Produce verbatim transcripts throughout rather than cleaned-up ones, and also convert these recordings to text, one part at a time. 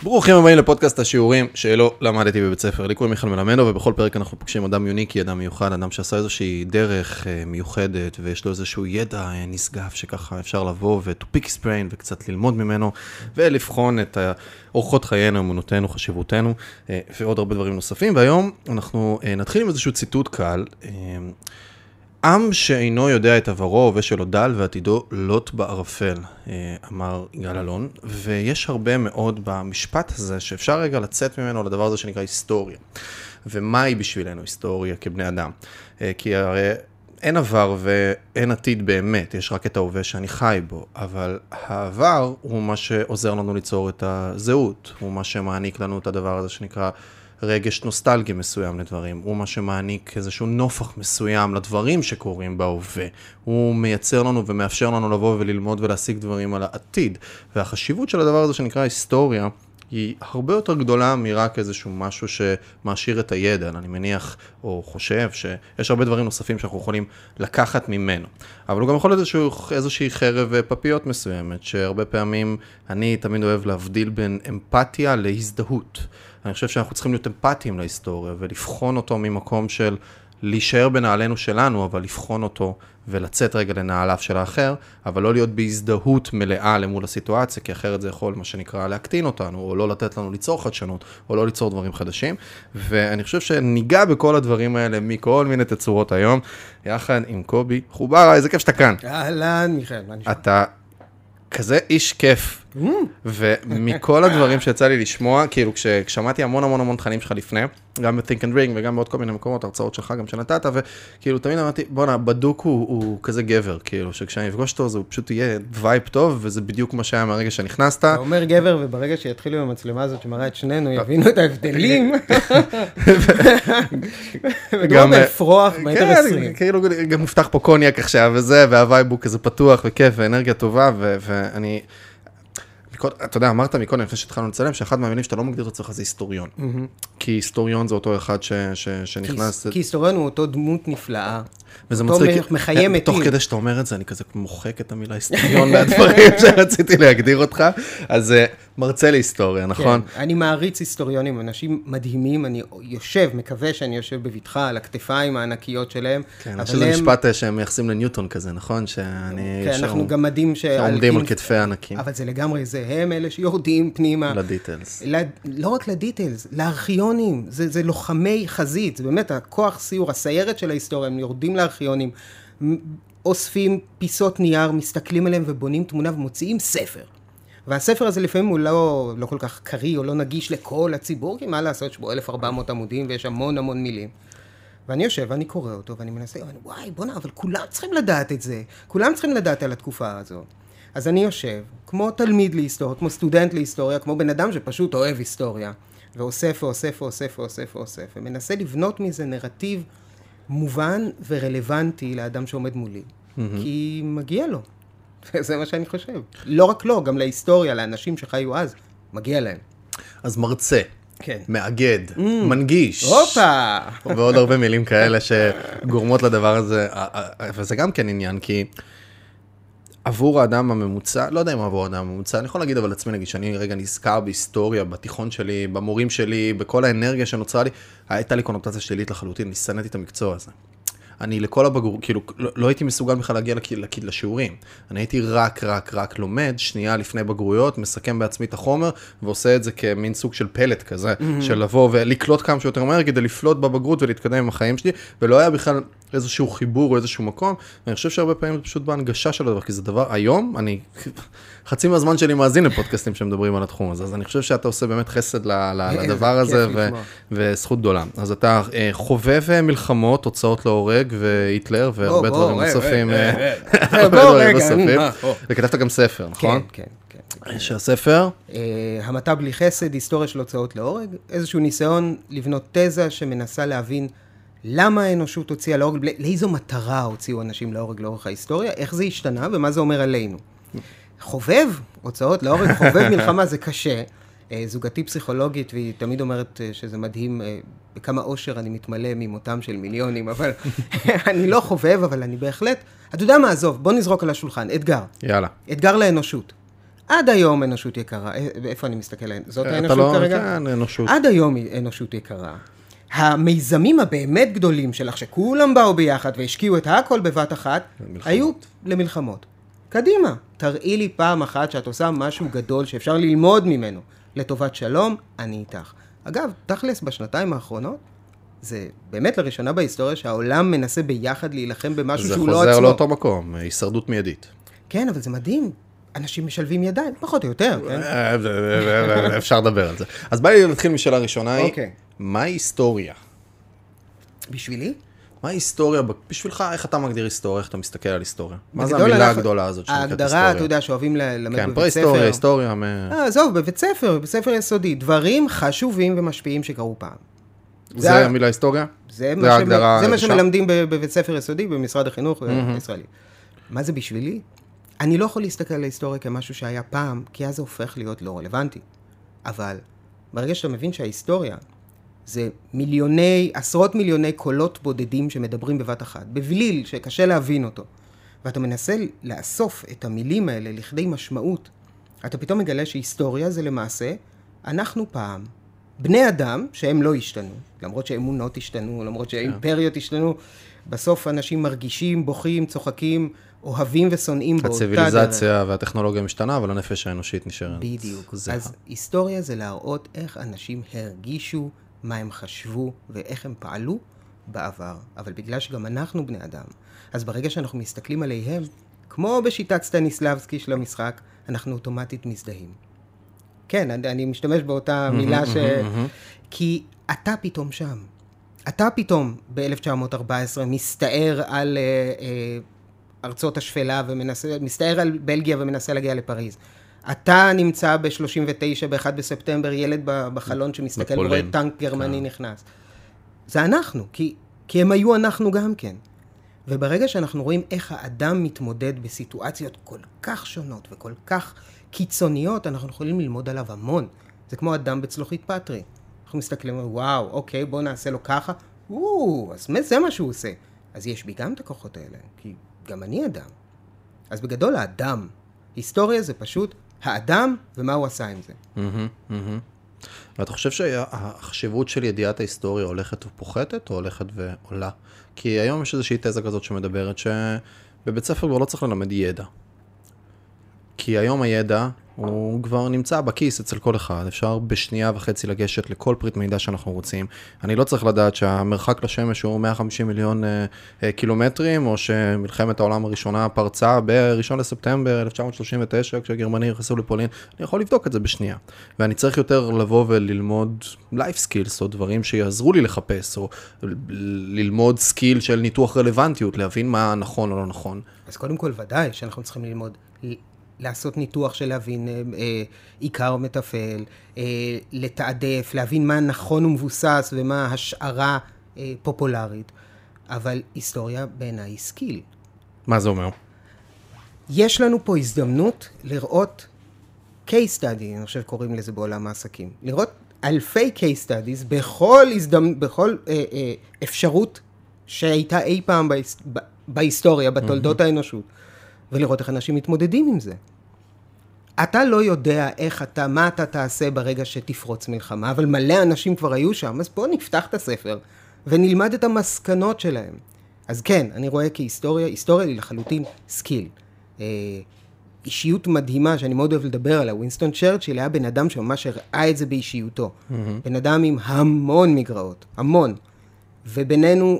ברוכים הבאים לפודקאסט השיעורים שלא למדתי בבית ספר. לי קוראים מיכאל מלמדו, ובכל פרק אנחנו פוגשים אדם יוניקי, אדם מיוחד, אדם שעשה איזושהי דרך מיוחדת, ויש לו איזשהו ידע נשגב שככה אפשר לבוא ו-to pick his brain וקצת ללמוד ממנו, ולבחון את אורחות חיינו, אמונותינו, חשיבותנו, ועוד הרבה דברים נוספים. והיום אנחנו נתחיל עם איזשהו ציטוט קל. עם שאינו יודע את עברו ושלו דל ועתידו לוט בערפל, אמר יגאל אלון, ויש הרבה מאוד במשפט הזה שאפשר רגע לצאת ממנו לדבר הזה שנקרא היסטוריה. ומה היא בשבילנו היסטוריה כבני אדם? כי הרי אין עבר ואין עתיד באמת, יש רק את ההווה שאני חי בו, אבל העבר הוא מה שעוזר לנו ליצור את הזהות, הוא מה שמעניק לנו את הדבר הזה שנקרא רגש נוסטלגי מסוים לדברים, הוא מה שמעניק איזשהו נופח מסוים לדברים שקורים בהווה. הוא מייצר לנו ומאפשר לנו לבוא וללמוד ולהשיג דברים על העתיד. והחשיבות של הדבר הזה שנקרא היסטוריה, היא הרבה יותר גדולה מרק איזשהו משהו שמעשיר את הידע. אני מניח או חושב שיש הרבה דברים נוספים שאנחנו יכולים לקחת ממנו. אבל הוא גם יכול להיות איזשהו, איזושהי חרב פפיות מסוימת, שהרבה פעמים אני תמיד אוהב להבדיל בין אמפתיה להזדהות. אני חושב שאנחנו צריכים להיות אמפתיים להיסטוריה, ולבחון אותו ממקום של להישאר בנעלינו שלנו, אבל לבחון אותו ולצאת רגע לנעליו של האחר, אבל לא להיות בהזדהות מלאה למול הסיטואציה, כי אחרת זה יכול, מה שנקרא, להקטין אותנו, או לא לתת לנו ליצור חדשנות, או לא ליצור דברים חדשים. ואני חושב שניגע בכל הדברים האלה מכל מיני תצורות היום, יחד עם קובי חוברה. איזה כיף שאתה כאן. אהלן, מיכאל, מה נשמע? אתה כזה איש כיף. ומכל הדברים שיצא לי לשמוע, כאילו כששמעתי המון המון המון תכנים שלך לפני, גם ב-Think and Ring וגם בעוד כל מיני מקומות, הרצאות שלך גם שנתת, וכאילו תמיד אמרתי, בוא'נה, בדוק הוא, הוא כזה גבר, כאילו שכשאני אפגוש אותו, זה פשוט יהיה וייב טוב, וזה בדיוק מה שהיה מהרגע שנכנסת. אתה אומר גבר, וברגע שיתחילו עם המצלמה הזאת שמראה את שנינו, יבינו את ההבדלים. וגם אפרוח, מטר עשרים. כאילו גם מפתח פה קוניאק עכשיו וזה, והווייב הוא כזה פתוח וכיף, ואנרגיה טובה, ואני אתה יודע, אמרת מקודם, לפני שהתחלנו לצלם, שאחד מהמילים שאתה לא מגדיר את עצמך זה היסטוריון. כי היסטוריון זה אותו אחד שנכנס... כי היסטוריון הוא אותו דמות נפלאה. וזה מצחיק, מחיה מתים. תוך כדי שאתה אומר את זה, אני כזה מוחק את המילה היסטוריון מהדברים שרציתי להגדיר אותך. אז מרצה להיסטוריה, נכון? אני מעריץ היסטוריונים, אנשים מדהימים, אני יושב, מקווה שאני יושב בביטחה על הכתפיים הענקיות שלהם. כן, יש איזה משפט שהם מייחסים לניוטון כזה, נכון? שאני... כן, אנחנו גם מדהים שעומדים על כתפי הענקים. אבל זה לגמרי זה, הם אלה שיורדים פנימה. לדיטלס. לא רק לדיטלס, לארכיונים. זה לוחמי חזית, זה באמת הכוח סיור, הסיירת של ההיסטוריה, הם יורדים לארכיונים, אוספים פיסות נייר, מסתכלים עליהם ובונים תמונה ומוציאים ספר. והספר הזה לפעמים הוא לא, לא כל כך קרי או לא נגיש לכל הציבור, כי מה לעשות שבו אלף וארבע מאות עמודים ויש המון המון מילים. ואני יושב ואני קורא אותו ואני מנסה, ואני, וואי בונה, אבל כולם צריכים לדעת את זה, כולם צריכים לדעת על התקופה הזו. אז אני יושב, כמו תלמיד להיסטוריה, כמו סטודנט להיסטוריה, כמו בן אדם שפשוט אוהב היסטוריה, ואוסף ואוסף ואוסף ואוסף ואוסף, ומנסה לבנות מזה נרטיב מובן ורלוונטי לאדם שעומד מולי, mm-hmm. כי מגיע לו. זה מה שאני חושב. לא רק לו, גם להיסטוריה, לאנשים שחיו אז, מגיע להם. אז מרצה, כן. מאגד, mm. מנגיש. הופה! ועוד הרבה מילים כאלה שגורמות לדבר הזה, וזה גם כן עניין, כי עבור האדם הממוצע, לא יודע אם עבור האדם הממוצע, אני יכול להגיד אבל עצמי, נגיד, שאני רגע נזכר בהיסטוריה, בתיכון שלי, במורים שלי, בכל האנרגיה שנוצרה לי, הייתה לי קונוטציה שלילית לחלוטין, ניסנתי את המקצוע הזה. אני לכל הבגרות, כאילו, לא, לא הייתי מסוגל בכלל להגיע לק, לשיעורים. אני הייתי רק, רק, רק לומד, שנייה לפני בגרויות, מסכם בעצמי את החומר, ועושה את זה כמין סוג של פלט כזה, mm-hmm. של לבוא ולקלוט כמה שיותר מהר, כדי לפלוט בבגרות ולהתקדם עם החיים שלי, ולא היה בכלל איזשהו חיבור או איזשהו מקום, ואני חושב שהרבה פעמים זה פשוט בהנגשה של הדבר, כי זה דבר, היום, אני, חצי מהזמן שלי מאזין לפודקאסטים שמדברים על התחום הזה, אז אני חושב שאתה עושה באמת חסד לדבר הזה, וזכות גדולה. אז אתה חובב מלחמות, תוצאות להורג, והיטלר, והרבה דברים נוספים, וכתבת גם ספר, נכון? כן, כן. יש הספר? המתה בלי חסד, היסטוריה של הוצאות להורג, איזשהו ניסיון לבנות תזה שמנסה להבין למה האנושות הוציאה להורג, לאיזו מטרה הוציאו אנשים להורג לאורך ההיסטוריה, איך זה השתנה ומה זה אומר עלינו. חובב, הוצאות להורג, חובב מלחמה זה קשה. זוגתי פסיכולוגית, והיא תמיד אומרת שזה מדהים, בכמה אושר אני מתמלא ממותם של מיליונים, אבל אני לא חובב, אבל אני בהחלט, אתה יודע מה, עזוב, בוא נזרוק על השולחן, אתגר. יאללה. אתגר לאנושות. עד היום אנושות יקרה. איפה אני מסתכל? זאת האנושות לא, כרגע? כן, אנושות. עד היום אנושות יקרה. המיזמים הבאמת גדולים שלך, שכולם באו ביחד והשקיעו את הכל בבת אחת, למלחמות. היו למלחמות. קדימה, תראי לי פעם אחת שאת עושה משהו גדול שאפשר ללמוד ממנו. לטובת שלום, אני איתך. אגב, תכלס בשנתיים האחרונות, זה באמת לראשונה בהיסטוריה שהעולם מנסה ביחד להילחם במשהו שהוא לא עצמו. זה חוזר לאותו מקום, הישרדות מיידית. כן, אבל זה מדהים. אנשים משלבים ידיים, פחות או יותר, כן? אפשר לדבר על זה. אז בא לי להתחיל משאלה ראשונה, אוקיי. מהי היסטוריה? בשבילי? מה היסטוריה? בשבילך, איך אתה מגדיר היסטוריה? איך אתה מסתכל על היסטוריה? מה זה בגדול המילה אנחנו- הגדולה הזאת שנקראת היסטוריה? ההגדרה, אתה יודע, שאוהבים ללמד כן, בבית פרה-היסטוריה, ספר. היסטוריה. מ- אה, עזוב, בבית ספר, בבית ספר יסודי. דברים חשובים ומשפיעים שקרו פעם. זה המילה היסטוריה? זה מה, זה ש... ההגדרה זה מה היבשה? שמלמדים ב- בבית ספר יסודי, במשרד החינוך הישראלי. מה זה בשבילי? אני לא יכול להסתכל על ההיסטוריה כמשהו שהיה פעם, כי אז זה הופך להיות לא רלוונטי. אבל ברגע שאתה מבין שההיסטוריה זה מיליוני, עשרות מיליוני קולות בודדים שמדברים בבת אחת, בבליל שקשה להבין אותו, ואתה מנסה לאסוף את המילים האלה לכדי משמעות, אתה פתאום מגלה שהיסטוריה זה למעשה, אנחנו פעם, בני אדם שהם לא השתנו, למרות שאמונות השתנו, למרות שהאימפריות השתנו, בסוף אנשים מרגישים, בוכים, צוחקים, אוהבים ושונאים באותה דרך. הציביליזציה והטכנולוגיה משתנה, אבל הנפש האנושית נשארת. בדיוק. זהה. אז היסטוריה זה להראות איך אנשים הרגישו, מה הם חשבו ואיך הם פעלו בעבר. אבל בגלל שגם אנחנו בני אדם, אז ברגע שאנחנו מסתכלים עליהם, כמו בשיטת סטניסלבסקי של המשחק, אנחנו אוטומטית מזדהים. כן, אני, אני משתמש באותה מילה ש... כי אתה פתאום שם. אתה פתאום ב-אלף תשע מאות ארבע עשרה מסתער על אה, אה, ארצות השפלה ומנסה, מסתער על בלגיה ומנסה להגיע לפריז. אתה נמצא ב-שלושים ותשע, ב-אחד בספטמבר, ילד בחלון שמסתכל ורואה טנק גרמני נכנס. זה אנחנו, כי, כי הם היו אנחנו גם כן. וברגע שאנחנו רואים איך האדם מתמודד בסיטואציות כל כך שונות וכל כך קיצוניות, אנחנו יכולים ללמוד עליו המון. זה כמו אדם בצלוחית פטרי. אנחנו מסתכלים, וואו, אוקיי, בוא נעשה לו ככה. וואו, אז זה מה שהוא עושה. אז יש בי גם את הכוחות האלה, כי גם אני אדם. אז בגדול האדם, היסטוריה זה פשוט האדם ומה הוא עשה עם זה. ואתה חושב שהחשיבות של ידיעת ההיסטוריה הולכת ופוחתת או הולכת ועולה? כי היום יש איזושהי תזה כזאת שמדברת שבבית ספר כבר לא צריך ללמד ידע. כי היום הידע הוא כבר נמצא בכיס אצל כל אחד. אפשר בשנייה וחצי לגשת לכל פריט מידע שאנחנו רוצים. אני לא צריך לדעת שהמרחק לשמש הוא מאה וחמישים מיליון אה, אה, קילומטרים, או שמלחמת העולם הראשונה פרצה ב-ראשון לספטמבר אלף תשע מאות שלושים ותשע, כשהגרמנים נכנסו לפולין. אני יכול לבדוק את זה בשנייה. ואני צריך יותר לבוא וללמוד life skills, או דברים שיעזרו לי לחפש, או ללמוד סקיל של ניתוח רלוונטיות, להבין מה נכון או לא נכון. אז קודם כל ודאי שאנחנו צריכים ללמוד לעשות ניתוח של להבין אה, אה, עיקר או מטפל, אה, לתעדף, להבין מה נכון ומבוסס ומה השערה אה, פופולרית. אבל היסטוריה בעיניי היא סקיל. מה זה אומר? יש לנו פה הזדמנות לראות case study, אני חושב קוראים לזה בעולם העסקים. לראות אלפי case studies בכל, הזדמנ... בכל אה, אה, אפשרות שהייתה אי פעם בהיס... בהיסטוריה, בתולדות האנושות. ולראות איך אנשים מתמודדים עם זה. אתה לא יודע איך אתה, מה אתה תעשה ברגע שתפרוץ מלחמה, אבל מלא אנשים כבר היו שם, אז בואו נפתח את הספר, ונלמד את המסקנות שלהם. אז כן, אני רואה כהיסטוריה, היסטוריה היא לחלוטין סקיל. אה, אישיות מדהימה שאני מאוד אוהב לדבר עליה, ווינסטון צ'רצ'יל היה בן אדם שממש הראה את זה באישיותו. Mm-hmm. בן אדם עם המון מגרעות, המון. ובינינו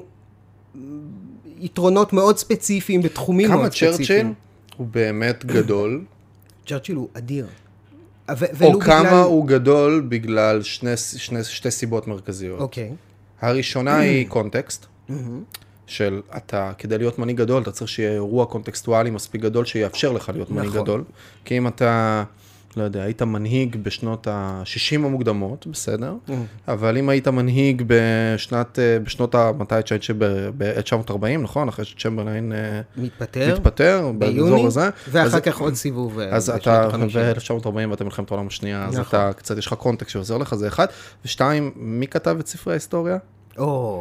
יתרונות מאוד ספציפיים בתחומים מאוד ספציפיים. כמה צ'רצ'יל הוא באמת גדול? צ'רצ'יל הוא אדיר. או כמה הוא גדול בגלל שני, שני, שתי סיבות מרכזיות. אוקיי. הראשונה היא קונטקסט, של אתה, כדי להיות מנהיג גדול, אתה צריך שיהיה אירוע קונטקסטואלי מספיק גדול שיאפשר לך להיות מנהיג גדול. כי אם אתה, לא יודע, היית מנהיג בשנות ה-שישים המוקדמות, בסדר, אבל אם היית מנהיג בשנת, בשנות ה-מתי ב-אלף תשע מאות ארבעים, נכון? אחרי שצ'מברליין מתפטר, מתפטר, באזור הזה. ואחר כך עוד סיבוב. אז אתה, ב-אלף תשע מאות ארבעים ואתה מלחמת העולם השנייה, אז אתה קצת, יש לך קונטקסט שעוזר לך, זה אחד. ושתיים, מי כתב את ספרי ההיסטוריה? או,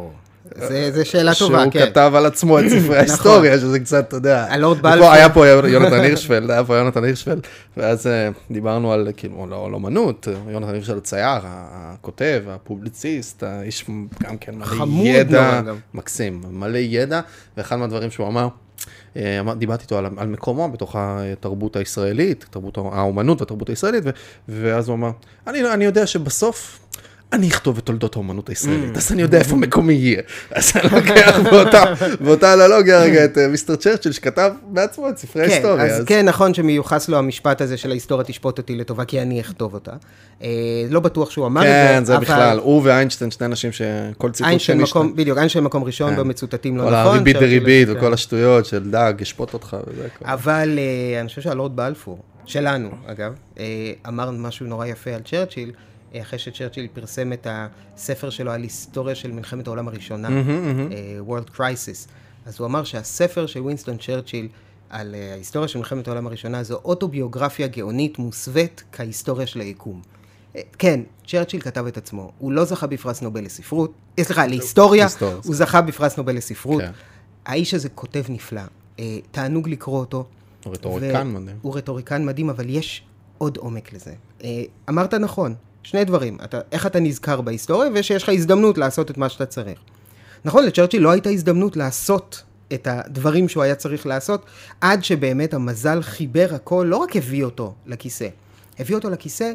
זה שאלה טובה, כן. שהוא כתב על עצמו את ספרי ההיסטוריה, שזה קצת, אתה יודע. הלורד בלפור. היה פה יונתן הירשפלד, היה פה יונתן הירשפלד, ואז דיברנו על, כאילו, על אומנות, יונתן הירשפלד הצייר, הכותב, הפובליציסט, האיש גם כן מלא ידע, מקסים, מלא ידע, ואחד מהדברים שהוא אמר, דיברתי איתו על, על מקומו בתוך התרבות הישראלית, תרבות האומנות והתרבות הישראלית, ואז הוא אמר, אני, אני יודע שבסוף, אני אכתוב את תולדות האומנות הישראלית, אז אני יודע איפה מקומי יהיה. אז אני לוקח באותה אנלוגיה רגע את מיסטר צ'רצ'יל, שכתב בעצמו את ספרי ההיסטוריה. אז כן, נכון שמיוחס לו המשפט הזה של ההיסטוריה תשפוט אותי לטובה, כי אני אכתוב אותה. לא בטוח שהוא אמר את זה. כן, זה בכלל. הוא ואיינשטיין, שני אנשים שכל ציטוט שני מקום, בדיוק, איינשטיין מקום ראשון במצוטטים לא נכון. כל הריבית דריבית וכל השטויות של דג, ישפוט אותך וזה. אבל אני חושב שהלורד בלפור, שלנו, אגב, אמר משהו נורא יפה על צ'רצ'יל, אחרי שצ'רצ'יל פרסם את הספר שלו על היסטוריה של מלחמת העולם הראשונה, World Crisis. אז הוא אמר שהספר של ווינסטון צ'רצ'יל על ההיסטוריה של מלחמת העולם הראשונה, זו אוטוביוגרפיה גאונית מוסווית כהיסטוריה של היקום. כן, צ'רצ'יל כתב את עצמו. הוא לא זכה בפרס נובל לספרות, סליחה, להיסטוריה, הוא זכה בפרס נובל לספרות. האיש הזה כותב נפלא. תענוג לקרוא אותו. הוא רטוריקן מדהים. הוא רטוריקן מדהים, אבל יש עוד עומק לזה. אמרת נכון. שני דברים, אתה, איך אתה נזכר בהיסטוריה, ושיש לך הזדמנות לעשות את מה שאתה צריך. נכון, לצ'רצ'יל לא הייתה הזדמנות לעשות את הדברים שהוא היה צריך לעשות, עד שבאמת המזל חיבר הכל, לא רק הביא אותו לכיסא, הביא אותו לכיסא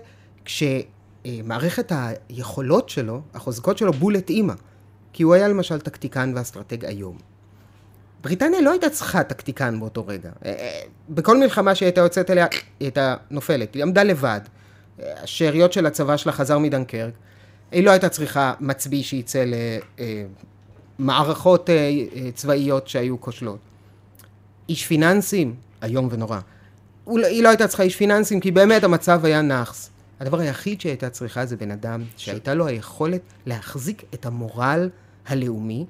כשמערכת היכולות שלו, החוזקות שלו, בול התאימה, כי הוא היה למשל טקטיקן ואסטרטג היום. בריטניה לא הייתה צריכה טקטיקן באותו רגע. בכל מלחמה שהייתה יוצאת אליה, היא הייתה נופלת, היא עמדה לבד. השאריות של הצבא שלה חזר מדנקרק, היא לא הייתה צריכה מצביא שייצא למערכות צבאיות שהיו כושלות. איש פיננסים, היום ונורא. היא לא הייתה צריכה איש פיננסים, כי באמת המצב היה נחס. הדבר היחיד שהייתה צריכה זה בן אדם שהייתה לו היכולת להחזיק את המורל הלאומי,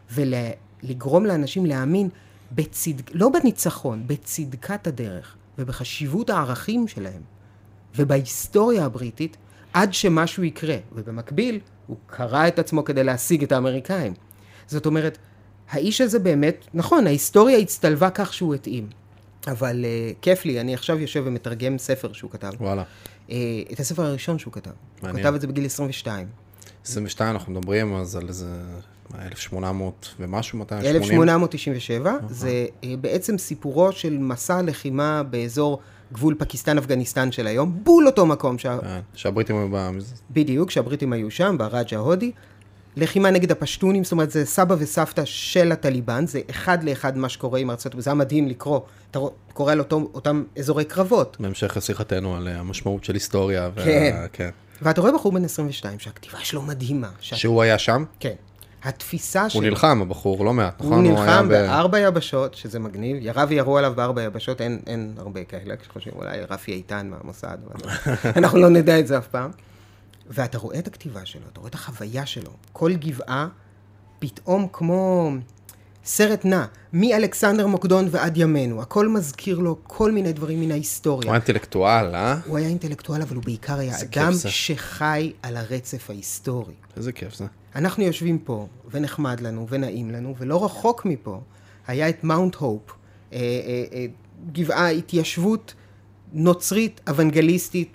ולגרום לאנשים להאמין בצד... לא בניצחון, בצדקת הדרך, ובחשיבות הערכים שלהם. ובהיסטוריה הבריטית, עד שמשהו יקרה. ובמקביל, הוא קרא את עצמו כדי להשיג את האמריקאים. זאת אומרת, האיש הזה באמת, נכון, ההיסטוריה הצטלבה כך שהוא התאים. אבל uh, כיף לי, אני עכשיו יושב ומתרגם ספר שהוא כתב. וואלה. Uh, את הספר הראשון שהוא כתב. מעניין. הוא כתב את זה בגיל עשרים ושתיים. עשרים ושתיים, אנחנו מדברים אז על איזה אלף שמונה מאות ומשהו, מאתיים ושמונים? אלף שמונה מאות תשעים ושבע. Uh-huh. זה uh, בעצם סיפורו של מסע לחימה באזור גבול פקיסטן-אפגניסטן של היום, בול אותו מקום. שה... שהבריטים היו במזה. בדיוק, שהבריטים היו שם, בראג'ה ההודי. לחימה נגד הפשטונים, זאת אומרת, זה סבא וסבתא של הטליבן, זה אחד לאחד מה שקורה עם ארצות, וזה היה מדהים לקרוא, אתה קורא על אותו, אותם אזורי קרבות. בהמשך לשיחתנו על המשמעות של היסטוריה. כן. וה... כן. ואתה רואה בחור בן עשרים ושתיים, שהכתיבה שלו מדהימה. שאת... שהוא היה שם? כן. התפיסה שלו... הוא נלחם, הבחור, לא מעט, נכון? הוא נלחם בארבע יבשות, שזה מגניב. ירה וירו עליו בארבע יבשות, אין, אין הרבה כאלה, כשחושבים, אולי רפי איתן מהמוסד, אנחנו לא נדע את זה אף פעם. ואתה רואה את הכתיבה שלו, אתה רואה את החוויה שלו. כל גבעה פתאום כמו סרט נע, מאלכסנדר מוקדון ועד ימינו. הכל מזכיר לו כל מיני דברים מן ההיסטוריה. הוא היה אינטלקטואל, אה? הוא היה אינטלקטואל, אבל הוא בעיקר היה אדם שחי על הרצף ההיסטורי. איזה כיף זה. אנחנו יושבים פה, ונחמד לנו, ונעים לנו, ולא רחוק מפה, היה את מאונט הופ, אה, אה, אה, גבעה, התיישבות נוצרית, אוונגליסטית,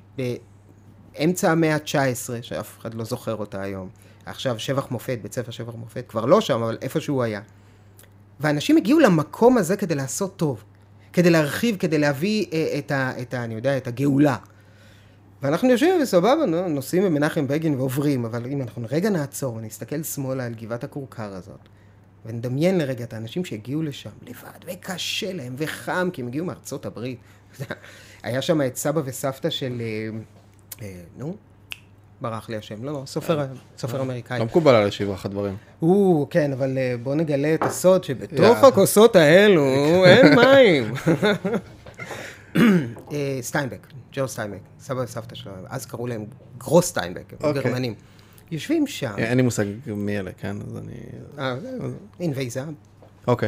באמצע המאה ה-תשע עשרה, שאף אחד לא זוכר אותה היום. עכשיו שבח מופת, בית ספר שבח מופת, כבר לא שם, אבל איפה שהוא היה. ואנשים הגיעו למקום הזה כדי לעשות טוב, כדי להרחיב, כדי להביא אה, את, ה, את, ה, אני יודע, את הגאולה. ואנחנו יושבים וסבבה, נוסעים במנחם בגין ועוברים, אבל אם אנחנו רגע נעצור ונסתכל שמאלה על גבעת הכורכר הזאת, ונדמיין לרגע את האנשים שהגיעו לשם לבד, וקשה להם, וחם, כי הם הגיעו מארצות הברית. היה שם את סבא וסבתא של, אה, אה, נו, ברח לי השם, לא, לא, סופר, סופר אמריקאי. לא מקובל על שבח הדברים. הוא, כן, אבל בוא נגלה את הסוד שבתוך הכוסות האלו אין מים. סטיינבק, ג'ו סטיינבק, סבא וסבתא שלו, אז קראו להם גרוס סטיינבק, גרמנים. יושבים שם. אין לי מושג מי אלה, כן, אז אני... אה, ענבי זהב. אוקיי.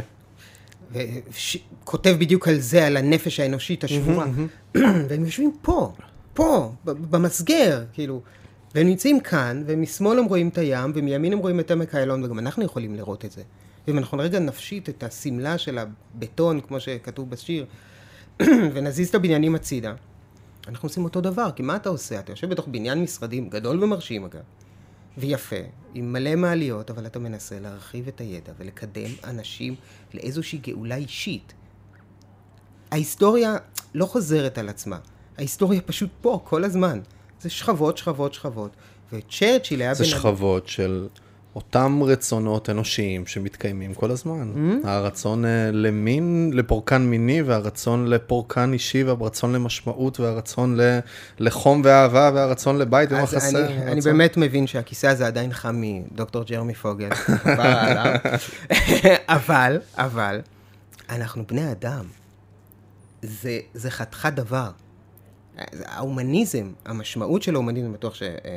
וכותב בדיוק על זה, על הנפש האנושית השבורה. והם יושבים פה, פה, במסגר, כאילו, והם נמצאים כאן, ומשמאל הם רואים את הים, ומימין הם רואים את עמק איילון, וגם אנחנו יכולים לראות את זה. ואם אנחנו רגע נפשיט את הסמלה של הבטון, כמו שכתוב בשיר, ונזיז את הבניינים הצידה, אנחנו עושים אותו דבר, כי מה אתה עושה? אתה יושב בתוך בניין משרדים, גדול ומרשים אגב, ויפה, עם מלא מעליות, אבל אתה מנסה להרחיב את הידע ולקדם אנשים לאיזושהי גאולה אישית. ההיסטוריה לא חוזרת על עצמה, ההיסטוריה פשוט פה כל הזמן. זה שכבות, שכבות, שכבות. וצ'רצ'יל היה... זה שכבות של אותם רצונות אנושיים שמתקיימים כל הזמן. Mm-hmm. הרצון למין, לפורקן מיני, והרצון לפורקן אישי, והרצון למשמעות, והרצון ל... לחום ואהבה, והרצון לבית ומחסה. אני, אני באמת מבין שהכיסא הזה עדיין חם מדוקטור ג'רמי פוגל. אבל, אבל, אנחנו בני אדם. זה, זה חתיכת דבר. ההומניזם, המשמעות של ההומניזם, בטוח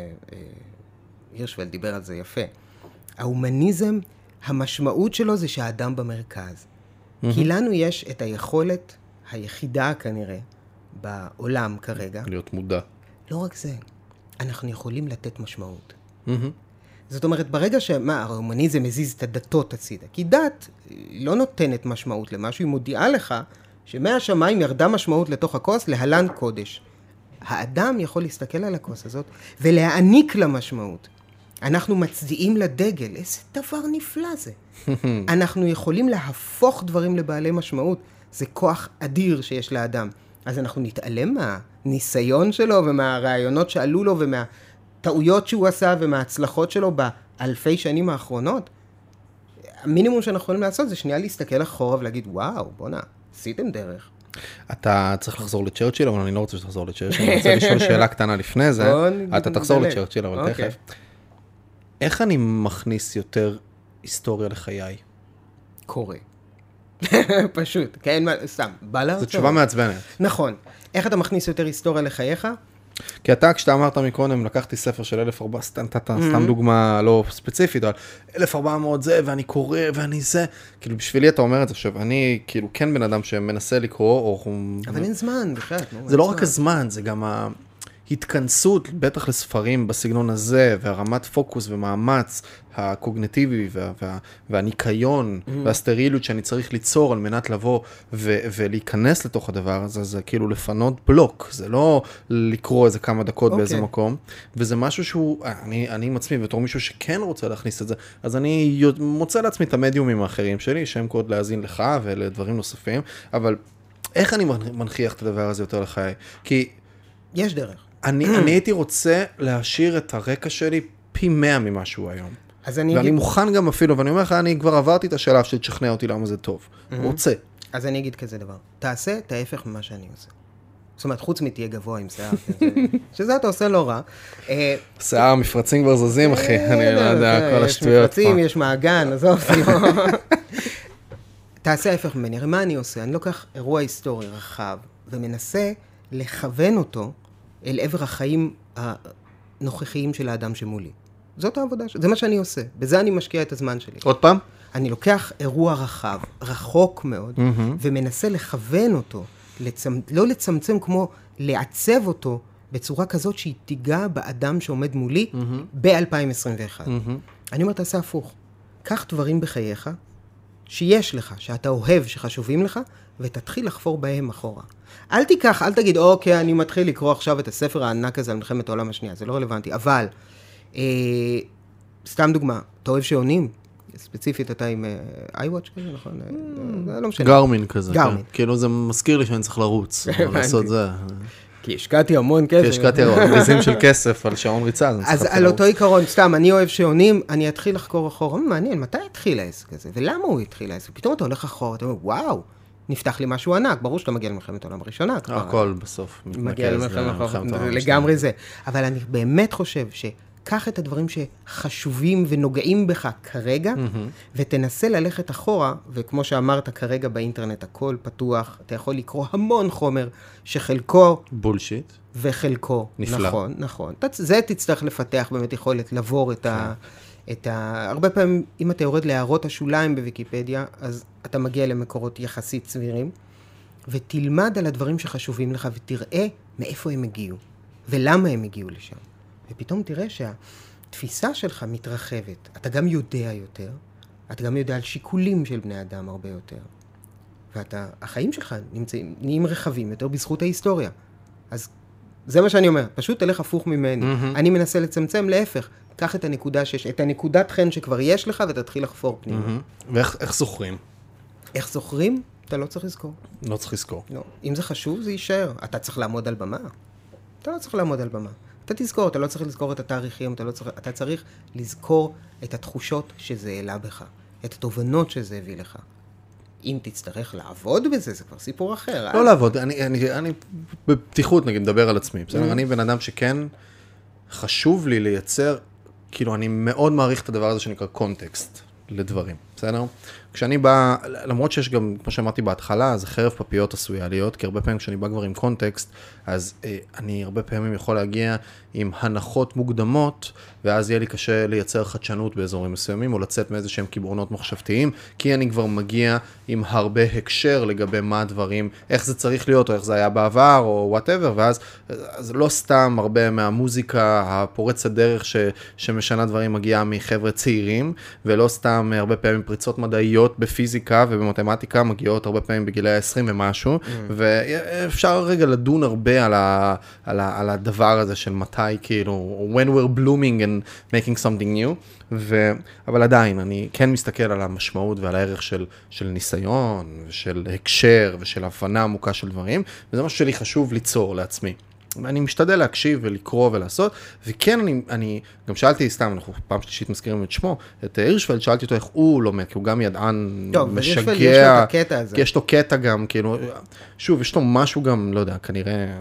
שהירשוולד דיבר על זה יפה. ההומניזם, המשמעות שלו זה שהאדם במרכז. Mm-hmm. כי לנו יש את היכולת היחידה כנראה בעולם כרגע. להיות מודע. לא רק זה, אנחנו יכולים לתת משמעות. Mm-hmm. זאת אומרת, ברגע שמה, ההומניזם מזיז את הדתות הצידה. כי דת לא נותנת משמעות למשהו, היא מודיעה לך שמהשמיים ירדה משמעות לתוך הכוס, להלן קודש. האדם יכול להסתכל על הכוס הזאת ולהעניק לה משמעות. אנחנו מצדיעים לדגל, איזה דבר נפלא זה. אנחנו יכולים להפוך דברים לבעלי משמעות, זה כוח אדיר שיש לאדם. אז אנחנו נתעלם מהניסיון שלו ומהרעיונות שעלו לו ומהטעויות שהוא עשה ומההצלחות שלו באלפי שנים האחרונות. המינימום שאנחנו יכולים לעשות זה שנייה להסתכל אחורה ולהגיד, וואו, בונה, עשיתם דרך. אתה צריך לחזור לצ'רצ'יל, אבל אני לא רוצה שתחזור לצ'רצ'יל, אני רוצה לשאול שאלה קטנה לפני זה. אתה תחזור לצ'רצ'יל, אבל תכף. איך אני מכניס יותר היסטוריה לחיי? קורא. פשוט, כן, סתם, בא לה? זו תשובה מעצבנת. נכון. איך אתה מכניס יותר היסטוריה לחייך? כי אתה, כשאתה אמרת מקודם, לקחתי ספר של אלף וארבע מאות, סתם דוגמה לא ספציפית, אבל אלף וארבע מאות זה, ואני קורא, ואני זה, כאילו בשבילי אתה אומר את זה, עכשיו, אני כאילו כן בן אדם שמנסה לקרוא, או... אבל אין זמן, בכלל. זה לא רק הזמן, זה גם ההתכנסות, בטח לספרים בסגנון הזה, והרמת פוקוס ומאמץ הקוגניטיבי, וה, וה, והניקיון, mm-hmm. והסטריליות שאני צריך ליצור על מנת לבוא ו, ולהיכנס לתוך הדבר הזה, זה כאילו לפנות בלוק, זה לא לקרוא איזה כמה דקות okay. באיזה מקום, וזה משהו שהוא, אני, אני עם עצמי, בתור מישהו שכן רוצה להכניס את זה, אז אני מוצא לעצמי את המדיומים האחרים שלי, שהם קוד להאזין לך ולדברים נוספים, אבל איך אני מנחיח את הדבר הזה יותר לחיי? כי... יש דרך. אני, אני הייתי רוצה להשאיר את הרקע שלי פי מאה ממה שהוא היום. אז אני ואני אגיד... מוכן גם אפילו, ואני אומר לך, אני כבר עברתי את השלב של תשכנע אותי למה זה טוב. רוצה. אז אני אגיד כזה דבר. תעשה את ההפך ממה שאני עושה. זאת אומרת, חוץ מתהיה גבוה עם שיער. שזה אתה עושה לא רע. שיער, מפרצים כבר זזים, אחי. אני לא יודע, כל השטויות. יש מפרצים, יש מעגן, עזוב. תעשה ההפך ממני. הרי מה אני עושה? אני לוקח אירוע היסטורי רחב, ומנסה לכוון אותו אל עבר החיים הנוכחיים של האדם שמולי. זאת העבודה שלי, זה מה שאני עושה. בזה אני משקיע את הזמן שלי. עוד פעם? אני לוקח אירוע רחב, רחוק מאוד, mm-hmm. ומנסה לכוון אותו, לצמ... לא לצמצם כמו לעצב אותו, בצורה כזאת שהיא תיגע באדם שעומד מולי mm-hmm. ב-אלפיים עשרים ואחת. Mm-hmm. אני אומר, תעשה הפוך. קח דברים בחייך, שיש לך, שאתה אוהב, שחשובים לך, ותתחיל לחפור בהם אחורה. אל תיקח, אל תגיד, אוקיי, אני מתחיל לקרוא עכשיו את הספר הענק הזה על מלחמת העולם השנייה, זה לא רלוונטי, אבל, אה, סתם דוגמה, אתה אוהב שעונים? ספציפית אתה עם iWatch כזה, נכון? זה לא משנה. גרמין כזה. גרמין. כאילו זה מזכיר לי שאני צריך לרוץ, לעשות זה. כי השקעתי המון כסף. כי השקעתי המון של כסף על שעון ריצה. אז על אותו עיקרון, סתם, אני אוהב שעונים, אני אתחיל לחקור אחורה, מעניין, מתי התחיל העסק הזה? ולמה הוא התחיל העסק? פתאום אתה הולך אחורה, אתה אומר, וואו, נפתח לי משהו ענק, ברור שאתה מגיע למלחמת העולם הראשונה. הכל בסוף. מגיע למלחמת העולם, לגמרי זה. אבל אני באמת חושב שקח את הדברים שחשובים ונוגעים בך כרגע, ותנסה ללכת אחורה, וכמו שאמרת כרגע באינטרנט, הכל פתוח, אתה יכול לקרוא המון חומר שחלקו... בולשיט. וחלקו. נפלא. נכון, נכון. זה תצטרך לפתח באמת יכולת לעבור את ה... את ה... הרבה פעמים, אם אתה יורד להערות השוליים בוויקיפדיה, אז אתה מגיע למקורות יחסית סבירים, ותלמד על הדברים שחשובים לך, ותראה מאיפה הם הגיעו, ולמה הם הגיעו לשם. ופתאום תראה שהתפיסה שלך מתרחבת. אתה גם יודע יותר, אתה גם יודע על שיקולים של בני אדם הרבה יותר. ואתה, החיים שלך נמצאים, נהיים רחבים יותר בזכות ההיסטוריה. אז זה מה שאני אומר, פשוט תלך הפוך ממני. Mm-hmm. אני מנסה לצמצם, להפך. קח את הנקודה שיש, את הנקודת חן שכבר יש לך, ותתחיל לחפור פנימה. Mm-hmm. ואיך איך זוכרים? איך זוכרים? אתה לא צריך לזכור. לא צריך לזכור. לא. אם זה חשוב, זה יישאר. אתה צריך לעמוד על במה. אתה לא צריך לעמוד על במה. אתה תזכור, אתה לא צריך לזכור את התאריכים, אתה לא צריך, אתה צריך לזכור את התחושות שזה העלה בך, את התובנות שזה הביא לך. אם תצטרך לעבוד בזה, זה כבר סיפור אחר. לא לעבוד, אני, אני, אני בפתיחות נגיד מדבר על עצמי, בסדר? אני בן אדם שכן חשוב לי לייצר, כאילו אני מאוד מעריך את הדבר הזה שנקרא קונטקסט לדברים, בסדר? כשאני בא, למרות שיש גם, כמו שאמרתי בהתחלה, זה חרב פפיות עשויה להיות, כי הרבה פעמים כשאני בא כבר עם קונטקסט, אז אה, אני הרבה פעמים יכול להגיע עם הנחות מוקדמות, ואז יהיה לי קשה לייצר חדשנות באזורים מסוימים, או לצאת מאיזשהם קיבעונות מחשבתיים, כי אני כבר מגיע עם הרבה הקשר לגבי מה הדברים, איך זה צריך להיות, או איך זה היה בעבר, או whatever, ואז אז לא סתם הרבה מהמוזיקה הפורץ הדרך ש, שמשנה דברים מגיעה מחבר'ה צעירים, ולא סתם הרבה פעמים פריצות מדעיות, בפיזיקה ובמתמטיקה מגיעות הרבה פעמים בגילי ה-עשרים ומשהו, mm. ואפשר רגע לדון הרבה על, ה, על, ה, על הדבר הזה של מתי, כאילו, when we're blooming and making something new, ו, אבל עדיין, אני כן מסתכל על המשמעות ועל הערך של, של ניסיון, ושל הקשר, ושל הבנה עמוקה של דברים, וזה משהו שלי חשוב ליצור לעצמי. אני משתדל להקשיב ולקרוא ולעשות, וכן אני, אני גם שאלתי סתם, אנחנו פעם שלישית מזכירים את שמו, את הירשפלד, שאלתי אותו איך הוא לומד, כי הוא גם ידען טוב, משגע. טוב, יש לו את הקטע הזה. יש לו קטע גם, כאילו, שוב, יש לו משהו גם, לא יודע, כנראה,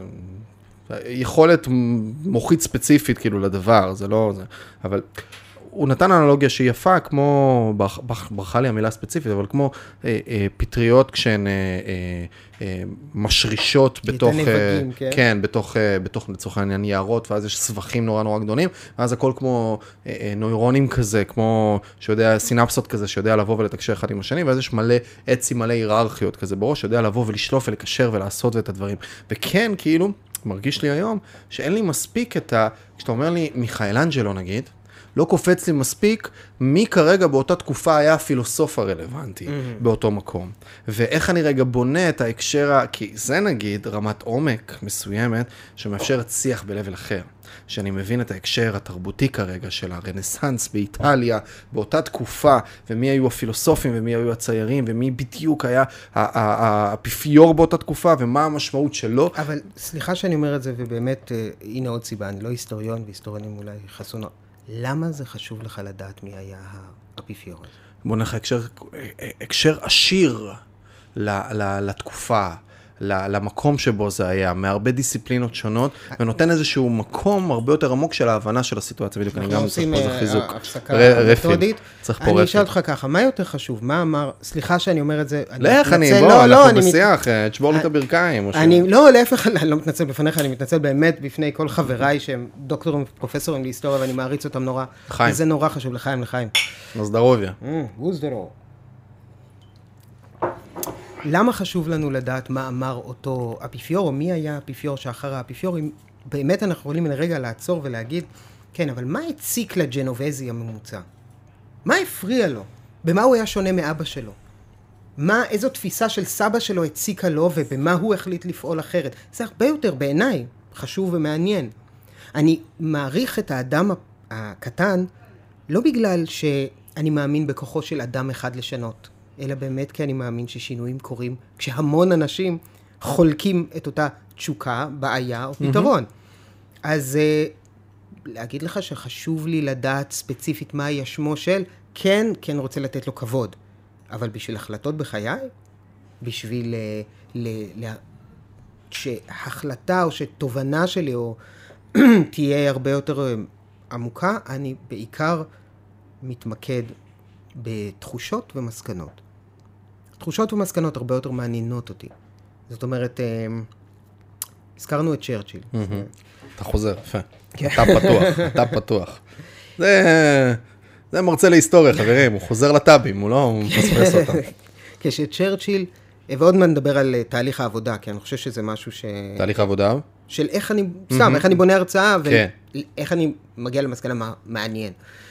יכולת מוחית ספציפית, כאילו, לדבר, זה לא, זה, אבל הוא נתן אנלוגיה שהיא יפה, כמו, ברכה לי המילה ספציפית, אבל כמו אה, אה, פטריות כשהן אה, אה, אה, משרישות בתוך, נבגים, אה, כן, כן בתוך, אה, בתוך לצורך העניין יערות, ואז יש סבכים נורא נורא גדולים, ואז הכל כמו אה, אה, נוירונים כזה, כמו שיודע, סינפסות כזה, שיודע לבוא ולתקשר אחד עם השני, ואז יש מלא עצי, מלא היררכיות כזה בראש, שיודע לבוא ולשלוף ולקשר ולעשות את הדברים. וכן, כאילו, מרגיש לי היום, שאין לי מספיק את ה... כשאתה אומר לי, מיכאלנג'לו נגיד, לא קופץ לי מספיק מי כרגע באותה תקופה היה הפילוסוף הרלוונטי mm-hmm. באותו מקום. ואיך אני רגע בונה את ההקשר, כי זה נגיד רמת עומק מסוימת שמאפשרת שיח בלבל אחר. שאני מבין את ההקשר התרבותי כרגע של הרנסנס באיטליה באותה תקופה, ומי היו הפילוסופים ומי היו הציירים, ומי בדיוק היה האפיפיור באותה תקופה, ומה המשמעות שלו. אבל סליחה שאני אומר את זה, ובאמת, הנה עוד סיבה, אני לא היסטוריון, והיסטוריונים אולי חסונות. למה זה חשוב לך לדעת מי היה האפיפיור הזה? בוא נלך, הקשר, הקשר עשיר לתקופה, למקום שבו זה היה, מהרבה דיסציפלינות שונות, ונותן איזשהו מקום הרבה יותר עמוק של ההבנה של הסיטואציה, בדיוק אני גם צריך פה איזה חיזוק. רפים, צריך פה רפים. אני אשאל אותך ככה, מה יותר חשוב? מה אמר, סליחה שאני אומר את זה, לך אני, בוא, אנחנו בשיח, תשבור לי את הברכיים. לא, להפך, אני לא מתנצל בפניך, אני מתנצל באמת בפני כל חבריי שהם דוקטורים ופרופסורים להיסטוריה, ואני מעריץ אותם נורא. לחיים. וזה נורא חשוב, לחיים, לחיים. נזדרוביה. גוזדרו. למה חשוב לנו לדעת מה אמר אותו אפיפיור, או מי היה האפיפיור שאחר האפיפיור? אם באמת אנחנו יכולים לרגע לעצור ולהגיד, כן, אבל מה הציק לג'נובזי הממוצע? מה הפריע לו? במה הוא היה שונה מאבא שלו? מה, איזו תפיסה של סבא שלו הציקה לו, ובמה הוא החליט לפעול אחרת? זה הרבה יותר בעיניי חשוב ומעניין. אני מעריך את האדם הקטן, לא בגלל שאני מאמין בכוחו של אדם אחד לשנות, אלא באמת כי אני מאמין ששינויים קורים כשהמון אנשים חולקים את אותה תשוקה, בעיה או פתרון. Mm-hmm. אז uh, להגיד לך שחשוב לי לדעת ספציפית מה היה שמו של, כן, כן רוצה לתת לו כבוד. אבל בשביל החלטות בחיי, בשביל uh, ל, ל, שהחלטה או שתובנה שלי או תהיה הרבה יותר עמוקה, אני בעיקר מתמקד בתחושות ומסקנות. תחושות ומסקנות הרבה יותר מעניינות אותי. זאת אומרת, הזכרנו את צ'רצ'יל. אתה חוזר, יפה. אתה פתוח, אתה פתוח. זה מרצה להיסטוריה, חברים, הוא חוזר לטאבים, הוא לא מפספס אותם. כשצ'רצ'יל, ועוד מה נדבר על תהליך העבודה, כי אני חושב שזה משהו ש... תהליך העבודה? של איך אני, סתם, Mhm. איך אני בונה הרצאה, כן. ואיך אני מגיע למסקנה מה מעניין.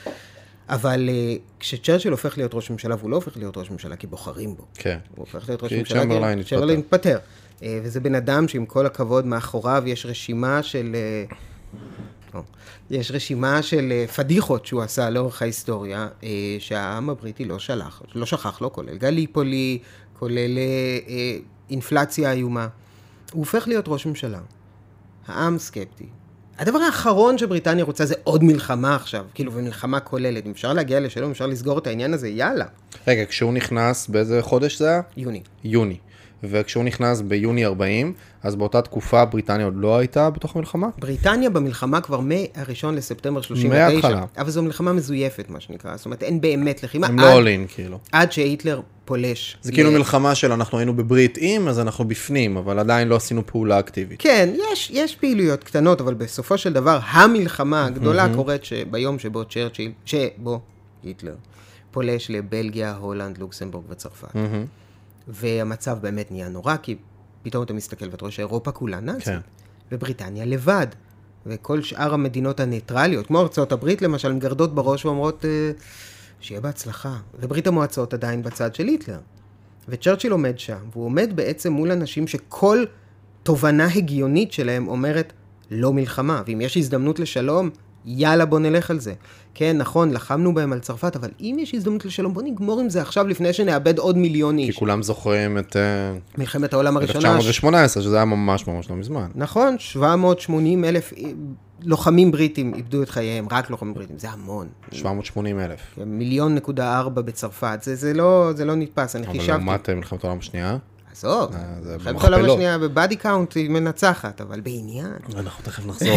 אבל אה, כשצ'רצ'יל הופך להיות ראש ממשלה, והוא לא הופך להיות ראש ממשלה כי בוחרים בו. כן. הוא הופך להיות ראש כי ממשלה, צ'מברליין כי התפטר. צ'מברליין התפטר. אה, וזה בן אדם שעם כל הכבוד מאחוריו יש רשימה של... אה, לא, יש רשימה של אה, פדיחות שהוא עשה לאורך ההיסטוריה, אה, שהעם הבריטי לא שלח, לא שכח לו, כולל גליפולי, כולל אה, אה, אינפלציה איומה. הוא הופך להיות ראש ממשלה. העם סקפטי. הדבר האחרון שבריטניה רוצה זה עוד מלחמה עכשיו, כאילו, ומלחמה כוללת. אם אפשר להגיע לשלום, אפשר לסגור את העניין הזה, יאללה. רגע, כשהוא נכנס, באיזה חודש זה היה? יוני. יוני. וכשהוא נכנס ביוני ארבעים, אז באותה תקופה בריטניה עוד לא הייתה בתוך מלחמה? בריטניה במלחמה כבר מהראשון לספטמבר שלושים ותשע. מההתחלה. אבל זו מלחמה מזויפת, מה שנקרא. זאת אומרת, אין באמת לחימה. הם עד, לא עולים, כאילו. עד שהיטלר פולש. זה ל- כאילו מלחמה של אנחנו היינו בברית עם, אז אנחנו בפנים, אבל עדיין לא עשינו פעולה אקטיבית. כן, יש, יש פעילויות קטנות, אבל בסופו של דבר, המלחמה הגדולה קורית שביום שבו צ'רצ'יל, שבו היטלר, פולש לבלגיה, הולנד, לוקסמבורג וצרפת. מהמם. והמצב באמת נהיה נורא, כי פתאום אתה מסתכל ואתה רואה שאירופה כולה נאצית, כן. ובריטניה לבד, וכל שאר המדינות הניטרליות, כמו ארצות הברית למשל, מגרדות בראש ואומרות, אה, שיהיה בהצלחה. וברית המועצות עדיין בצד של היטלר. וצ'רצ'יל עומד שם, והוא עומד בעצם מול אנשים שכל תובנה הגיונית שלהם אומרת, לא מלחמה, ואם יש הזדמנות לשלום, יאללה בוא נלך על זה. כן, נכון, לחמנו בהם על צרפת, אבל אם יש הזדמנות לשלום, בוא נגמור עם זה עכשיו לפני שנאבד עוד מיליון כי איש. כולם זוכרים את אה, מלחמת העולם אלף הראשונה. תשע מאות שמונה עשרה, שזה היה ממש ממש לא מזמן. נכון, שבע מאות ושמונים אלף לוחמים בריטים איבדו את חייהם, רק לוחמים בריטים, זה המון. שבע מאות ושמונים אלף. מיליון נקודה ארבע בצרפת, זה, זה, לא, זה לא נתפס, אני אבל חישבתי. לעומת אה, מלחמת העולם השנייה, עזוב, אה, זה מלחמת במכפלות. העולם השנייה בבאדי קאונט היא מנצחת, אבל בעניין. אנחנו תכף נחזור.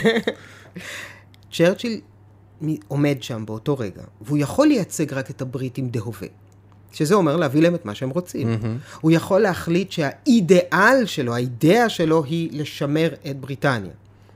צ'רצ'יל עומד שם באותו רגע, והוא יכול לייצג רק את הבריטים דהווה, שזה אומר להביא להם את מה שהם רוצים. הוא יכול להחליט שהאידאל שלו, האידאה שלו היא לשמר את בריטניה.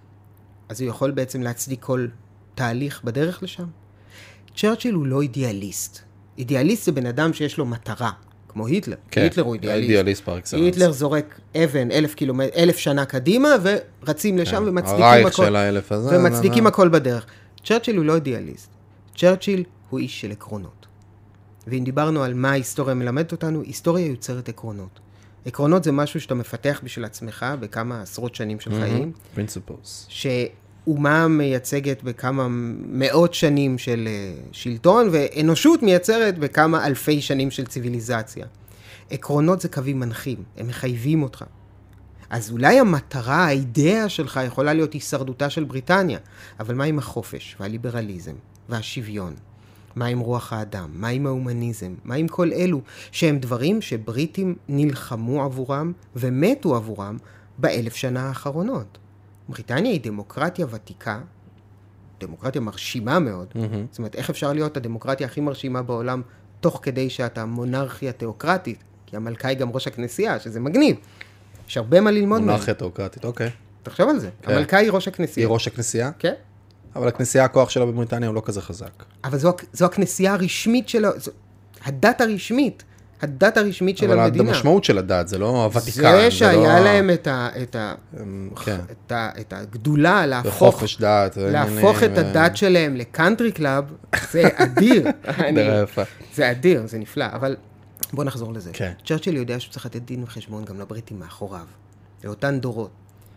אז הוא יכול בעצם להצדיק כל תהליך בדרך לשם. צ'רצ'יל הוא לא אידיאליסט. אידיאליסט זה בן אדם שיש לו מטרה, כמו היטלר. כן, היטלר הוא אידיאליסט. אידיאליסט פר אקסלנס. היטלר זורק אבן אלף קילומטר, אלף שנה קדימה, ורצים לשם כן, ומצדיקים הרייך הכל. של האלף הזה, ומצדיקים זה- הכל בדרך. צ'רצ'יל הוא לא אידיאליסט. צ'רצ'יל הוא איש של עקרונות. ואם דיברנו על מה ההיסטוריה מלמדת אותנו, היסטוריה יוצרת עקרונות. עקרונות זה משהו שאתה מפתח בשביל עצמך בכמה עשרות שנים של חיים, Principles. שאומה מייצגת בכמה מאות שנים של אה, שלטון, ואנושות מייצרת בכמה אלפי שנים של ציוויליזציה. עקרונות זה קווים מנחים, הם מחייבים אותך. אז אולי המטרה, האידאה שלך יכולה להיות הישרדותה של בריטניה, אבל מה עם החופש והליברליזם והשוויון? מה עם רוח האדם? מה עם ההומניזם? מה עם כל אלו שהם דברים שבריטים נלחמו עבורם ומתו עבורם באלף שנה האחרונות? בריטניה היא דמוקרטיה ותיקה, דמוקרטיה מרשימה מאוד. זאת אומרת, איך אפשר להיות הדמוקרטיה הכי מרשימה בעולם תוך כדי שאתה מונרכיה תיאוקרטית? כי המלכה היא גם ראש הכנסייה, שזה מגניב. יש הרבה מה ללמוד מהם. מונרכיה תיאוקרטית, אוקיי. תחשוב על זה. כן. המלכה היא ראש הכנסייה. היא ראש הכנסייה? כן? אבל הכנסייה, הכוח שלה בבריטניה הוא לא כזה חזק. אבל זו, זו הכנסייה הרשמית שלו, זו, הדת הרשמית, הדת הרשמית של אבל המדינה. המשמעות של הדת, זה לא הוותיקן. זה שהיה לא... להם את, ה, את, ה, כן. את, ה, את הגדולה להפוך, וחופש דת. להפוך את הדת שלהם לקאנטרי קלאב, זה אדיר. אני, דרך יפה. זה אדיר, זה נפלא, אבל בוא נחזור לזה. כן. צ'רצ'יל יודע שהוא צריך לתת דין וחשבון גם לבריטים מאחוריו, לאותן דורות.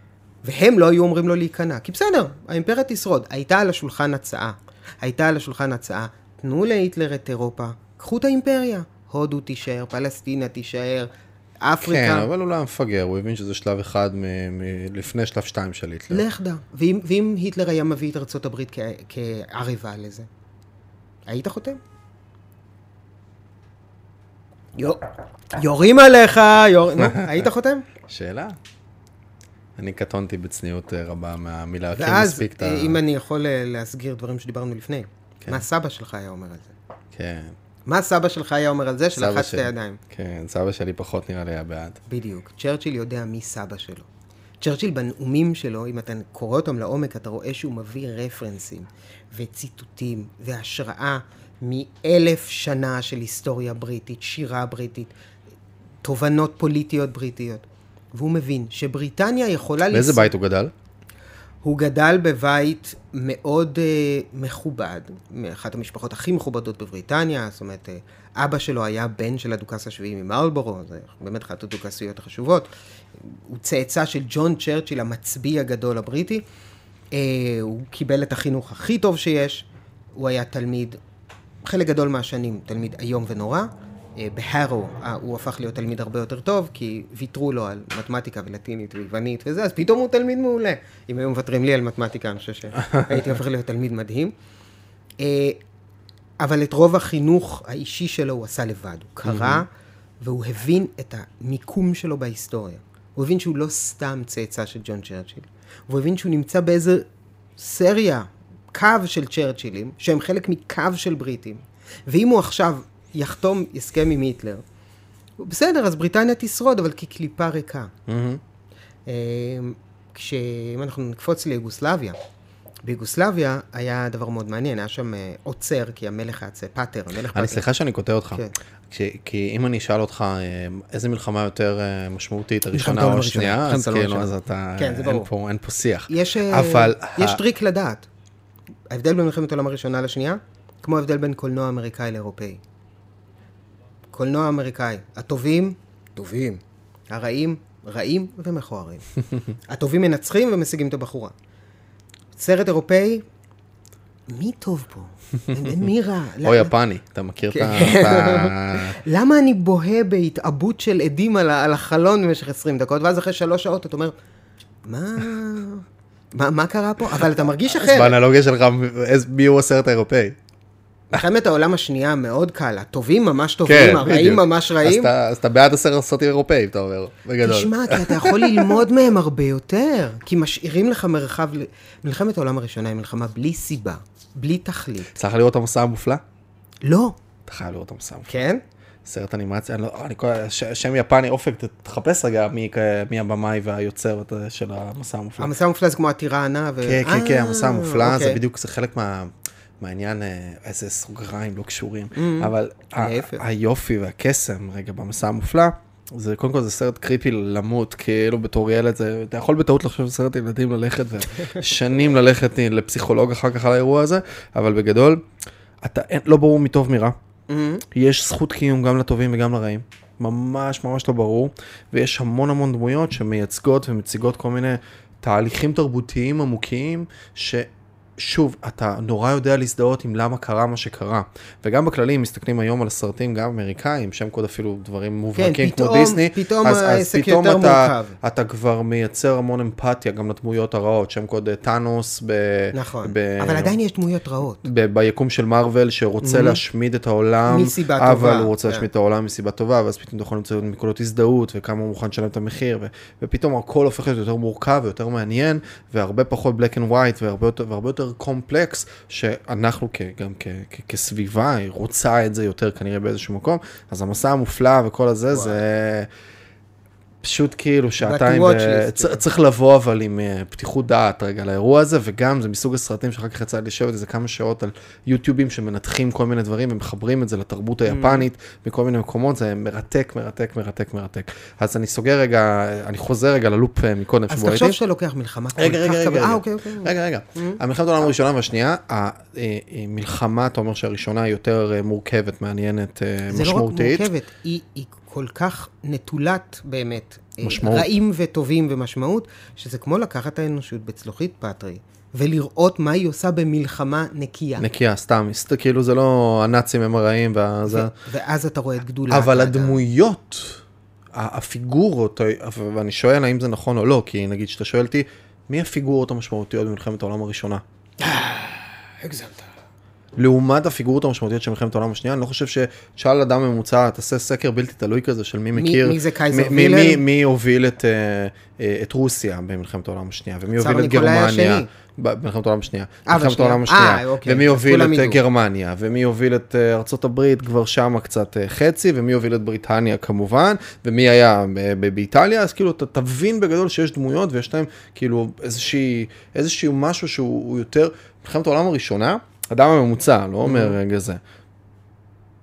והם לא היו אומרים לו להיכנע, כי בסדר, האימפריה תשרוד. הייתה על השולחן הצעה, הייתה על השולחן הצעה, תנו להיטלר את אירופה, קחו את האימפריה, הודו תישאר, פלסטינה תישאר, אפריקה. כן, אבל הוא לא מפגר, הוא הבין שזה שלב אחד מ- מ- לפני שלב שתיים של היטלר. לך דע. ואם, ואם היטלר היה מביא את ארצות הברית כ- כערבה לזה, היית חותם? יו, יורים עליך, יור... נו, היית חותם? שאלה? אני קטונתי בצניעות אה, רבה מהמילה, כן ואז, מספיק את ה... אם אני יכול אה, להסגיר דברים שדיברנו לפני, כן. מה סבא שלך היה אומר על זה? כן, מה סבא שלך היה אומר על זה סבא שלחץ את שלי. הידיים? כן, סבא שלי פחות נראה לי היה בעד. בדיוק. צ'רצ'יל יודע מי סבא שלו. צ'רצ'יל בנאומים שלו, אם אתה קורא אותם לעומק, אתה רואה שהוא מביא רפרנסים וציטוטים והשראה מאלף שנה של היסטוריה בריטית, שירה בריטית, תובנות פוליטיות בריטיות. והוא מבין שבריטניה יכולה... באיזה בית הוא גדל? הוא גדל בבית מאוד uh, מכובד, מאחת המשפחות הכי מכובדות בבריטניה, זאת אומרת, uh, אבא שלו היה בן של הדוכס השביעי ממרלבורו, זה באמת אחת הדוכסיות החשובות, הוא צאצא של ג'ון צ'רצ'יל, המצביא הגדול הבריטי, uh, הוא קיבל את החינוך הכי טוב שיש, הוא היה תלמיד, חלק גדול מהשנים, תלמיד איום ונורא, בהרו הוא הפך להיות תלמיד הרבה יותר טוב, כי ויתרו לו על מתמטיקה ולטינית ויוונית וזה, אז פתאום הוא תלמיד מעולה. אם היו מוותרים לי על מתמטיקה, אני חושב שהייתי הופך להיות תלמיד מדהים. אבל את רוב החינוך האישי שלו הוא עשה לבד. הוא קרא, והוא הבין את המיקום שלו בהיסטוריה. הוא הבין שהוא לא סתם צאצא של ג'ון צ'רצ'יל. הוא הבין שהוא נמצא באיזה סריה, קו של צ'רצ'ילים, שהם חלק מקו של בריטים. ואם הוא עכשיו יחתום הסכם עם היטלר, בסדר, אז בריטניה תשרוד, אבל כקליפה ריקה. Mm-hmm. כשאם אנחנו נקפוץ ליוגוסלביה, ביוגוסלביה היה דבר מאוד מעניין, היה שם עוצר, כי המלך היה פאטר, המלך פאטר. אני סליחה שאני קוטע אותך, כי אם אני אשאל אותך איזה מלחמה יותר משמעותית, הראשונה או השנייה, אז כאילו, אז אתה, אין פה שיח. יש טריק לדעת. ההבדל בין מלחמת העולם הראשונה לשנייה, כמו ההבדל בין קולנוע אמריקאי לאירופאי. קולנוע אמריקאי, הטובים, טובים. הרעים, רעים ומכוערים. הטובים מנצחים ומשיגים את הבחורה. סרט אירופאי, מי טוב פה? מי רע? או יפני, אתה מכיר את ה... למה אני בוהה בהתאבות של עדים על החלון במשך עשרים דקות, ואז אחרי שלוש שעות אתה אומר, מה... מה קרה פה? אבל אתה מרגיש אחרת. אז באנלוגיה שלך, מי הוא הסרט האירופאי? מלחמת העולם השנייה מאוד קל, הטובים ממש טובים, הרעים ממש רעים. אז אתה בעד הסרטים אירופאים, אתה אומר, בגדול. תשמע, כי אתה יכול ללמוד מהם הרבה יותר, כי משאירים לך מרחב, מלחמת העולם הראשונה היא מלחמה בלי סיבה, בלי תכלית. צריך לראות המסע המופלא? לא. אתה חייב לראות המסע המופלא. כן? סרט אנימציה, שם יפני, אופק, תחפש רגע מי הבמאי והיוצר של המסע המופלא. המסע המופלא זה כמו הטירה ענה. כן, כן, כן, המסע המופלא, זה בדיוק, זה חלק מה... מעניין איזה סוגריים לא קשורים, אבל היופי והקסם רגע במסע המופלא, זה קודם כל זה סרט קריפי למות, כאילו בתור ילד, אתה יכול בטעות לחשוב סרט ילדים ללכת ושנים ללכת לפסיכולוג אחר כך על האירוע הזה, אבל בגדול, אתה לא ברור מטוב מרע, יש זכות קיום גם לטובים וגם לרעים, ממש ממש לא ברור, ויש המון המון דמויות שמייצגות ומציגות כל מיני תהליכים תרבותיים עמוקיים, ש... שוב, אתה נורא יודע להזדהות עם למה קרה מה שקרה. וגם בכללים, מסתכלים היום על הסרטים, גם אמריקאים, שם קוד אפילו דברים מובהקים כן, כמו פתאום, דיסני. פתאום אז, העסק אז פתאום יותר אתה, מורכב. אתה כבר מייצר המון אמפתיה, גם לדמויות הרעות, שם קוד טאנוס. ב, נכון, ב, אבל עדיין יש דמויות רעות. ב, ביקום של מרוול, שרוצה mm-hmm. להשמיד את העולם. מסיבה אבל טובה. אבל הוא רוצה yeah. להשמיד את העולם מסיבה טובה, ואז פתאום אתה יכול למצוא נקודות הזדהות, וכמה הוא מוכן לשלם את המחיר, ו, ופתאום הכל הופך להיות יותר מורכב ויותר מעניין, והרבה פחות black and white, והרבה יותר, והרבה יותר complex, שאנחנו גם כסביבה רוצה את זה יותר כנראה באיזשהו מקום, אז המסע המופלא וכל הזה זה פשוט כאילו שעתיים, צריך לבוא אבל עם פתיחות דעת רגע לאירוע הזה, וגם זה מסוג הסרטים שאחר כך יצא לשבת איזה כמה שעות על יוטיובים שמנתחים כל מיני דברים ומחברים את זה לתרבות היפנית מכל מיני מקומות, זה מרתק, מרתק, מרתק, מרתק. אז אני סוגר רגע, אני חוזר רגע ללופ מקודם שבו הייתי. אז תחשוב שלוקח מלחמה כל רגע, רגע, רגע, רגע, רגע. המלחמת העולם הראשונה והשנייה, המלחמה, אתה אומר שהראשונה היא יותר מורכבת, מעניינת, משמעותית. זה לא רק מורכבת, היא כל כך נטולת באמת, משמעות. רעים וטובים ומשמעות, שזה כמו לקחת את האנושות בצלוחית פטרי, ולראות מה היא עושה במלחמה נקייה. נקייה, סתם, כאילו זה לא הנאצים הם הרעים, וזה... ואז אתה רואה את גדולה. אבל הדמויות, הפיגורות, ואני שואל האם זה נכון או לא, כי נגיד שאתה שואל אותי, מי הפיגורות המשמעותיות במלחמת העולם הראשונה? הגזמת. לעומת הפיגורות המשמעותיות של מלחמת העולם השנייה, אני לא חושב ששאל אדם ממוצע, תעשה סקר בלתי תלוי כזה של מי מכיר, מי זה קייזר וילהלם? מי, מי הוביל את, את רוסיה במלחמת העולם השנייה, ומי הוביל את גרמניה במלחמת העולם השנייה, במלחמת העולם השנייה, ומי הוביל את גרמניה, ומי הוביל את ארצות הברית כבר שם קצת חצי, ומי הוביל את בריטניה כמובן, ומי היה באיטליה, אז כאילו אתה תבין בגדול שיש דמויות, ויש להם כאילו איזושהי, איזשהו משהו שהוא יותר, מלחמת העולם הראשונה, אדם הממוצע, לא אומר רגע זה.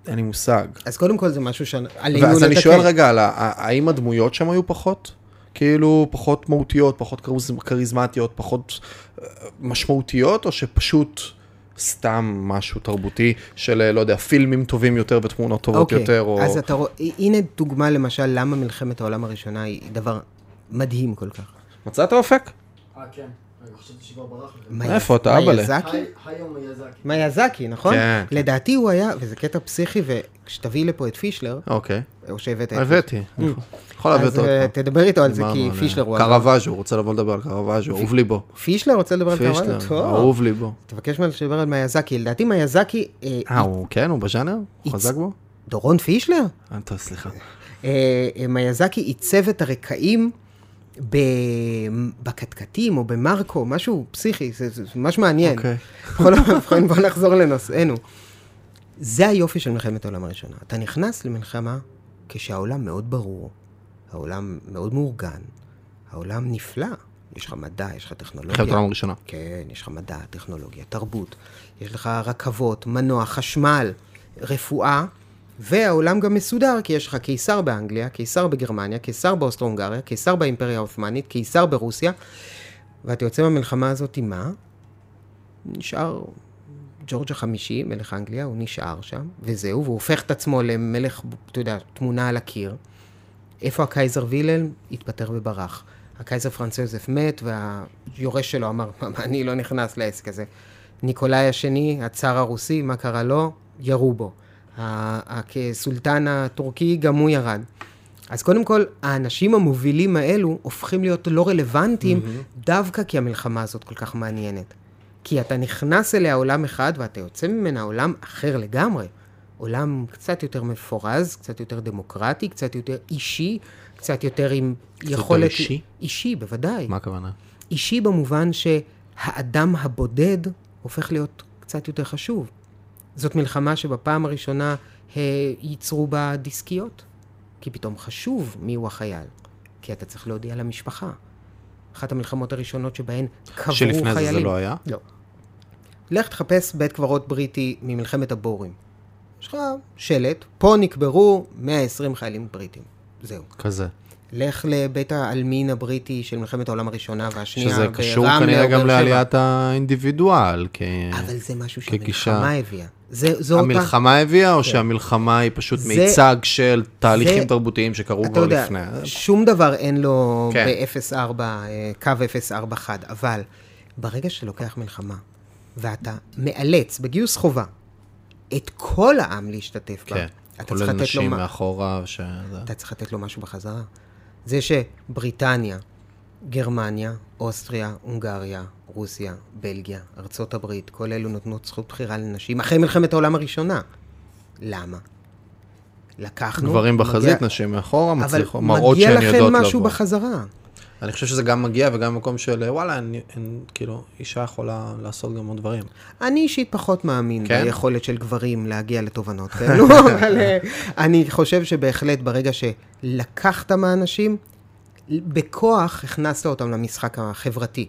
אין לי מושג. אז קודם כל זה משהו שעלינו לתקן. ואז אני שואל רגע, על ה- האם הדמויות שם היו פחות? כאילו פחות מהותיות, פחות כריזמטיות, פחות משמעותיות, או שפשוט סתם משהו תרבותי של, לא יודע, פילמים טובים יותר ותמונות טובות אוקיי, יותר, או... אז אתה רואה, הנה דוגמה למשל, למה מלחמת העולם הראשונה היא דבר מדהים כל כך. מצאת אופק? אה, כן. אני חושבת שכבר ברח לי. מי- איפה אתה, אבאלה? מיאזקי? היו מיאזקי. מיאזקי, נכון? כן. לדעתי הוא היה, וזה קטע פסיכי, וכשתביא לפה את פישלר, אוקיי. או שהבאת את הבאתי. יכול להביא אז אותו. אה, תדבר איתו על זה, כי דיברנו על- פישלר הוא... קרוואז'ו, הוא רוצה לבוא לדבר על קרוואז'ו, אהוב ליבו. פישלר רוצה לדבר על פישלר, קרוואז'ו? טוב. אהוב ליבו. תבקש ממנו לדבר על מיאזקי. לדעתי מיאזקי, אה, אה, הוא כן, הוא בז'אנר? הוא It's- חזק בו? דורון פישלר? אה, טוב, סליחה. אה, אה, מיאזקי עיצב את הרקעים ב- בקטקטים או במרקו, משהו פסיכי, זה, זה ממש מעניין. אוקיי. בכל אופן, בוא נחזור לנושאנו. זה היופי של מלחמת העולם הראשונה. אתה נכנס למלחמה כשהעולם מאוד ברור, העולם מאוד מאורגן, העולם נפלא. יש לך מדע, יש לך טכנולוגיה. מלחמת העולם הראשונה. כן, יש לך מדע, טכנולוגיה, תרבות, יש לך רכבות, מנוע, חשמל, רפואה, והעולם גם מסודר, כי יש לך קיסר באנגליה, קיסר בגרמניה, קיסר באוסטרו-הונגריה, קיסר באימפריה העות'מאנית, קיסר ברוסיה, ואתה יוצא מהמלחמה הזאת עם מה? נשאר ג'ורג' החמישי, מלך אנגליה, הוא נשאר שם, וזהו, והוא הופך את עצמו למלך, אתה יודע, תמונה על הקיר. איפה הקייזר וילהלם? התפטר וברח. הקייזר פרנץ יוזף מת, והיורש שלו אמר, אני לא נכנס לעסק הזה. ניקולאי השני, הצאר הרוסי, מה קרה לו? ירו בו. הסולטן הטורקי גם הוא ירד. אז קודם כל, האנשים המובילים האלו הופכים להיות לא רלוונטיים, mm-hmm. דווקא כי המלחמה הזאת כל כך מעניינת. כי אתה נכנס אליה עולם אחד, ואתה יוצא ממנה עולם אחר לגמרי. עולם קצת יותר מפורז, קצת יותר דמוקרטי, קצת יותר אישי, קצת יותר עם יכולת... קצת יותר אישי? אישי, בוודאי. מה הכוונה? אישי במובן שהאדם הבודד הופך להיות קצת יותר חשוב. זאת מלחמה שבפעם הראשונה ייצרו בה דיסקיות, כי פתאום חשוב מיהו החייל, כי אתה צריך להודיע למשפחה. אחת המלחמות הראשונות שבהן קברו חיילים. שלפני זה זה לא היה? לא. לך תחפש בית קברות בריטי ממלחמת הבורים. יש לך שלט, פה נקברו מאה ועשרים חיילים בריטים. זהו. כזה. לך לבית העלמין הבריטי של מלחמת העולם הראשונה והשנייה שזה ברמלה קשור או כנראה גם באר שבע. לעליית האינדיבידואל. כ... אבל זה משהו כגישה. שהמלחמה הביאה. זה, זו אותה... המלחמה הביאה, או שהמלחמה היא פשוט זה- מיצג של תהליכים זה- תרבותיים שקרו אתה כבר יודע, לפני? שום דבר אין לו כן. ב-אפס ארבע, אה, קו אפס ארבע חד, אבל ברגע שאתה לוקח מלחמה, ואתה מאלץ בגיוס חובה את כל העם להשתתף בה, כן. אתה כולל צריך לתת לו נשים מה- מאחורה, שזה... אתה צריך לתת לו משהו בחזרה. זה שבריטניה, גרמניה, אוסטריה, הונגריה, רוסיה, בלגיה, ארצות הברית, כל אלו נותנות זכות בחירה לנשים, אחרי מלחמת העולם הראשונה. למה? לקחנו... גברים מגיע- בחזית, נשים מאחורה, אבל מצליחות, מראות מגיע שהן לכם יודעות משהו לבוא. בחזרה. אני חושב שזה גם מגיע וגם במקום של, וואלה, אין, אין, כאילו, אישה יכולה לעשות גם עוד דברים. אני אישית פחות מאמין כן? ביכולת של גברים להגיע לתובנות כאלו, אבל אה, אני חושב שבהחלט ברגע שלקחת מהאנשים, בכוח הכנסת אותם למשחק החברתי.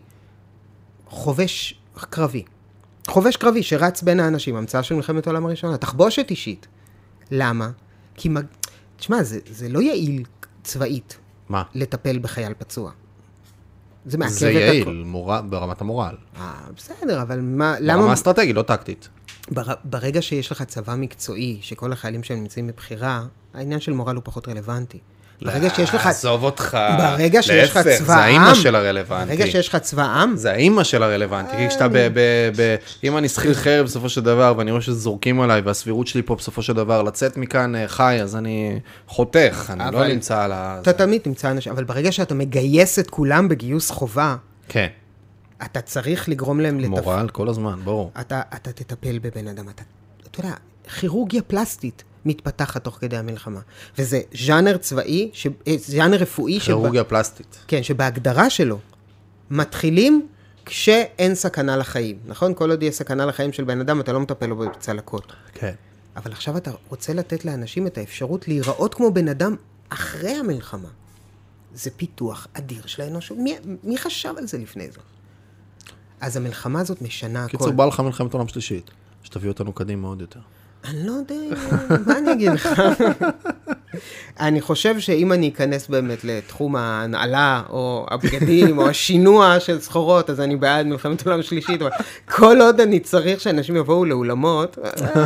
חובש קרבי. חובש קרבי שרץ בין האנשים, המצאה של מלחמת העולם הראשונה, תחבושת אישית. למה? כי, מג... תשמע, זה, זה לא יעיל צבאית מה? לטפל בחייל פצוע. זה מעכב זה את יעיל, הכל. מורל, ברמת המורל. אה, בסדר, אבל מה, למה... ברמה אסטרטגית, לא טקטית. בר... ברגע שיש לך צבא מקצועי, שכל החיילים שהם נמצאים בבחירה, העניין של מורל הוא פחות רלוונטי. ברגע שיש לך... עזוב אותך. ברגע שיש לך להפך, צבא זה האימא עם, של הרלוונטי. ברגע שיש לך צבא עם, זה האימא של הרלוונטי. כי כשאתה ב... ב... ב... אם אני שכיר חרב בסופו של דבר, ואני רואה שזורקים עליי, והסבירות שלי פה בסופו של דבר, לצאת מכאן אה, חי, אז אני חותך, אני לא אבל- נמצא על ה... אתה תמיד תמצא אנשים, אבל ברגע שאתה מגייס את כולם בגיוס חובה, כן. אתה צריך לגרום להם לתפ... מורל כל הזמן, ברור. אתה, אתה תטפל בבן אדם, אתה, אתה יודע, כירורגיה פלסטית מתפתחת תוך כדי המלחמה. וזה ז'אנר צבאי, ש... אה, ז'אנר רפואי, כירורגיה פלסטית. כן, שבהגדרה שלו מתחילים כשאין סכנה לחיים, נכון? כל עוד יש סכנה לחיים של בן אדם, אתה לא מטפל לו בצלקות. כן. אבל עכשיו אתה רוצה לתת לאנשים את האפשרות להיראות כמו בן אדם אחרי המלחמה. זה פיתוח אדיר של האנושות. מי, מי חשב על זה לפני זה? אז המלחמה הזאת משנה הכל. קיצור, בא לך מלחמת עולם שלישית, שתביא אותנו קדימה עוד יותר. אני לא יודע, מה אני אגיד לך? אני חושב שאם אני אכנס באמת לתחום ההנעלה, או הבגדים, או השינוע של סחורות, אז אני בעד מלחמת עולם שלישית, אבל כל עוד אני צריך שאנשים יבואו לאולמות,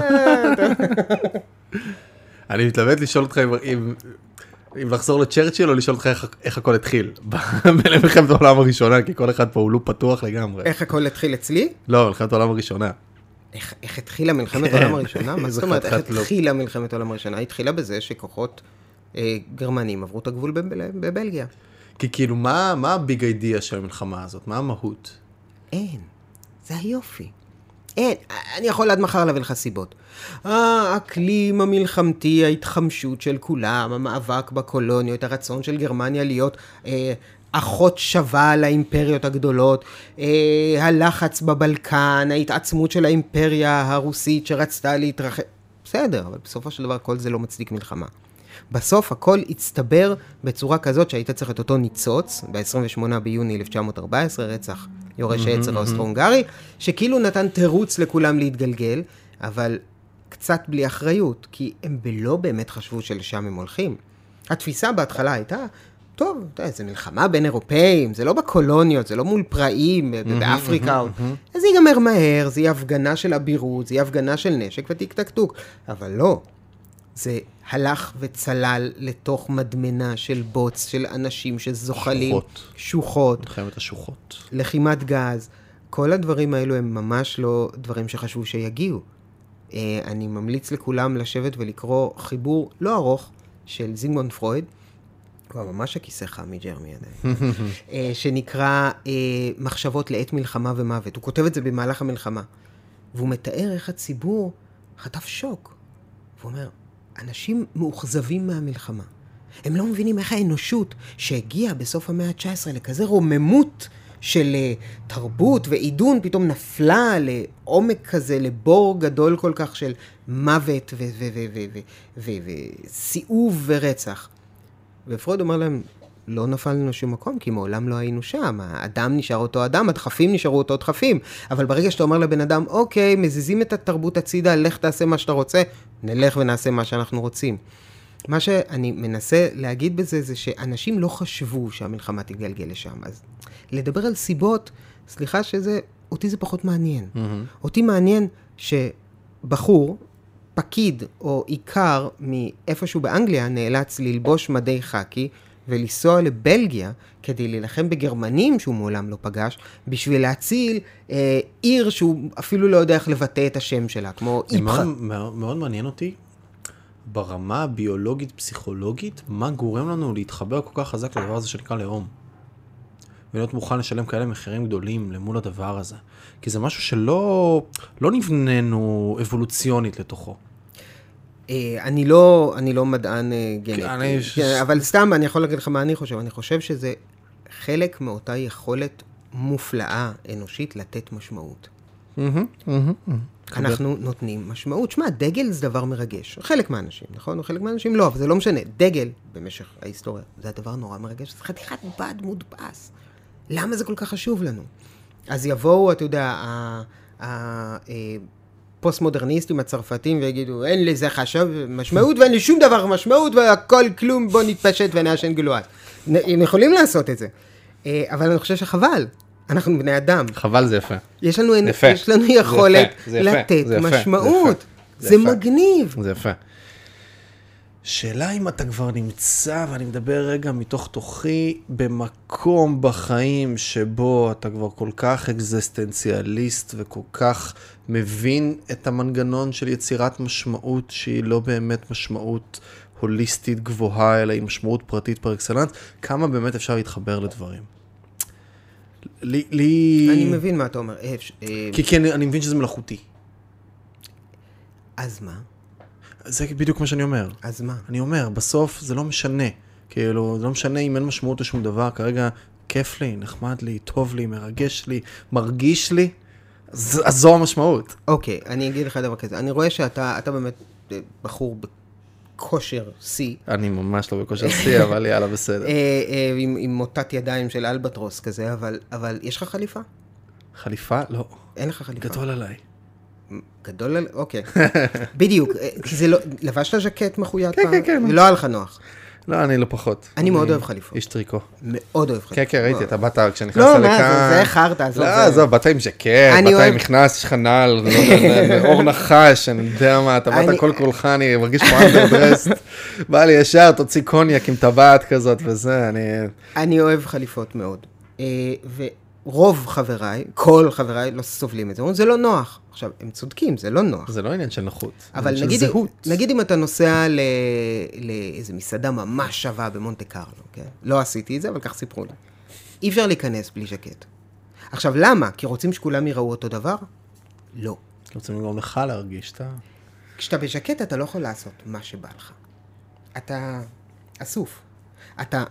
אני מתלבט לשאול אותך אם... אם לחזור לצ'רצ'יל או לשאול אותך איך, איך הכל התחיל במלחמת העולם הראשונה, כי כל אחד פה הוא לא פתוח לגמרי. איך הכל התחיל אצלי? לא, מלחמת העולם הראשונה. איך, איך התחילה מלחמת העולם הראשונה? מה זאת אומרת, איך התחילה מלחמת העולם הראשונה? היא התחילה בזה שכוחות אה, גרמנים עברו את הגבול בבלגיה. כי כאילו, מה, מה הביג אידיאה של המלחמה הזאת? מה המהות? אין, זה היופי. אין, אני יכול עד מחר להביא לך סיבות. האקלים המלחמתי, ההתחמשות של כולם, המאבק בקולוניות, הרצון של גרמניה להיות אה, אחות שווה לאימפריות הגדולות, אה, הלחץ בבלקן, ההתעצמות של האימפריה הרוסית שרצתה להתרחב. בסדר, אבל בסופו של דבר כל זה לא מצדיק מלחמה. בסוף הכל הצטבר בצורה כזאת שהיית צריך את אותו ניצוץ, ב-עשרים ושמונה ביוני אלף תשע מאות ארבע עשרה, רצח יורש העצר האוסטרו-הונגרי, שכאילו נתן תירוץ לכולם להתגלגל, אבל קצת בלי אחריות, כי הם לא באמת חשבו שלשם הם הולכים. התפיסה בהתחלה הייתה, טוב, זה מלחמה בין אירופאים, זה לא בקולוניות, זה לא מול פראים, באפריקה, אז זה ייגמר מהר, זה יהיה הפגנה של אבירות, זה יהיה הפגנה של נשק וטיק טק טוק, אבל לא. זה הלך וצלל לתוך מדמנה של בוץ, של אנשים שזוחלים. שוחות. שוחות. מלחמת השוחות. לחימת גז. כל הדברים האלו הם ממש לא דברים שחשבו שיגיעו. אני ממליץ לכולם לשבת ולקרוא חיבור לא ארוך של זיגמונד פרויד, הוא ממש הכיסא חם מג'רמי עדיין, שנקרא מחשבות לעת מלחמה ומוות. הוא כותב את זה במהלך המלחמה. והוא מתאר איך הציבור חטף שוק. והוא אומר, אנשים מאוכזבים מהמלחמה. הם לא מבינים איך האנושות שהגיעה בסוף המאה ה-תשע עשרה לכזה רוממות של תרבות ועידון, פתאום נפלה לעומק כזה, לבור גדול כל כך של מוות וסיאוב ורצח. ופרויד אומר להם, לא נפלנו שום מקום, כי מעולם לא היינו שם. האדם נשאר אותו אדם, הדחפים נשארו אותו דחפים. אבל ברגע שאתה אומר לבן אדם, אוקיי, מזיזים את התרבות הצידה, לך תעשה מה שאתה רוצה, נלך ונעשה מה שאנחנו רוצים. מה שאני מנסה להגיד בזה, זה שאנשים לא חשבו שהמלחמה תתגלגל לשם. אז לדבר על סיבות, סליחה שזה, אותי זה פחות מעניין. Mm-hmm. אותי מעניין שבחור, פקיד או עיקר מאיפשהו באנגליה, נאלץ ללבוש מדי חקי, ולנסוע לבלגיה כדי להילחם בגרמנים שהוא מעולם לא פגש, בשביל להציל אה, עיר שהוא אפילו לא יודע איך לבטא את השם שלה, כמו איפחה. מאוד, מאוד, מאוד מעניין אותי, ברמה הביולוגית, פסיכולוגית, מה גורם לנו להתחבר כל כך חזק לדבר הזה שנקרא לאום. ולהיות מוכן לשלם כאלה מחירים גדולים למול הדבר הזה. כי זה משהו שלא לא נבננו אבולוציונית לתוכו. אני לא, אני לא מדען גנטי, אני... אבל סתם אני יכול להגיד לך מה אני חושב. אני חושב שזה חלק מאותה יכולת מופלאה אנושית לתת משמעות. אנחנו נותנים משמעות. שמה, דגל זה דבר מרגש. חלק מהאנשים, נכון? או חלק מהאנשים לא, אבל זה לא משנה. דגל במשך ההיסטוריה, זה הדבר נורא מרגש. זה חתיכת בד מודפס. למה זה כל כך חשוב לנו? אז יבואו, אתה יודע, ה... ה... פוסט-מודרניסטים הצרפתים ויגידו, אין לזה חשוב משמעות ואין לי שום דבר משמעות והכל כלום, בוא נתפשט ונעשן גלועת. הם יכולים לעשות את זה. אבל אני חושב שחבל. אנחנו בני אדם. חבל זה יפה. יש לנו, יפה. יש לנו יכולת זה יפה. לתת זה יפה. משמעות. זה, זה, יפה. זה מגניב. זה יפה. שאלה אם אתה כבר נמצא, ואני מדבר רגע מתוך תוכי, במקום בחיים שבו אתה כבר כל כך אקזיסטנציאליסט וכל כך מבין את המנגנון של יצירת משמעות שהיא לא באמת משמעות הוליסטית גבוהה, אלא היא משמעות פרטית פר אקסלנס, כמה באמת אפשר להתחבר לדברים? לי, לי... אני מבין מה אתה אומר. כי, כי אני, אני מבין שזה מלאכותי. אז מה? זה בדיוק מה שאני אומר. אז מה? אני אומר, בסוף זה לא משנה. כאילו, זה לא משנה אם אין משמעות לשום דבר. כרגע כיף לי, נחמד לי, טוב לי, מרגש לי, מרגיש לי. אז, אז זו המשמעות. אוקיי, אני אגיד לך דבר כזה. אני רואה שאתה אתה באמת בחור בכושר C. אני ממש לא בכושר C, אבל יאללה, בסדר. עם, עם מוטת ידיים של אלבטרוס כזה, אבל, אבל יש לך חליפה? חליפה? לא. אין לך חליפה. גדול עליי. גדול על... אוקיי. בדיוק, כי זה לא... לבשת ז'קט מחויית כן, פעם? כן, כן. ולא היה לך נוח. לא, אני לא פחות. אני מאוד אוהב חליפות. איש טריקו. מאוד אוהב חליפות. כן, כן, ראיתי, אתה באת כשנכנסת לא, לכאן. מה, זה חרטא, עזוב. לא, עזוב, באת עם ז'קט, באת עם מכנס, יש לך נעל, אור נחש, אני יודע מה, אתה באת כל כולך, אני מרגיש כמו אנדרדרסט. בא לי ישר, תוציא קוניאק עם טבעת כזאת וזה, אני... אני אוהב חליפות מאוד. ורוב חבריי, כל חבריי, לא סובלים את זה. זה לא נוח. עכשיו, הם צודקים, זה לא נוח. זה לא עניין של נוחות, אבל זה נגיד, זהות. נגיד אם אתה נוסע ל... לאיזו מסעדה ממש שווה במונטה קרלו, כן? לא עשיתי את זה, אבל כך סיפרו לי. אי אפשר להיכנס בלי ז'קט. עכשיו, למה? כי רוצים שכולם יראו אותו דבר? לא. רוצים לגרום לך להרגיש, אתה... כשאתה בז'קט אתה לא יכול לעשות מה שבא לך. אתה אסוף. אתה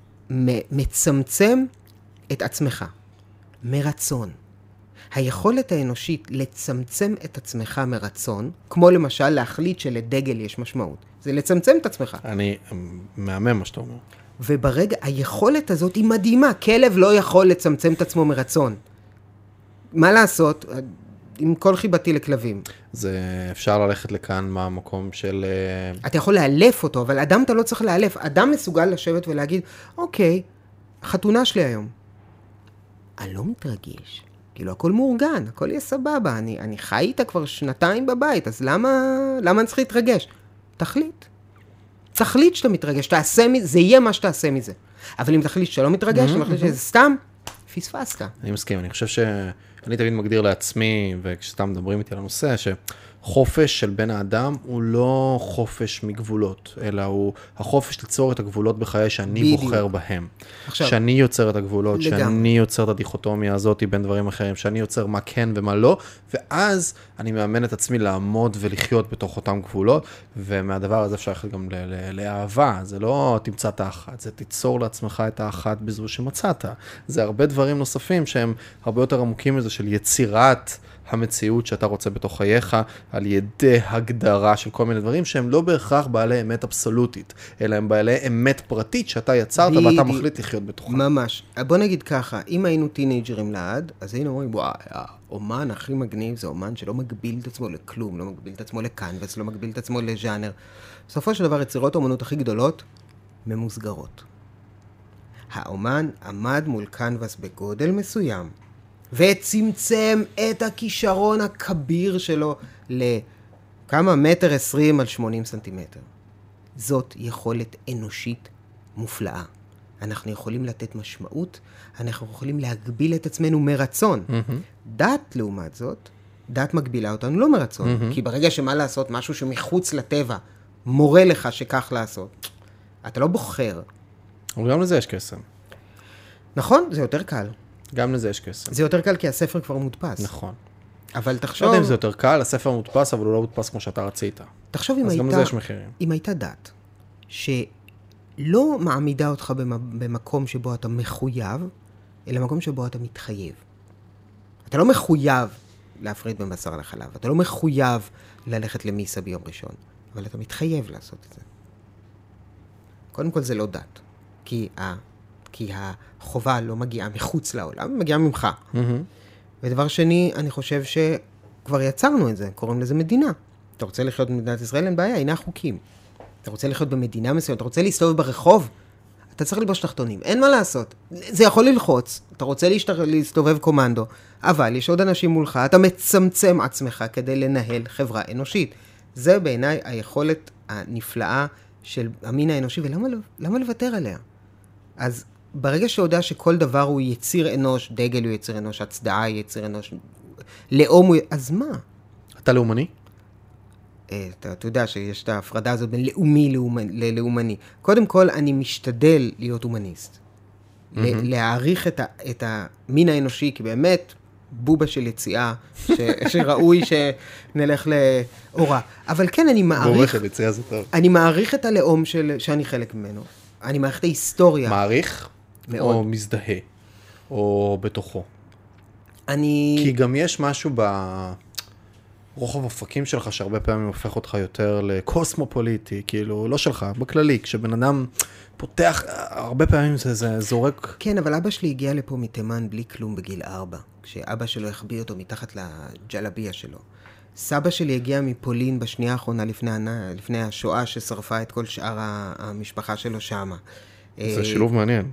מצמצם את עצמך. מרצון. היכולת האנושית לצמצם את עצמך מרצון, כמו למשל להחליט שלדגל יש משמעות, זה לצמצם את עצמך. אני מהמם מה שאתה אומר. וברגע, היכולת הזאת היא מדהימה, כלב לא יכול לצמצם את עצמו מרצון. מה לעשות? עם כל חיבתי לכלבים. זה אפשר ללכת לכאן מהמקום של... אתה יכול לאלף אותו, אבל אדם אתה לא צריך לאלף. אדם מסוגל לשבת ולהגיד, אוקיי, חתונה שלי היום. אני לא מתרגש. כאילו, הכל מאורגן, הכל יהיה סבבה, אני, אני חי איתה כבר שנתיים בבית, אז למה, למה אני צריך להתרגש? תחליט. תחליט שאתה מתרגש, תעשה מזה, זה יהיה מה שתעשה מזה. אבל אם תחליט שאתה לא מתרגש, אם תחליט שזה סתם, פספסת. אני מסכים, אני חושב שאני תמיד מגדיר לעצמי, וכשסתם מדברים איתי על הנושא, שחופש של בן האדם הוא לא חופש מגבולות, אלא הוא החופש ליצור את הגבולות בחיי שאני בדיוק. בוחר בהם. עכשיו, שאני יוצר את הגבולות, לגמרי. שאני יוצר את הדיכוטומיה הזאת בין דברים אחרים, שאני יוצר מה כן ומה לא, ואז אני מאמן את עצמי לעמוד ולחיות בתוך אותם גבולות, ומהדבר הזה אפשר ללכת גם ל- ל- לאהבה, זה לא תמצא את האחת, זה תיצור לעצמך את האחת בזו שמצאת. זה הרבה דברים נוספים שהם הרבה יותר עמוקים מזה של יצירת המציאות שאתה רוצה בתוך חייך, על ידי הגדרה של כל מיני דברים שהם לא בהכרח בעלי אמת אבסולוטית, אלא הם בעלי אמת פרטית שאתה יצרת ב- ואתה ב- מחליט לחיות בתוכה. ממש. בוא נגיד ככה, אם היינו טינג'רים לעד, אז היינו אומרים, וואי, האומן הכי מגניב זה אומן שלא מגביל את עצמו לכלום, לא מגביל את עצמו לקנבס, לא מגביל את עצמו לז'אנר. בסופו של דבר, יצירות האומנות הכי גדולות, ממוסגרות. האומן עמד מול קנבס בגודל מסוים, וצמצם את הכישרון הכביר שלו לכמה מטר עשרים על שמונים סנטימטר. זאת יכולת אנושית מופלאה. אנחנו יכולים לתת משמעות, אנחנו יכולים להגביל את עצמנו מרצון. Mm-hmm. דת, לעומת זאת, דת מגבילה אותנו לא מרצון, mm-hmm. כי ברגע שמה לעשות, משהו שמחוץ לטבע, מורה לך שכך לעשות, אתה לא בוחר. אבל גם לזה יש קסם. נכון? זה יותר קל. גם לזה יש קסם. זה יותר קל כי הספר כבר מודפס. נכון. אבל תחשוב... לא יודע אם זה יותר קל, הספר מודפס, אבל הוא לא מודפס כמו שאתה רצית. תחשוב אם אז הייתה... גם לזה יש מחירים. אם הייתה דת, שלא מעמידה אותך במקום שבו אתה מחויב, אלא מקום שבו אתה מתחייב. אתה לא מחויב להפריד בין בשר לחלב, אתה לא מחויב ללכת למיסה ביום ראשון, אבל אתה מתחייב לעשות את זה. קודם כל זה לא דת, כי, ה, כי החובה לא מגיעה מחוץ לעולם, היא מגיעה ממך. Mm-hmm. ודבר שני, אני חושב שכבר יצרנו את זה, קוראים לזה מדינה. אתה רוצה לחיות במדינת ישראל, אין בעיה, הנה החוקים. אתה רוצה לחיות במדינה מסוימת, אתה רוצה להסתובב ברחוב, אתה צריך לבוש תחתונים, אין מה לעשות. זה יכול ללחוץ, אתה רוצה להשתר... להסתובב קומנדו, אבל יש עוד אנשים מולך, אתה מצמצם עצמך כדי לנהל חברה אנושית. זה בעיניי היכולת הנפלאה של המין האנושי, ולמה למה לוותר עליה? אז ברגע שיודע שכל דבר הוא יציר אנוש, דגל הוא יציר אנוש, הצדעה היא יציר אנוש, לאום הוא... אז מה? אתה לאומני? אתה, אתה יודע שיש את ההפרדה הזאת בין לאומי ללאומני. קודם כל, אני משתדל להיות הומניסט. Mm-hmm. להעריך את, ה, את המין האנושי, כי באמת, בובה של יציאה, ש, שראוי שנלך לאורה. אבל כן, אני מעריך... בובה של יציאה זה טוב. אני מעריך את הלאום של, שאני חלק ממנו. אני מעריך את ההיסטוריה. מעריך? מאוד. או מזדהה? או בתוכו? אני... כי גם יש משהו ב... רוחב אופקים שלך, שהרבה פעמים הופך אותך יותר לקוסמופוליטי, כאילו, לא שלך, בכללי, כשבן אדם פותח, הרבה פעמים זה, זה זורק. כן, אבל אבא שלי הגיע לפה מתימן בלי כלום בגיל ארבע, כשאבא שלו החביא אותו מתחת לג'לביה שלו. סבא שלי הגיע מפולין בשנייה האחרונה לפני, לפני השואה ששרפה את כל שאר המשפחה שלו שמה. זה שילוב מעניין.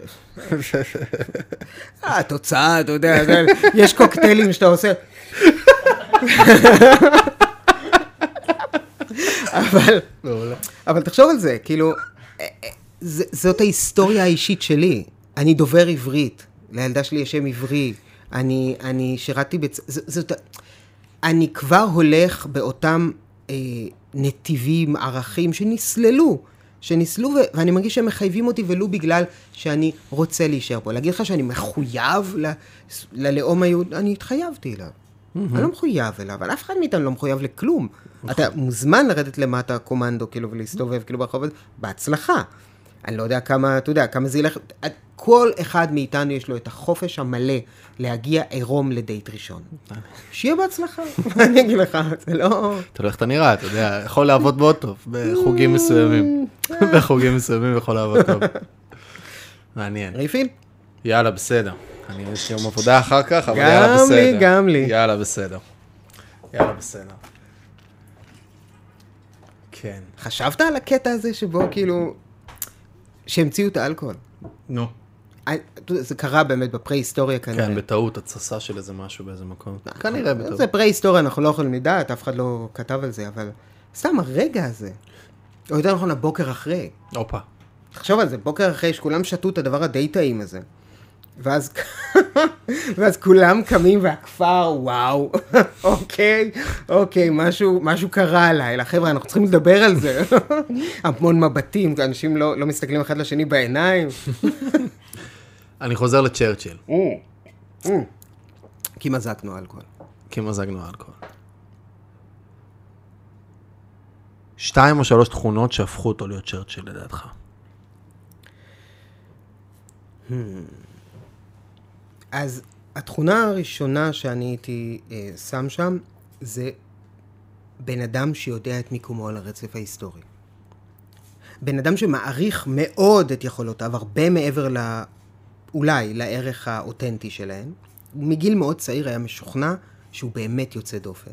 התוצאה, אתה יודע, יש קוקטיילים שאתה עושה. אבל, אבל תחשוב על זה, כאילו, זאת ההיסטוריה האישית שלי. אני דובר עברית, לילדה שלי יש שם עברי, אני, אני שירתי בצ... זאת... אני כבר הולך באותם אה, נתיבים, ערכים שנסללו, שנסללו, ו... ואני מרגיש שהם מחייבים אותי ולו בגלל שאני רוצה להישאר פה. להגיד לך שאני מחויב ל... ללאום היהודי, אני התחייבתי אליו. Mm-hmm. אני לא מחויב אליו, אבל אף אחד מאיתנו לא מחויב לכלום. Mm-hmm. אתה מוזמן לרדת למטה קומנדו, כאילו, ולהסתובב, כאילו, ברחוב, בהצלחה. אני לא יודע כמה, אתה יודע, כמה זה ילך, כל אחד מאיתנו יש לו את החופש המלא להגיע עירום לדייט ראשון. שיהיה בהצלחה, אני אגיד לך, זה לא... אתה לא איך אתה נראה, אתה יודע, יכול לעבוד מאוד טוב, בחוגים מסוימים. בחוגים מסוימים יכול לעבוד טוב. מעניין. ריפיל? יאללה, בסדר. אני יש יום עבודה אחר כך, אבל יאללה, בסדר. גם לי, גם לי. יאללה, בסדר. יאללה, בסדר. כן. חשבת על הקטע הזה שבו כאילו... שהמציאו את האלכוהול. נו. זה קרה באמת בפרה-היסטוריה כנראה. כן, בטעות, התססה של איזה משהו באיזה מקום. כנראה בטעות. זה פרה-היסטוריה, אנחנו לא יכולים לדעת, אף אחד לא כתב על זה, אבל סתם הרגע הזה, או יותר נכון, הבוקר אחרי. אופה. תחשוב על זה, בוקר אחרי שכולם שתו את הדבר הדי טעים הזה, ואז, ואז כולם קמים והכפר, וואו, אוקיי, אוקיי, משהו, משהו קרה עליי, לחבר'ה, אנחנו צריכים לדבר על זה. המון מבטים, אנשים לא, לא מסתכלים אחד לשני בעיניים. אני חוזר לצ'רצ'יל. כי מזגנו אלכוהול. כי מזגנו אלכוהול. שתיים או שלוש תכונות שהפכו אותו להיות צ'רצ'יל לדעתך. אז התכונה הראשונה שאני הייתי אה, שם שם, זה בן אדם שיודע את מיקומו על הרצף ההיסטורי. בן אדם שמעריך מאוד את יכולותיו, הרבה מעבר לא, אולי לערך האותנטי שלהם. מגיל מאוד צעיר היה משוכנע שהוא באמת יוצא דופן.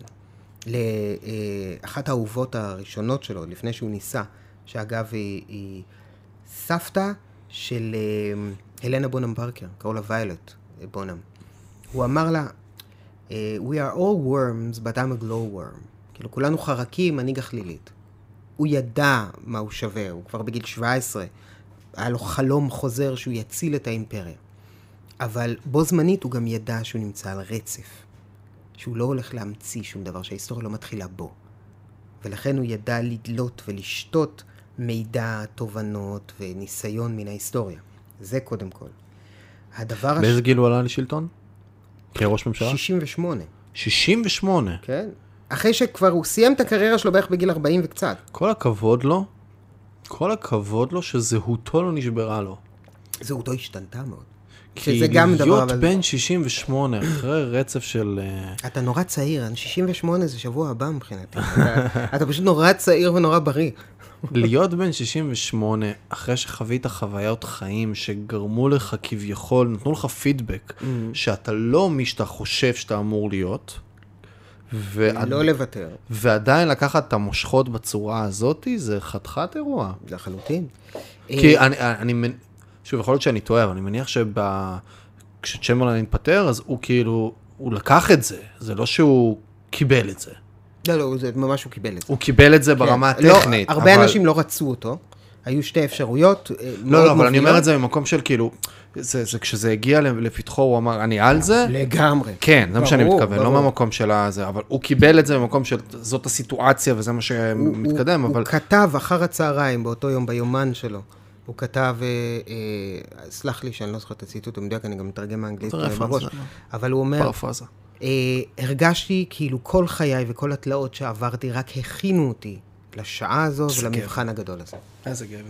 לאחת האהובות הראשונות שלו, לפני שהוא ניסה, שאגב היא, היא סבתא של אה, הלנה בונם פארקר, קראו לה ויילוט בונם. הוא אמר לה, We are all worms, but I'm a glow worm. כאילו, כולנו חרקים, אני גחלילית. הוא ידע מה הוא שווה, הוא כבר בגיל שבע עשרה, היה לו חלום חוזר שהוא יציל את האימפריה. אבל בו זמנית הוא גם ידע שהוא נמצא על רצף, שהוא לא הולך להמציא שום דבר, שההיסטוריה לא מתחילה בו. ולכן הוא ידע לדלות ולשתות מידע, תובנות וניסיון מן ההיסטוריה. זה קודם כל. הדבר באיזה הש... גיל הוא עלה לשלטון? כראש ממשלה? שישים ושמונה. שישים ושמונה? כן. אחרי שכבר הוא סיים את הקריירה שלו בערך בגיל ארבעים וקצת. כל הכבוד לו, כל הכבוד לו שזהותו לא נשברה לו. זהותו השתנתה מאוד. כי להיות בן שישים ושמונה אחרי רצף של... אתה נורא צעיר, שישים ושמונה זה שבוע הבא מבחינתי. אתה פשוט נורא צעיר ונורא בריא. להיות בן שישים ושמונה אחרי שחווית חוויות חיים שגרמו לך כביכול, נתנו לך פידבק שאתה לא מי שאתה חושב שאתה אמור להיות. לא לוותר. ועדיין לקחת את המושכות בצורה הזאת, זה חתיכת אירוע. לחלוטין. כי אני, אני, שוב, יכול להיות שאני טועה, אבל אני מניח שכשצ'מברליין התפטר, אז הוא כאילו, הוא לקח את זה. זה לא שהוא קיבל את זה. לא, לא, זה ממש הוא קיבל את זה. הוא קיבל את זה ברמה הטכנית. הרבה אנשים לא רצו אותו. היו שתי אפשרויות. לא, לא, אבל אני אומר את זה במקום של כאילו, זה, זה, כשזה הגיע לפתחו, הוא אמר, אני על זה. לגמרי. כן, זה מה שאני מתכוון, לא מהמקום של הזה, אבל הוא קיבל את זה במקום של, זאת הסיטואציה, וזה מה שמתקדם, אבל... הוא כתב אחר הצהריים, באותו יום, ביומן שלו, הוא כתב, סלח לי שאני לא זוכר את הציטוט, הוא מדויק, אני גם מתרגם מאנגלית בראש, אבל הוא אומר, פרפרזה. הרגשתי כאילו כל חיי וכל התלאות שעברתי, רק הכינו אותי לשעה הזו ולמבחן הגדול הזה. איזה גבר.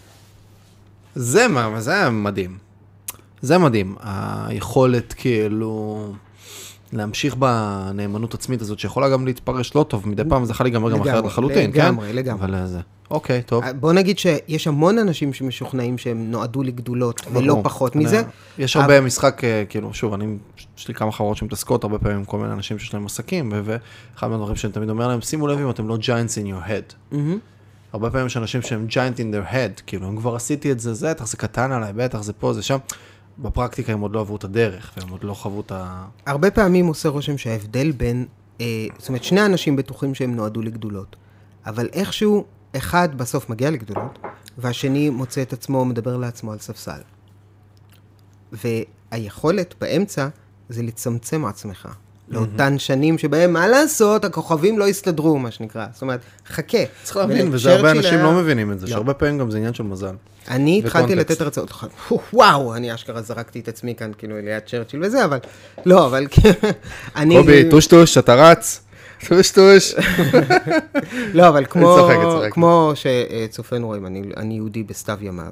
זה מה, זה מדהים. זה מדהים. היכולת כאילו להמשיך בנאמנות עצמית הזאת, שיכולה גם להתפרש לא טוב, מדי פעם זה יכול להיגמר גם אחרת לחלוטין, כן? לגמרי, לגמרי. אבל זה, אוקיי, טוב. בוא נגיד שיש המון אנשים שמשוכנעים שהם נועדו לגדולות, ולא פחות מזה. יש הרבה משחק, כאילו, שוב, אני, יש לי כמה חברות שמתעסקות הרבה פעמים עם כל מיני אנשים שיש להם עסקים, ואחד מהדברים שאני תמיד אומר להם, שימו לב אם אתם לא giants in your head. הרבה פעמים יש אנשים שהם giant in their head, כאילו, הם כבר עשיתי את זה, זה, בטח זה קטן עליי, בטח זה פה, זה שם. בפרקטיקה הם עוד לא עברו את הדרך, והם עוד לא חוו את ה... הרבה פעמים עושה רושם שההבדל בין, אה, זאת אומרת, שני אנשים בטוחים שהם נועדו לגדולות, אבל איכשהו אחד בסוף מגיע לגדולות, והשני מוצא את עצמו, מדבר לעצמו על ספסל. והיכולת באמצע זה לצמצם עצמך. לאותן שנים שבהם, מה לעשות, הכוכבים לא הסתדרו, מה שנקרא. זאת אומרת, חכה. צריך להבין, וזה הרבה אנשים לא מבינים את זה, שהרבה פעמים גם זה עניין של מזל. אני התחלתי לתת הרצאות, וואו, אני אשכרה זרקתי את עצמי כאן, כאילו, ליד צ'רצ'יל וזה, אבל, לא, אבל, אני... קובי, טוש טוש, אתה רץ, טוש טוש. לא, אבל כמו שצופנו רואים, אני יהודי בסתיו ימיו,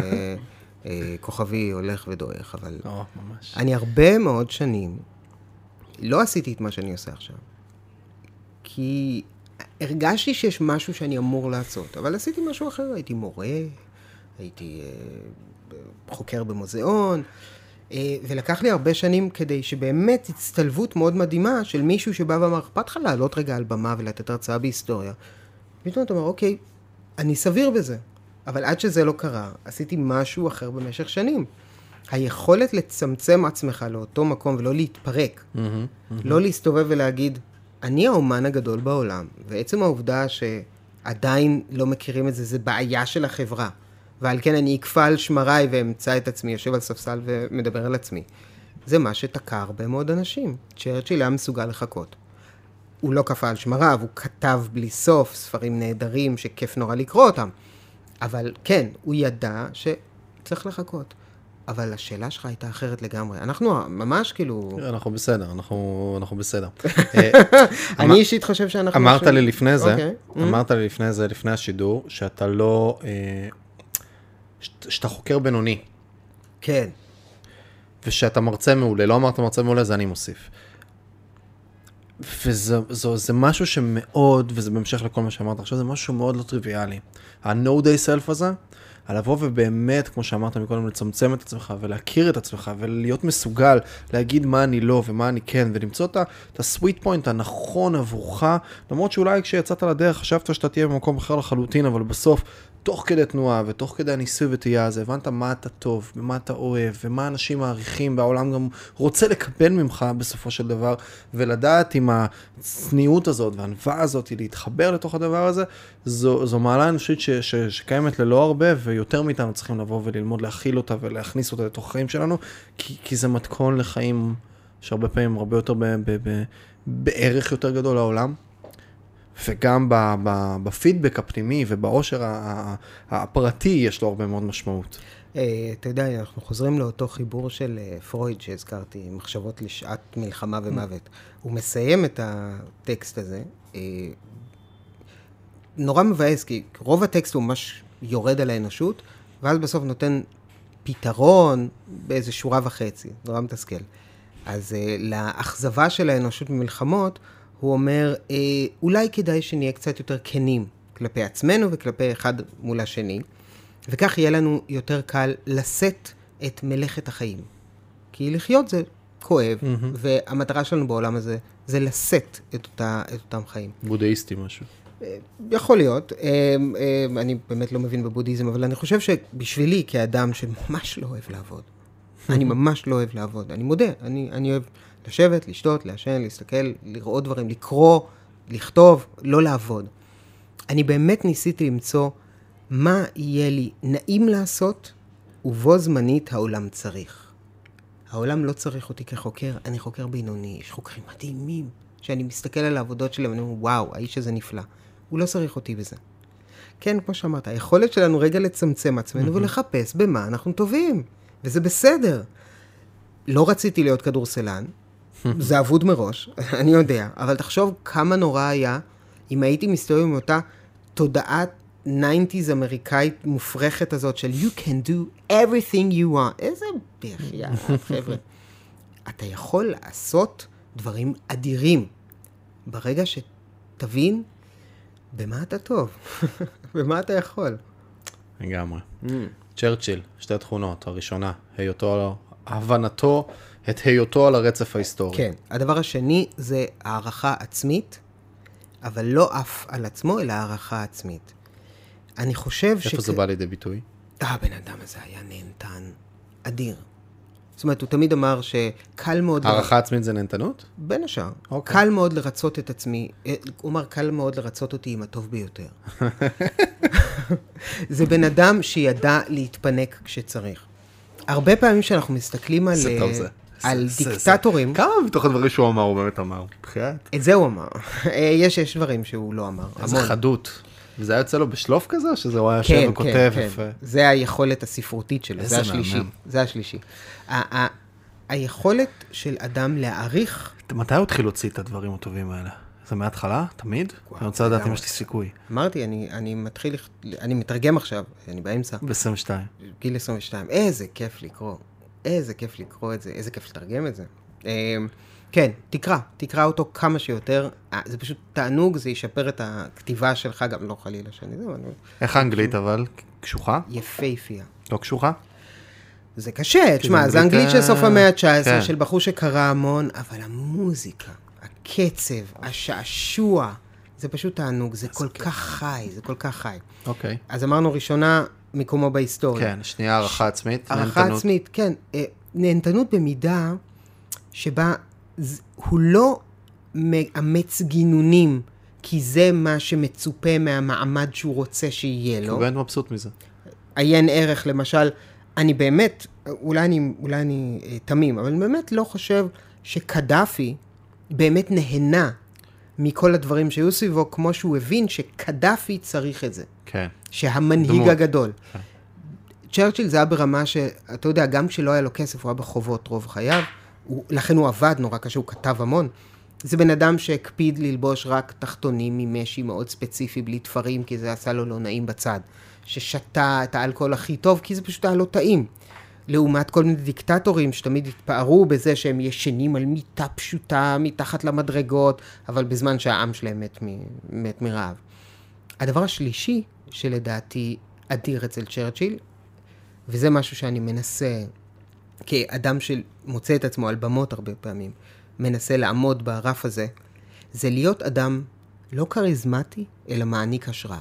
כוכבי הולך ודועך, אבל... אני הרבה מאוד שנים, לא עשיתי את מה שאני עושה עכשיו, כי הרגשתי שיש משהו שאני אמור לעשות, אבל עשיתי משהו אחר, הייתי מורה, הייתי אה, חוקר במוזיאון, אה, ולקח לי הרבה שנים כדי שבאמת הצטלבות מאוד מדהימה של מישהו שבא ואמר, אכפת לך לעלות רגע על במה ולתת הרצאה בהיסטוריה. פתאום אתה אומר, אוקיי, אני סביר בזה, אבל עד שזה לא קרה, עשיתי משהו אחר במשך שנים. היכולת לצמצם עצמך לאותו מקום ולא להתפרק, mm-hmm, mm-hmm. לא להסתובב ולהגיד, אני האומן הגדול בעולם, ועצם העובדה שעדיין לא מכירים את זה, זה בעיה של החברה, ועל כן אני אקפא על שמריי ואמצא את עצמי, יושב על ספסל ומדבר על עצמי. זה מה שתקע הרבה מאוד אנשים. צ'רצ'יל היה מסוגל לחכות. הוא לא קפא על שמריו, הוא כתב בלי סוף, ספרים נהדרים שכיף נורא לקרוא אותם. אבל כן, הוא ידע שצריך לחכות. אבל השאלה שלך הייתה אחרת לגמרי. אנחנו ממש כאילו... אנחנו בסדר, אנחנו, אנחנו בסדר. אני אישית חושב שאנחנו... אמרת לי לפני זה, אמרת לי לפני זה, לפני השידור, שאתה לא... שאתה חוקר בינוני. כן. ושאתה מרצה מעולה. לא אמרת מרצה מעולה, זה אני מוסיף. וזה זה, זה משהו שמאוד, וזה בהמשך לכל מה שאמרת עכשיו, זה משהו מאוד לא טריוויאלי. ה-no day self הזה, על לבוא ובאמת, כמו שאמרת מקודם, לצמצם את עצמך ולהכיר את עצמך ולהיות מסוגל להגיד מה אני לא ומה אני כן, ולמצוא את ה-sweet point הנכון עבורך, למרות שאולי כשיצאת לדרך חשבת שאתה תהיה במקום אחר לחלוטין, אבל בסוף, תוך כדי תנועה ותוך כדי הניסוי וטעייה הזה, הבנת מה אתה טוב ומה אתה אוהב ומה אנשים מעריכים והעולם גם רוצה לקבל ממך בסופו של דבר, ולדעת עם הצניעות הזאת והענווה הזאת להתחבר לתוך הדבר הזה, זו, זו מעלה אנושית ש, ש, שקיימת ללא הרבה, ויותר מאיתנו צריכים לבוא וללמוד להכיל אותה ולהכניס אותה לתוך החיים שלנו, כי, כי זה מתכון לחיים שהרבה פעמים הרבה יותר ב, ב, ב, בערך יותר גדול לעולם. וגם בפידבק הפנימי ובאושר הפרטי יש לו הרבה מאוד משמעות. אתה יודע, אנחנו חוזרים לאותו חיבור של פרויד שהזכרתי, מחשבות לשעת מלחמה ומוות. הוא מסיים את הטקסט הזה, נורא מבאס, כי רוב הטקסט הוא ממש יורד על האנושות, ואז בסוף נותן פתרון באיזה שורה וחצי, נורא מתסכל. אז לאכזבה של האנושות ממלחמות, הוא אומר, אה, אולי כדאי שנהיה קצת יותר כנים כלפי עצמנו וכלפי אחד מול השני, וכך יהיה לנו יותר קל לשאת את מלאכת החיים. כי לחיות זה כואב, mm-hmm. והמטרה שלנו בעולם הזה זה לשאת את, אותה, את אותם חיים. בודהיסטי משהו. אה, יכול להיות, אה, אה, אני באמת לא מבין בבודהיזם, אבל אני חושב שבשבילי כאדם שממש לא אוהב לעבוד, אני ממש לא אוהב לעבוד, אני מודה, אני, אני אוהב... לשבת, לשתות, לעשן, להסתכל, לראות דברים, לקרוא, לכתוב, לא לעבוד. אני באמת ניסיתי למצוא מה יהיה לי נעים לעשות, ובו זמנית העולם צריך. העולם לא צריך אותי כחוקר, אני חוקר בינוני, יש חוקרים מדהימים, שאני מסתכל על העבודות שלהם, ואני אומר, וואו, האיש הזה נפלא. הוא לא צריך אותי בזה. כן, כמו שאמרת, היכולת שלנו רגע לצמצם עצמנו ולחפש במה אנחנו טובים, וזה בסדר. לא רציתי להיות כדורסלן, זה עבוד מראש, אני יודע, אבל תחשוב כמה נורא היה אם הייתי מסתובב עם אותה תודעת ניינטיז אמריקאית מופרכת הזאת של you can do everything you want. איזה בחיה, חבר'ה. אתה יכול לעשות דברים אדירים. ברגע שתבין במה אתה טוב, במה אתה יכול. לגמרי. Mm. צ'רצ'יל, שתי תכונות. הראשונה, היותו, הבנתו, את היותו על הרצף ההיסטורי. כן. הדבר השני זה הערכה עצמית, אבל לא אף על עצמו, אלא הערכה עצמית. אני חושב ש... איפה זה בא לידי ביטוי? הבן אדם הזה היה נהנתן אדיר. זאת אומרת, הוא תמיד אמר שקל מאוד... הערכה עצמית זה נהנתנות? בין השאר. Okay. קל מאוד לרצות את עצמי, הוא אמר, קל מאוד לרצות אותי עם הטוב ביותר. זה בן אדם שידע להתפנק כשצריך. הרבה פעמים שאנחנו מסתכלים על, זה טוב זה. על זה, דיקטטורים... זה. כמה מתוך הדברים שהוא אמר, הוא באמת אמר? בחיית. את זה הוא אמר. יש, יש דברים שהוא לא אמר. איזה חדות. וזה היה יוצא לו בשלוף כזה, או שזה הוא היה כן, יושב וכותב? כן, כן. זה היכולת הספרותית שלו, זה השלישי. מהמם. זה השלישי. ה- ה- היכולת של אדם להעריך... מתי הוא התחיל להוציא את הדברים הטובים האלה? זה מההתחלה? תמיד? אני רוצה לדעת אם יש לי סיכוי. אמרתי, אני, אני מתחיל, אני מתרגם עכשיו, אני באמצע. ב-עשרים ושתיים. גיל עשרים ושתיים. איזה כיף לקרוא. איזה כיף לקרוא את זה, איזה כיף לתרגם את זה. כן, תקרא, תקרא אותו כמה שיותר. זה פשוט תענוג, זה ישפר את הכתיבה שלך, גם לא חלילה שאני זה. איך האנגלית אבל? קשוחה? יפהפייה. לא קשוחה? זה קשה, תשמע, זה אנגלית של סוף המאה ה-תשע עשרה, של בחור שקרא המון, אבל המוזיקה, הקצב, השעשוע, זה פשוט תענוג, זה כל כך חי, זה כל כך חי. אוקיי. אז אמרנו ראשונה, מקומו בהיסטוריה. כן, שנייה, הערכה עצמית, הערכה נהנתנות. עצמית, כן. נהנתנות במידה שבה הוא לא מאמץ גינונים, כי זה מה שמצופה מהמעמד שהוא רוצה שיהיה לו. הוא באמת מבסוט מזה. עיין ערך, למשל, אני באמת, אולי אני, אולי אני אה, תמים, אבל אני באמת לא חושב שקדאפי באמת נהנה מכל הדברים שהיו סביבו, כמו שהוא הבין שקדאפי צריך את זה. כן. שהמנהיג דמות. הגדול. כן. צ'רצ'יל זה היה ברמה שאתה יודע, גם כשלא היה לו כסף, הוא היה בחובות רוב חייו, הוא, לכן הוא עבד נורא קשה, הוא כתב המון. זה בן אדם שהקפיד ללבוש רק תחתונים ממשי מאוד ספציפי, בלי תפרים, כי זה עשה לו לא נעים בצד. ששתה את האלכוהול הכי טוב, כי זה פשוט היה לא טעים. לעומת כל מיני דיקטטורים שתמיד התפארו בזה שהם ישנים על מיטה פשוטה, מתחת למדרגות, אבל בזמן שהעם שלהם מת, מ, מת מרעב. הדבר השלישי שלדעתי אדיר אצל צ'רצ'יל, וזה משהו שאני מנסה, כאדם שמוצא את עצמו על במות הרבה פעמים, מנסה לעמוד ברף הזה, זה להיות אדם לא כריזמטי, אלא מעניק השראה.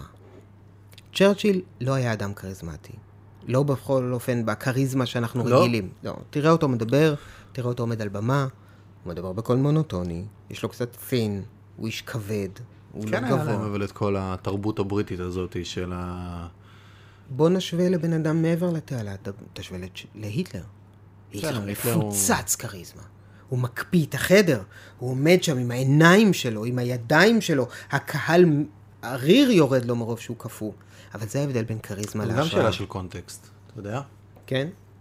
צ'רצ'יל לא היה אדם כריזמטי. לא בכל אופן בכריזמה שאנחנו לא? רגילים. לא. תראה אותו מדבר, תראה אותו עומד על במה, הוא מדבר בקול מונוטוני, יש לו קצת פין, הוא איש כבד, הוא כן לא היה גבוה. להם אבל את כל התרבות הבריטית הזאת של ה... בוא נשווה לבן אדם מעבר לתעלה, ת- תשווה לצ'- להיטלר. היטלר היטלר הוא- מפוצץ כריזמה. הוא מקפיא את החדר, הוא עומד שם עם העיניים שלו, עם הידיים שלו, הקהל, הריר יורד לו מרוב שהוא קפוא. אבל זה ההבדל בין כריזמה זה גם להשראה. שאלה של קונטקסט, אתה יודע? כן?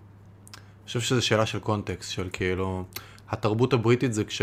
אני חושב שזו שאלה של קונטקסט, של כאילו, התרבות הבריטית זה כש...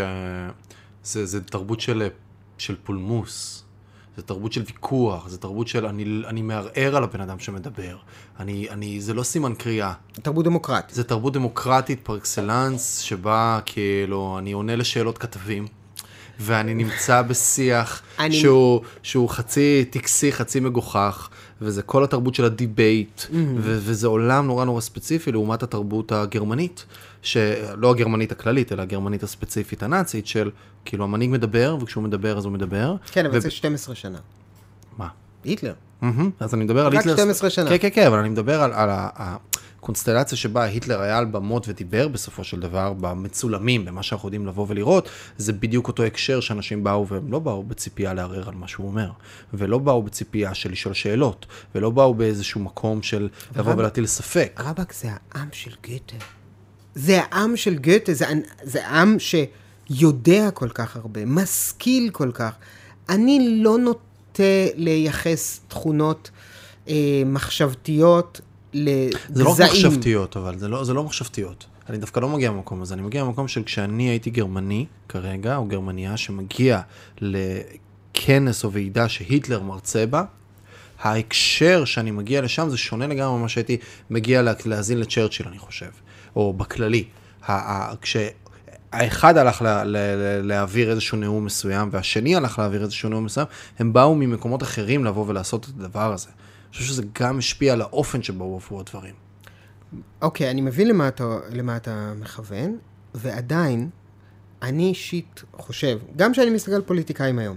זה, זה תרבות של, של פולמוס, זה תרבות של ויכוח, זה תרבות של אני, אני מערער על הבן אדם שמדבר, אני, אני, זה לא סימן קריאה. תרבות דמוקרטית. זה תרבות דמוקרטית פר אקסלנס, שבה כאילו אני עונה לשאלות כתבים, ואני נמצא בשיח אני... שהוא, שהוא חצי טקסי, חצי מגוחך, וזה כל התרבות של הדיבייט, mm-hmm. ו- וזה עולם נורא נורא ספציפי לעומת התרבות הגרמנית, שלא הגרמנית הכללית, אלא הגרמנית הספציפית הנאצית, של כאילו המנהיג מדבר, וכשהוא מדבר אז הוא מדבר. כן, אבל ו- זה שתים עשרה שנה. מה? היטלר. Mm-hmm. אז אני מדבר על רק היטלר... שתים עשרה שנה. כן, כן, כן, אבל אני מדבר על, על הקונסטלציה שבה היטלר היה על במות ודיבר בסופו של דבר, במצולמים, במה שאנחנו יודעים לבוא ולראות, זה בדיוק אותו הקשר שאנשים באו, והם לא באו בציפייה לערער על מה שהוא אומר, ולא באו בציפייה של לשאול שאלות, ולא באו באיזשהו מקום של לבוא ולהטיל ספק. רבק, זה העם של גוטה. זה העם של גוטה, זה, זה עם שיודע כל כך הרבה, משכיל כל כך. אני לא נוטה לייחס תכונות אה, מחשבתיות לגזעים. זה לא מחשבתיות, אבל זה לא, זה לא מחשבתיות. אני דווקא לא מגיע למקום הזה, אני מגיע למקום של כשאני הייתי גרמני כרגע, או גרמניה שמגיע לכנס או ועידה שהיטלר מרצה בה, ההקשר שאני מגיע לשם זה שונה לגמרי ממה שהייתי מגיע להאזין לצ'רצ'יל, אני חושב, או בכללי. כש... האחד הלך לה, לה, לה, להעביר איזשהו נאום מסוים, והשני הלך להעביר איזשהו נאום מסוים, הם באו ממקומות אחרים לבוא ולעשות את הדבר הזה. אני חושב שזה גם משפיע על האופן שבו הועברו הדברים. אוקיי, okay, אני מבין למה אתה, למה אתה מכוון, ועדיין, אני אישית חושב, גם שאני מסתכל על פוליטיקאים היום,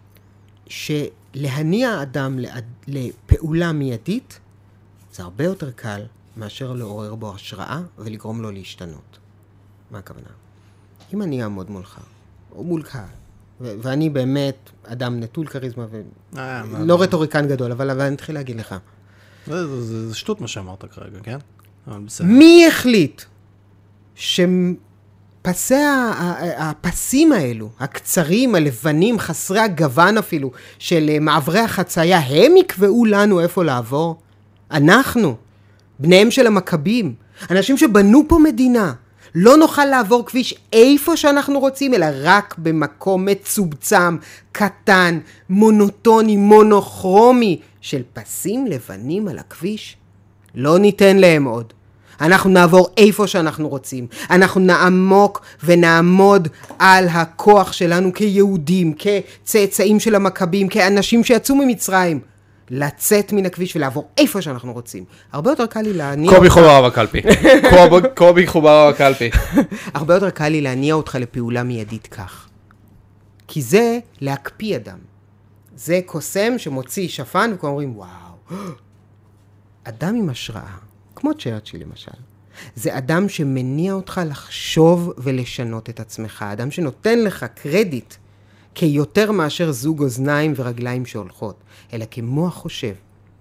שלהניע אדם לפעולה מיידית, זה הרבה יותר קל מאשר לעורר בו השראה ולגרום לו להשתנות. מה הכוונה? אם אני אעמוד מולך, או מול קהל, ו- ואני באמת אדם נטול כריזמה, ולא רטוריקן גדול, אבל, אבל אני אתחיל להגיד לך. זה, זה, זה, זה שטות מה שאמרת כרגע, כן? מי החליט שפסי הפסים האלו, הקצרים, הלבנים, חסרי הגוון אפילו, של מעברי החצייה, הם יקבעו לנו איפה לעבור? אנחנו, בניהם של המכבים, אנשים שבנו פה מדינה, לא נוכל לעבור כביש איפה שאנחנו רוצים, אלא רק במקום מצומצם, קטן, מונוטוני, מונוכרומי, של פסים לבנים על הכביש. לא ניתן להם עוד. אנחנו נעבור איפה שאנחנו רוצים. אנחנו נעמוק ונעמוד על הכוח שלנו כיהודים, כצאצאים של המכבים, כאנשים שיצאו ממצרים. לצאת מן הכביש ולעבור איפה שאנחנו רוצים. הרבה יותר קל לי להניע... קובי חובר בקלפי. קובי חובר בקלפי. הרבה יותר קל לי להניע אותך לפעולה מיידית כך. כי זה להקפיא אדם. זה קוסם שמוציא שפן וכולם אומרים, וואו, אדם עם השראה, כמו צ'רצ'יל למשל, זה אדם שמניע אותך לחשוב ולשנות את עצמך. אדם שנותן לך קרדיט כיותר מאשר זוג אוזניים ורגליים שהולכות, אלא כמוח חושב.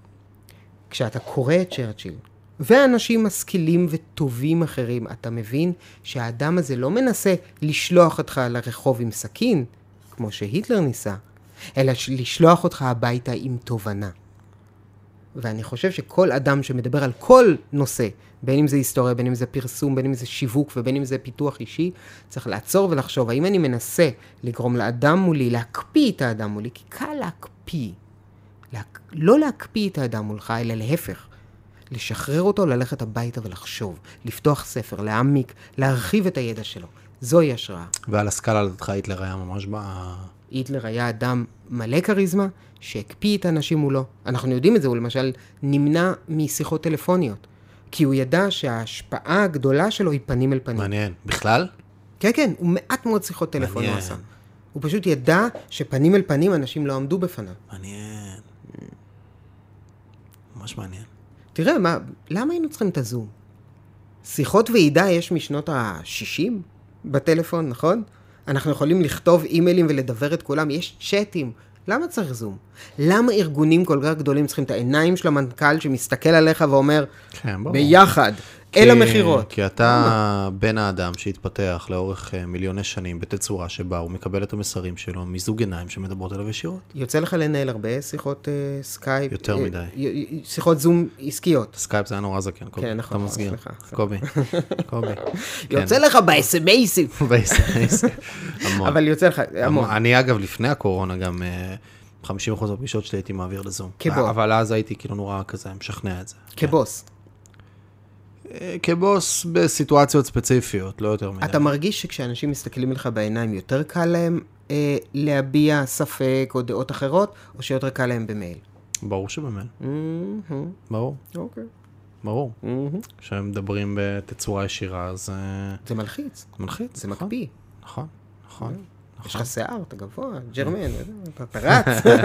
כשאתה קורא את צ'רצ'יל, ואנשים משכילים וטובים אחרים, אתה מבין שהאדם הזה לא מנסה לשלוח אותך לרחוב עם סכין, כמו שהיטלר ניסה, אלא לשלוח אותך הביתה עם תובנה. ואני חושב שכל אדם שמדבר על כל נושא, בין אם זה היסטוריה, בין אם זה פרסום, בין אם זה שיווק ובין אם זה פיתוח אישי, צריך לעצור ולחשוב, האם אני מנסה לגרום לאדם מולי, להקפיא את האדם מולי, כי קל להקפיא. להק... לא להקפיא את האדם מולך, אלא להפך. לשחרר אותו, ללכת הביתה ולחשוב, לפתוח ספר, להעמיק, להרחיב את הידע שלו. זוהי השראה. ועל הסקאלה לדעתך היטלר היה ממש בא... היטלר היה אדם מלא כריזמה, שהקפיא את האנשים מולו. אנחנו יודעים את זה, הוא למשל נמנע משיחות טלפוניות, כי הוא ידע שההשפעה הגדולה שלו היא פנים אל פנים. מעניין. בכלל? כן, כן, הוא מעט מאוד שיחות טלפון הוא עשה. הוא פשוט ידע שפנים אל פנים אנשים לא עמדו בפניו. מעניין. ממש מעניין. תראה, מה, למה היינו צריכים את הזום? שיחות ועידה יש משנות ה-שישים בטלפון, נכון? אנחנו יכולים לכתוב אימיילים ולדבר את כולם, יש צ'אטים. למה צריך זום? למה ארגונים כל כך גדולים צריכים את העיניים של המנכ"ל שמסתכל עליך ואומר, כן, ברור. ביחד, אל המחירות? כי אתה בן האדם שהתפתח לאורך מיליוני שנים בתצורה שבה הוא מקבל את המסרים שלו מזוג עיניים שמדברות אליו ישירות. יוצא לך לנהל הרבה שיחות uh, סקייפ? יותר מדי. Uh, שיחות זום עסקיות. סקייפ זה היה נורא זקן, קובי. כן, נכון. אתה מסגיר. קובי, קובי. יוצא לך ב-אס אם אסים. ב-אס אם אסים. המון. אבל יוצא לך, המון. אני אגב לפני הקורונה גם חמישים אחוז הפגישות שלי הייתי מעביר לזום. כבוס. אבל אז הייתי כאילו נורא כזה, משכנע את זה. כבוס. כבוס בסיטואציות ספציפיות, לא יותר מדי. אתה מרגיש שכשאנשים מסתכלים לך בעיניים, יותר קל להם אה, להביע ספק או דעות אחרות, או שיותר קל להם במייל? ברור שבמייל. Mm-hmm. ברור. אוקיי. ברור. Mm-hmm. כשהם מדברים בתצורה ישירה, אז... זה מלחיץ. מלחיץ, זה נכון. מקפיא. נכון, נכון. יש לך שיער, אתה גבוה, ג'רמן, אתה רץ.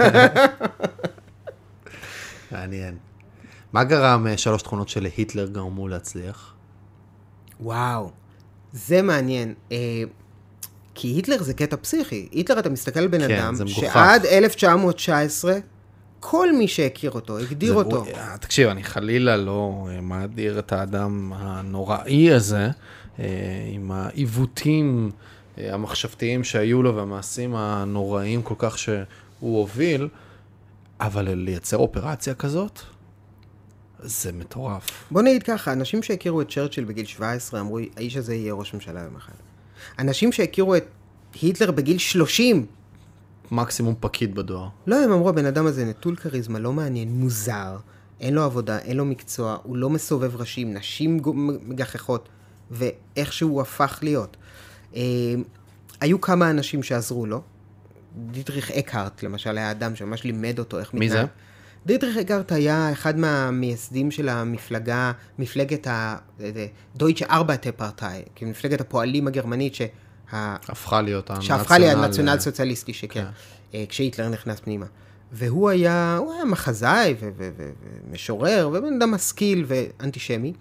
מעניין. מה גרם שלוש תכונות של היטלר גרמו להצליח? וואו, זה מעניין. כי היטלר זה קטע פסיכי. היטלר אתה מסתכל על בן אדם שעד אלף תשע מאות תשע עשרה, כל מי שהכיר אותו, הגדיר אותו. תקשיב, אני חלילה לא מאדיר את האדם הנוראי הזה, עם העיוותים המחשבתיים שהיו לו והמעשים הנוראים כל כך שהוא הוביל, אבל לייצר אופרציה כזאת, זה מטורף. בוא נגיד ככה, אנשים שהכירו את צ'רצ'יל בגיל שבע עשרה אמרו, האיש הזה יהיה ראש ממשלה יום אחד. אנשים שהכירו את היטלר בגיל שלושים, מקסימום פקיד בדואר. לא, הם אמרו, הבן אדם הזה נטול כריזמה, לא מעניין, מוזר, אין לו עבודה, אין לו מקצוע, הוא לא מסובב ראשים, נשים מגחכות, ואיך שהוא הפך להיות. היו כמה אנשים שעזרו לו. דיטריך אקהרט, למשל, היה אדם שממש לימד אותו איך מתנהל. מי זה? דיטריך אקהרט היה אחד מהמייסדים של המפלגה, מפלגת הדויטשה ארבעטה פארטאי, כי מפלגת הפועלים הגרמנית שה... הפכה להיות שהפכה להיות נציונל סוציאליסטי, שכן, כשהיטלר נכנס פנימה. והוא היה, הוא היה מחזאי ומשורר, ובן אדם משכיל ואנטישמי,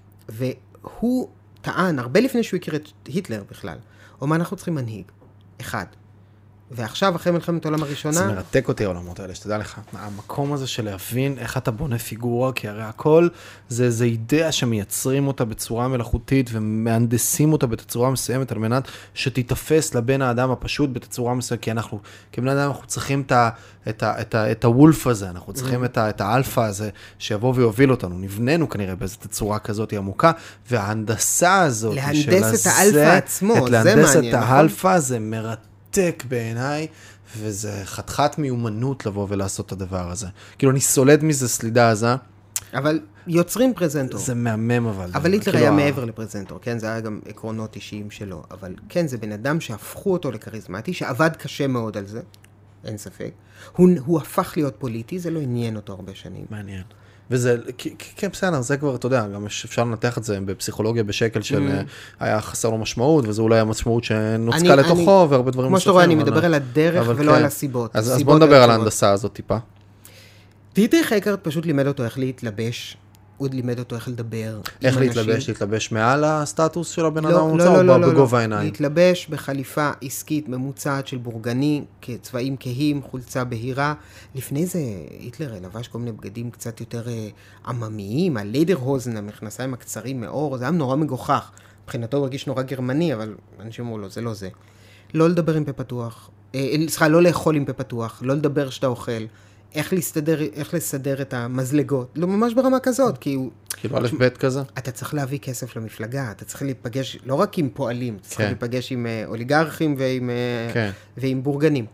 והוא טען, הרבה לפני שהוא הכיר את היטלר בכלל, הוא אמר, אנחנו צריכים מנהיג, אחד. ועכשיו, אחרי מלחמת העולם הראשונה... זה מרתק אותי העולמות האלה, שתדע לך. המקום הזה של להבין איך אתה בונה פיגורה, כי הרי הכל זה, זה אידאה שמייצרים אותה בצורה מלאכותית, ומהנדסים אותה בתצורה מסוימת, על מנת שתתפס לבן האדם הפשוט בתצורה מסוימת, כי אנחנו, כבן האדם, אנחנו צריכים את, ה, את, ה, את, ה, את הוולף הזה, אנחנו צריכים את, ה, את האלפא הזה, שיבוא ויוביל אותנו. נבננו כנראה באיזו תצורה כזאת עמוקה, וההנדסה הזאת... להנדס את האלפא עצמו, זה מעניין. להנדס את האלפא זה מרתק. טק בעיניי, וזה חתיכת מיומנות לבוא ולעשות את הדבר הזה. כאילו, אני סולד מזה סלידה עזה. אבל יוצרים פרזנטור. זה מהמם, אבל... אבל היטלר היה מעבר לפרזנטור, כן? זה היה גם עקרונות אישיים שלו. אבל כן, זה בן אדם שהפכו אותו לקריזמטי, שעבד קשה מאוד על זה, אין ספק. הוא, הוא הפך להיות פוליטי, זה לא עניין אותו הרבה שנים. מעניין. וזה, כן, בסדר, זה כבר, אתה יודע, גם אפשר לנתח את זה בפסיכולוגיה בשקל של היה חסר לו משמעות, וזה אולי המשמעות שנוצקה לתוכו, והרבה דברים... כמו שאתה רואה, אני מדבר על הדרך ולא על הסיבות. אז בוא נדבר על ההנדסה הזאת טיפה. דיטריך אקהרט פשוט לימד אותו איך להתלבש, הוא לימד אותו איך לדבר. איך להתלבש? להתלבש מעל הסטטוס של הבן אדם המוצא, או בגובה העיניים? להתלבש בחליפה עסקית ממוצעת של בורגני, כצבעים כהים, חולצה בהירה. לפני זה היטלר לבש כל מיני בגדים קצת יותר עממיים, הליידרהוזן, המכנסיים הקצרים מאור, זה היה נורא מגוחך. מבחינתו הוא הרגיש נורא גרמני, אבל אנשים אמרו לו, זה לא זה. לא לדבר עם פה פתוח, סליחה, לא לאכול עם פה פתוח, לא לדבר שאתה אוכל. איך לסדר, איך לסדר את המזלגות, לא ממש ברמה כזאת, כי הוא... כאילו א' ב' כזה? אתה צריך להביא כסף למפלגה, אתה צריך להיפגש לא רק עם פועלים, אתה צריך להיפגש עם אוליגרכים ועם, ועם בורגנים.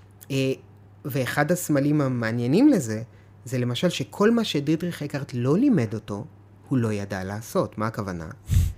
ואחד הסמלים המעניינים לזה, זה למשל שכל מה שדיטריך אקהרט לא לימד אותו, הוא לא ידע לעשות. מה הכוונה?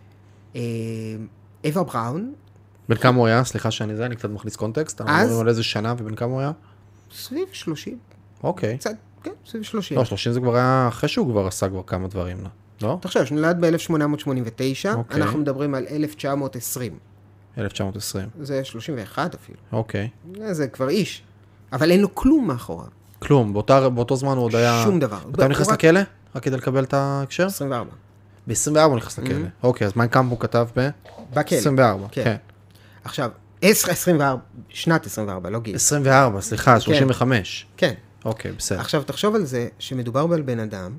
אווה בראון. בין כמה הוא היה? סליחה שאני זה, אני קצת מכניס קונטקסט. אנחנו מדברים על איזה שנה ובין כמה הוא היה? סביב שלושים. אוקיי. קצת, כן, סביב שלושים. לא, שלושים זה כבר היה אחרי שהוא כבר עשה כבר כמה דברים, לא? תחשב, שנולד ב-אלף שמונה מאות שמונים ותשע, אנחנו מדברים על אלף תשע מאות עשרים. אלף תשע מאות עשרים. זה שלושים ואחת אפילו. אוקיי. זה כבר איש. אבל אין לו כלום מאחורה. כלום, באותו זמן הוא עוד היה... שום דבר. אתה נכנס לכלא? רק כדי לקבל את ההקשר? עשרים וארבע. ב-עשרים וארבע הוא נכנס לכלא. אוקיי, אז מיין קאמפ הוא כתב ב... בכלא. עשרים וארבע, כן. עכשיו, עשרים וארבע, שנת עשרים וארבע, לא גיל. עשרים וארבע, סליחה, שלושים וחמש. כן. אוקיי, בסדר. עכשיו, תחשוב על זה שמדובר על בן אדם,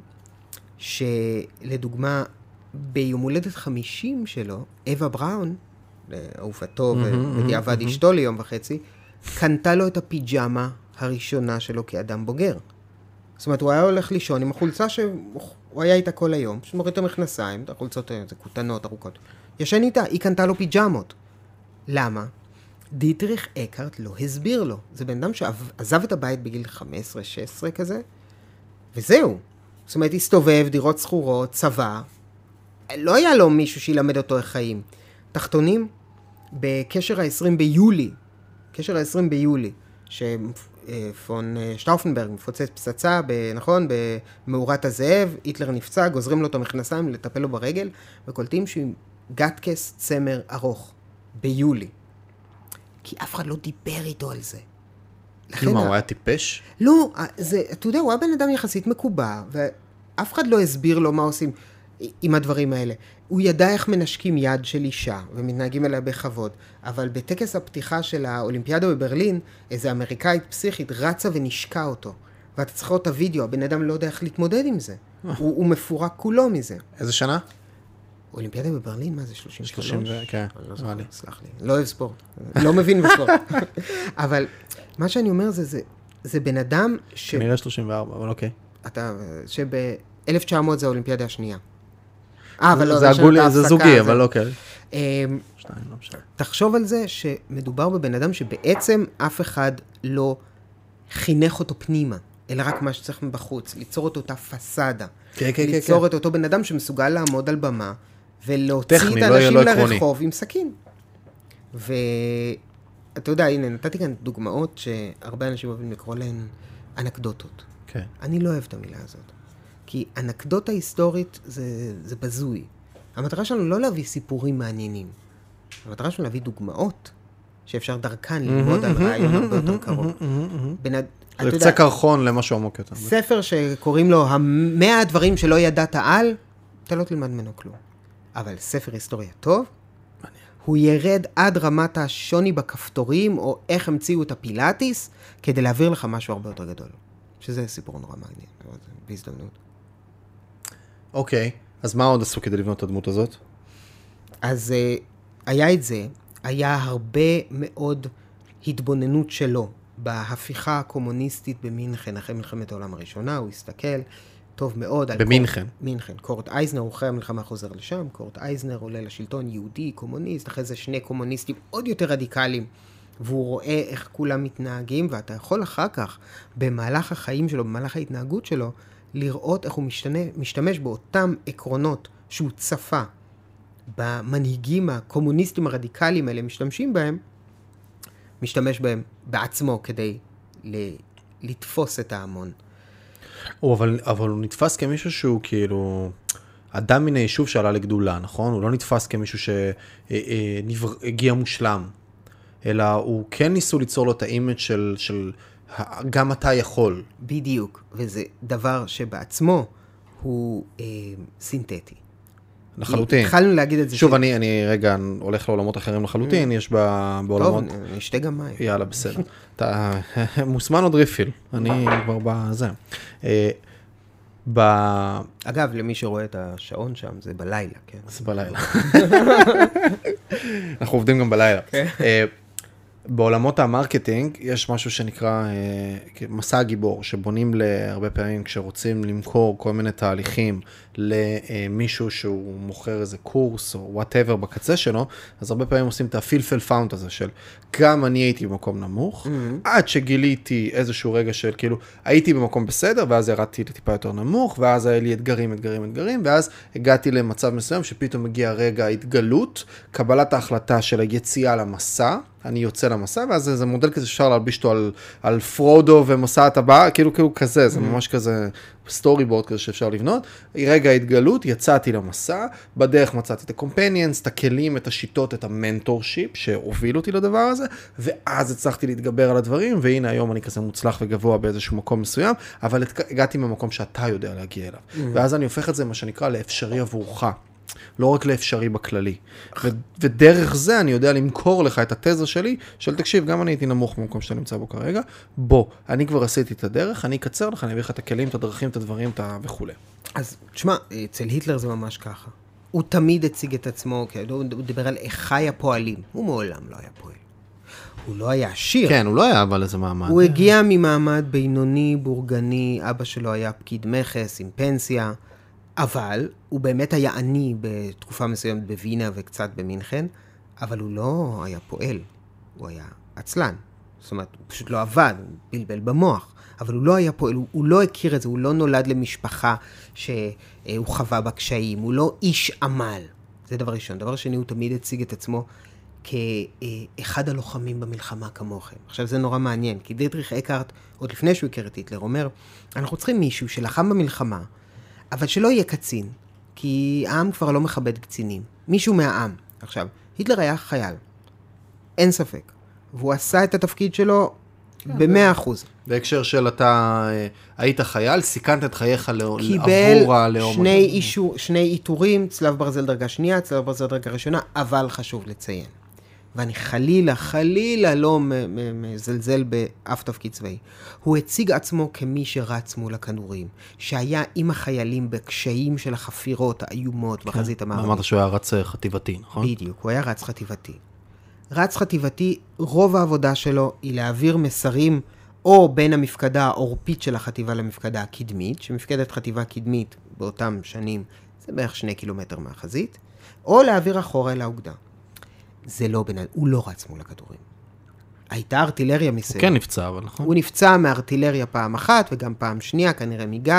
שלדוגמה, ביום הולדת חמישים שלו, אווה בראון, אהובתו ובדיעבד אשתו ליום וחצי, קנתה לו את הפיג'מה הראשונה שלו כאדם בוגר. זאת אומרת, הוא היה הולך לישון עם החולצה שהוא היה איתה כל היום, שמוריד את המכנסיים, את החולצות האלה, זה כותנות ארוכות. ישן איתה, היא קנתה לו פיג'מות. למה? דיטריך אקהרט לא הסביר לו. זה בן אדם שעזב את הבית בגיל חמש עשרה שש עשרה כזה, וזהו. זאת אומרת, הסתובב, דירות סחורות, צבא. לא היה לו מישהו שילמד אותו איך חיים. תחתונים, בקשר ה-עשרים ביולי, קשר ה-עשרים ביולי, שפון שטאופנברג מפוצץ פצצה, נכון, במאורת הזאב, היטלר נפצע, גוזרים לו את המכנסיים לטפל לו ברגל, וקולטים שהוא גטקס צמר ארוך, ביולי. כי אף אחד לא דיבר איתו על זה. כאילו מה, הוא היה טיפש? לא, זה, אתה יודע, הוא היה בן אדם יחסית מקובע, ואף אחד לא הסביר לו מה עושים עם הדברים האלה. הוא ידע איך מנשקים יד של אישה, ומתנהגים אליה בכבוד, אבל בטקס הפתיחה של האולימפיאדה בברלין, איזו אמריקאית פסיכית רצה ונשקה אותו. ואתה צריך לראות את הוידאו, הבן אדם לא יודע איך להתמודד עם זה. הוא, הוא מפורק כולו מזה. איזה שנה? אולימפיאדה בברלין, מה זה? שלושים ושלוש? שלושים, כן. לא זוכר, סלח לי. לא אוהב ספורט. לא מבין בספורט. אבל מה שאני אומר זה, זה, זה בן אדם ש... כנראה שלושים וארבע, אבל אוקיי. אתה, שב-אלף תשע מאות זה האולימפיאדה השנייה. אה, אבל לא, זה הגולי, זה זוגי, אבל אוקיי. תחשוב על זה שמדובר בבן אדם שבעצם אף אחד לא חינך אותו פנימה, אלא רק מה שצריך מבחוץ, ליצור את אותה פסדה. כן, כן, כן. ליצור את אותו בן אדם שמסוגל לעמוד על במה, ולהוציא את האנשים לרחוב עם סכין. ואתה יודע, הנה, נתתי כאן דוגמאות שהרבה אנשים אוהבים לקרוא להן אנקדוטות. כן. אני לא אוהב את המילה הזאת. כי אנקדוטה היסטורית זה, זה בזוי. המטרה שלנו לא להביא סיפורים מעניינים. המטרה שלנו להביא דוגמאות שאפשר דרכן ללמוד על רעיון הרבה יותר קרוב. לקצה קרחון למשהו עמוק יותר. ספר שקוראים לו המאה הדברים שלא ידעת על, אתה לא תלמד ממנו כלום. אבל ספר היסטוריה טוב, הוא ירד עד רמת השוני בכפתורים, או איך המציאו את הפילאטיס, כדי להעביר לך משהו הרבה יותר גדול. שזה סיפור נורא מעניין, בהזדמנות. אוקיי, אז מה עוד עשו כדי לבנות את הדמות הזאת? אז uh, היה את זה, היה הרבה מאוד התבוננות שלו בהפיכה הקומוניסטית במינכן, אחרי מלחמת העולם הראשונה, הוא הסתכל טוב מאוד. במינכן? קורט, מינכן. קורט אייזנר, הוא אחרי המלחמה חוזר לשם, קורט אייזנר עולה לשלטון יהודי, קומוניסט, אחרי זה שני קומוניסטים עוד יותר רדיקליים, והוא רואה איך כולם מתנהגים, ואתה יכול אחר כך, במהלך החיים שלו, במהלך ההתנהגות שלו, לראות איך הוא משתנה, משתמש באותם עקרונות שהוא צפה, במנהיגים הקומוניסטים הרדיקליים האלה משתמשים בהם, משתמש בהם בעצמו כדי ל- לתפוס את ההמון. הוא, אבל, אבל הוא נתפס כמישהו שהוא כאילו אדם מן היישוב שעלה לגדולה, נכון? הוא לא נתפס כמישהו שהגיע מושלם, אלא הוא כן ניסו ליצור לו את האימג' של, של גם אתה יכול. בדיוק, וזה דבר שבעצמו הוא אה, סינתטי. לחלוטין. התחלנו להגיד את זה. שוב, ש... אני, אני רגע הולך לעולמות אחרים לחלוטין, יש בה, בעולמות... טוב, נשתה גם מים. יאללה, בסדר. אתה מוסמן עוד ריפיל, אני כבר בזה. ב... אגב, למי שרואה את השעון שם, זה בלילה, כן? זה בלילה. אנחנו עובדים גם בלילה. בעולמות המרקטינג יש משהו שנקרא אה, מסע הגיבור, שבונים להרבה פעמים כשרוצים למכור כל מיני תהליכים למישהו שהוא מוכר איזה קורס או whatever בקצה שלו, אז הרבה פעמים עושים את הפילפל פאונט הזה של גם אני הייתי במקום נמוך, mm-hmm. עד שגיליתי איזשהו רגע של כאילו הייתי במקום בסדר, ואז ירדתי לטיפה יותר נמוך, ואז היה לי אתגרים, אתגרים, אתגרים, ואז הגעתי למצב מסוים שפתאום מגיע רגע ההתגלות, קבלת ההחלטה של היציאה למסע, אני יוצא למסע, ואז זה מודל כזה שאפשר להלביש אותו על, על פרודו ומסע הטבע, כאילו כאילו כזה, זה ממש כזה סטורי בורד כזה שאפשר לבנות. רגע ההתגלות, יצאתי למסע, בדרך מצאתי את הקומפניאנס, את הכלים, את השיטות, את המנטורשיפ שהוביל אותי לדבר הזה, ואז הצלחתי להתגבר על הדברים, והנה היום אני כזה מוצלח וגבוה באיזשהו מקום מסוים, אבל הגעתי ממקום שאתה יודע להגיע אליו. ואז אני הופך את זה מה שנקרא לאפשרי עבורך. לא רק לאפשרי בכללי. ו- ודרך זה אני יודע למכור לך את התזה שלי, של תקשיב, גם אני הייתי נמוך במקום שאתה נמצא בו כרגע, בוא, אני כבר עשיתי את הדרך, אני אקצר לך, אני אביא לך את הכלים, את הדרכים, את הדברים, את ה... וכו'. אז, תשמע, אצל היטלר זה ממש ככה. הוא תמיד הציג את עצמו, הוא דיבר על אחי הפועלים. הוא מעולם לא היה פועל. הוא לא היה עשיר. כן, הוא לא היה אבל איזה מעמד. הוא הגיע ממעמד בינוני, בורגני, אבא שלו היה פקיד מכס עם פנסיה, אבל הוא באמת היה עני בתקופה מסוימת בווינה וקצת במינכן, אבל הוא לא היה פועל, הוא היה עצלן. זאת אומרת, הוא פשוט לא עבד, הוא בלבל במוח, אבל הוא לא היה פועל, הוא, הוא לא הכיר את זה, הוא לא נולד למשפחה שהוא חווה בקשיים, הוא לא איש עמל. זה דבר ראשון. דבר שני, הוא תמיד הציג את עצמו כאחד הלוחמים במלחמה כמוכם. עכשיו זה נורא מעניין, כי דיטריך אקהרט, עוד לפני שהוא הכיר את היטלר, אומר, אנחנו צריכים מישהו שלחם במלחמה, אבל שלא יהיה קצין, כי העם כבר לא מכבד קצינים. מישהו מהעם. עכשיו, היטלר היה חייל, אין ספק, והוא עשה את התפקיד שלו במאה אחוז. בהקשר של אתה היית חייל, סיכנת את חייך עבור הלאום. קיבל שני איתורים, צלב ברזל דרגה שנייה, צלב ברזל דרגה ראשונה, אבל חשוב לציין. ואני חלילה, חלילה לא מזלזל באף תפקיד צבאי. הוא הציג עצמו כמי שרץ מול הכנורים, שהיה עם החיילים בקשיים של החפירות האיומות בחזית המערבית. אמרת שהוא היה רץ חטיבתי, נכון? בדיוק, הוא היה רץ חטיבתי. רץ חטיבתי, רוב העבודה שלו היא להעביר מסרים או בין המפקדה העורפית של החטיבה למפקדה הקדמית, שמפקדת חטיבה קדמית באותם שנים זה בערך שני קילומטר מהחזית, או להעביר אחורה אל האוגדה. זה לא בין... הוא לא רץ מול הכדורים. הייתה ארטילריה מסוים. הוא כן נפצע, אבל נכון. הוא נפצע מארטילריה פעם אחת, וגם פעם שנייה, כנראה מגז,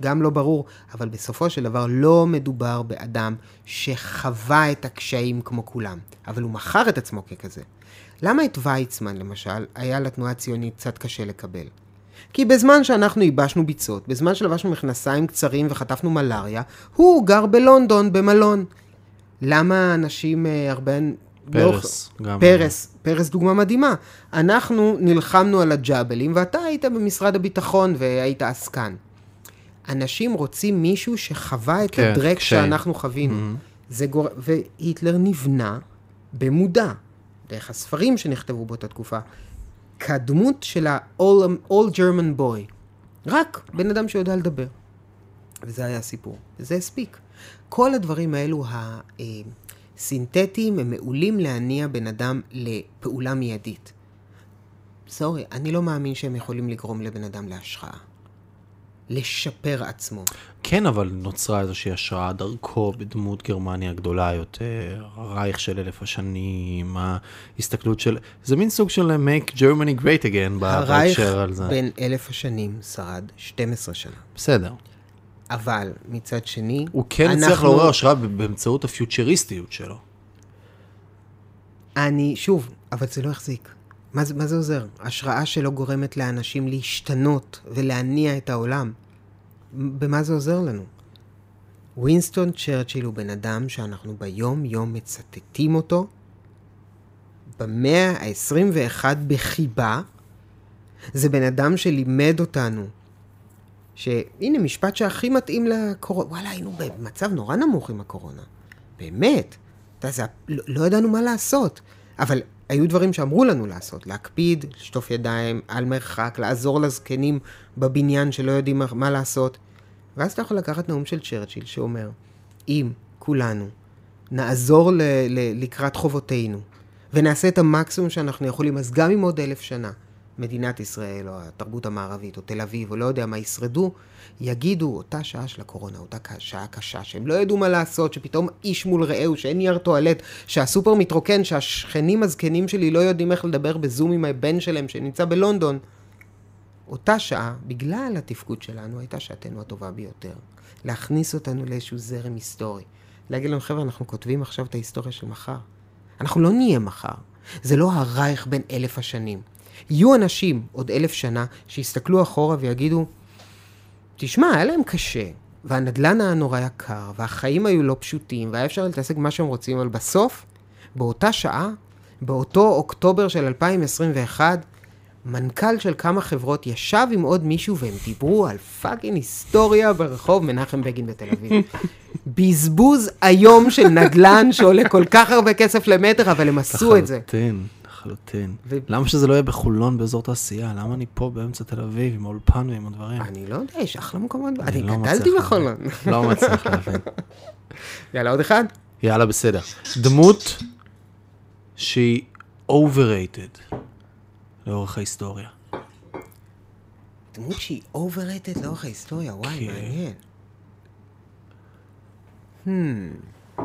גם לא ברור, אבל בסופו של דבר לא מדובר באדם שחווה את הקשיים כמו כולם, אבל הוא מכר את עצמו ככזה. למה את ויצמן, למשל, היה לתנועה הציונית קצת קשה לקבל? כי בזמן שאנחנו ייבשנו ביצות, בזמן שלבשנו מכנסיים קצרים וחטפנו מלריה, הוא גר בלונדון, במלון. למה אנשים הרבה... פרס. לא... גם... פרס, פרס דוגמה מדהימה. אנחנו נלחמנו על הג'אבלים, ואתה היית במשרד הביטחון והיית עסקן. אנשים רוצים מישהו שחווה את כן, הדרק קשה. שאנחנו חווינו. Mm-hmm. זה גור... והיטלר נבנה במודע, דרך הספרים שנכתבו באותה תקופה, כדמות של ה-all, all German boy. רק בן אדם שיודע לדבר. וזה היה הסיפור. וזה הספיק. כל הדברים האלו הסינתטיים הם מעולים להניע בן אדם לפעולה מיידית. סורי, אני לא מאמין שהם יכולים לגרום לבן אדם להשראה. לשפר עצמו. כן, אבל נוצרה איזושהי השראה דרכו בדמות גרמניה הגדולה יותר, הרייך של אלף השנים, ההסתכלות של... זה מין סוג של make Germany great again בהקשר על זה. הרייך בין אלף השנים שרד שתים עשרה שנה. בסדר. אבל מצד שני... הוא כן אנחנו... צריך לעורר השראה באמצעות הפיוטריסטיות שלו. אני, שוב, אבל זה לא יחזיק. מה, מה זה עוזר? השראה שלא גורמת לאנשים להשתנות ולהניע את העולם. במה זה עוזר לנו? ווינסטון צ'רצ'יל הוא בן אדם שאנחנו ביום יום מצטטים אותו, במאה ה-עשרים ואחת בחיבה. זה בן אדם שלימד אותנו, שהנה משפט שהכי מתאים לקורונה, וואלה, היינו במצב נורא נמוך עם הקורונה. באמת. אתה, זה, לא, לא ידענו מה לעשות. אבל היו דברים שאמרו לנו לעשות, להקפיד, לשטוף ידיים, על מרחק, לעזור לזקנים בבניין שלא יודעים מה לעשות. ואז אתה יכול לקחת נאום של צ'רצ'יל שאומר, אם כולנו נעזור ל- ל- לקראת חובותינו, ונעשה את המקסימום שאנחנו יכולים, אז גם אם עוד אלף שנה, מדינת ישראל או התרבות המערבית או תל אביב או לא יודע מה ישרדו, יגידו אותה שעה של הקורונה, אותה שעה קשה, שהם לא ידעו מה לעשות, שפתאום איש מול רעהו, שאין נייר טואלט, שהסופר מתרוקן, שהשכנים הזקנים שלי לא יודעים איך לדבר בזום עם הבן שלהם שנמצא בלונדון. אותה שעה, בגלל התפקוד שלנו, הייתה שעתנו הטובה ביותר. להכניס אותנו לאיזשהו זרם היסטורי. להגיד לנו, חבר'ה, אנחנו כותבים עכשיו את ההיסטוריה של מחר. אנחנו לא נהיה מחר. זה לא הרייך בין אלף השנים. יהיו אנשים עוד אלף שנה שיסתכלו אחורה ויגידו, תשמע, היה להם קשה, והנדלן היה נורא יקר, והחיים היו לא פשוטים, והיה אפשר להתעסק מה שהם רוצים, אבל בסוף, באותה שעה, באותו אוקטובר של אלפיים עשרים ואחת, מנכ"ל של כמה חברות ישב עם עוד מישהו, והם דיברו על פאקינג היסטוריה ברחוב מנחם בגין בתל אביב. בזבוז היום של נדלן שעולה כל כך הרבה כסף למטר, אבל הם עשו את זה. לחלוטין. לחלוטין. ו... למה שזה לא יהיה בחולון באזור תעשייה? למה אני פה באמצע תל אביב עם האולפן ועם הדברים? אני לא יודע, יש אחלה מקומות. אני לא גדלתי בחולון. לא מצליח להבין. יאללה, עוד אחד? יאללה, בסדר. דמות שהיא overrated לאורך ההיסטוריה. דמות שהיא overrated לאורך ההיסטוריה? וואי, מעניין. Hmm...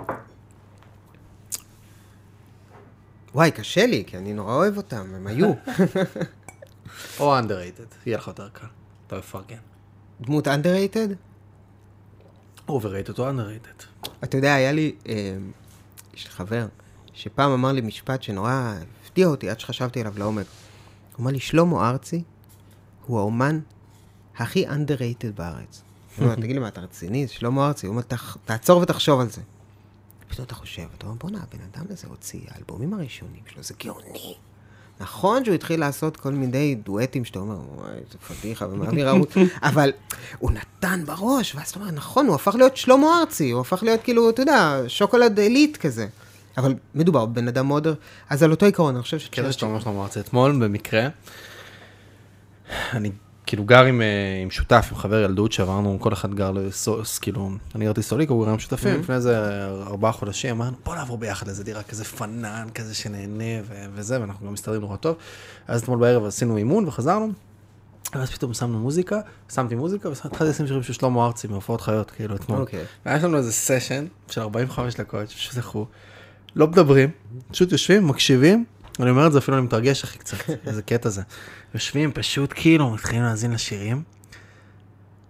וואי, קשה לי, כי אני נורא אוהב אותם, הם היו. או underrated, יהיה לך יותר קל. אתה מפרגן. דמות underrated? overrated או underrated. אתה יודע, היה לי, אה, יש לי חבר, שפעם אמר לי משפט שנורא הפתיע אותי, עד שחשבתי עליו לעומק. הוא אמר לי, שלמה ארצי הוא האומן הכי underrated בארץ. הוא אומר, תגיד לי מה, אתה רציני? שלמה ארצי, הוא אומר, תעצור ותחשוב על זה. פתאום אתה חושב, אתה אומר, בוא נה, הבן אדם הזה הוציא, האלבומים הראשונים שלו, זה גאוני. נכון שהוא התחיל לעשות כל מיני דואטים שאתה אומר, וואי, זה פדיחה, ומעביר ערוץ, אבל הוא נתן בראש, ואז אתה אומר, נכון, הוא הפך להיות שלמה ארצי, הוא הפך להיות כאילו, אתה יודע, שוקולד אליט כזה. אבל מדובר בבן אדם מאוד, אז על אותו עיקרון, אני חושב ש... כן, שאתה אומר שלמה ארצי, אתמול במקרה, אני כאילו גר עם, עם שותף, עם חבר ילדות שעברנו, כל אחד גר לסוס, כאילו, אני גרתי סוליק, הוא גר עם שותפים, לפני איזה ארבעה חודשים, אמרנו, בוא נעבור ביחד לאיזה דירה כזה פנן, כזה שנהנה ו- וזה, ואנחנו גם מסתדרים נורא טוב. אז אתמול בערב עשינו אימון וחזרנו, ואז פתאום שמנו מוזיקה, שמתי מוזיקה, והתחלתי לשים שירים של שלמה ארצי, מהופעות חיות, כאילו, אתמול. והיה לנו איזה סשן של ארבעים וחמש דקות, שזכו, לא מדברים, פשוט יושבים, מקשיבים, אני אומר את זה, אפילו אני מתרגש הכי קצת, איזה קטע זה. יושבים פשוט כאילו, מתחילים להאזין לשירים,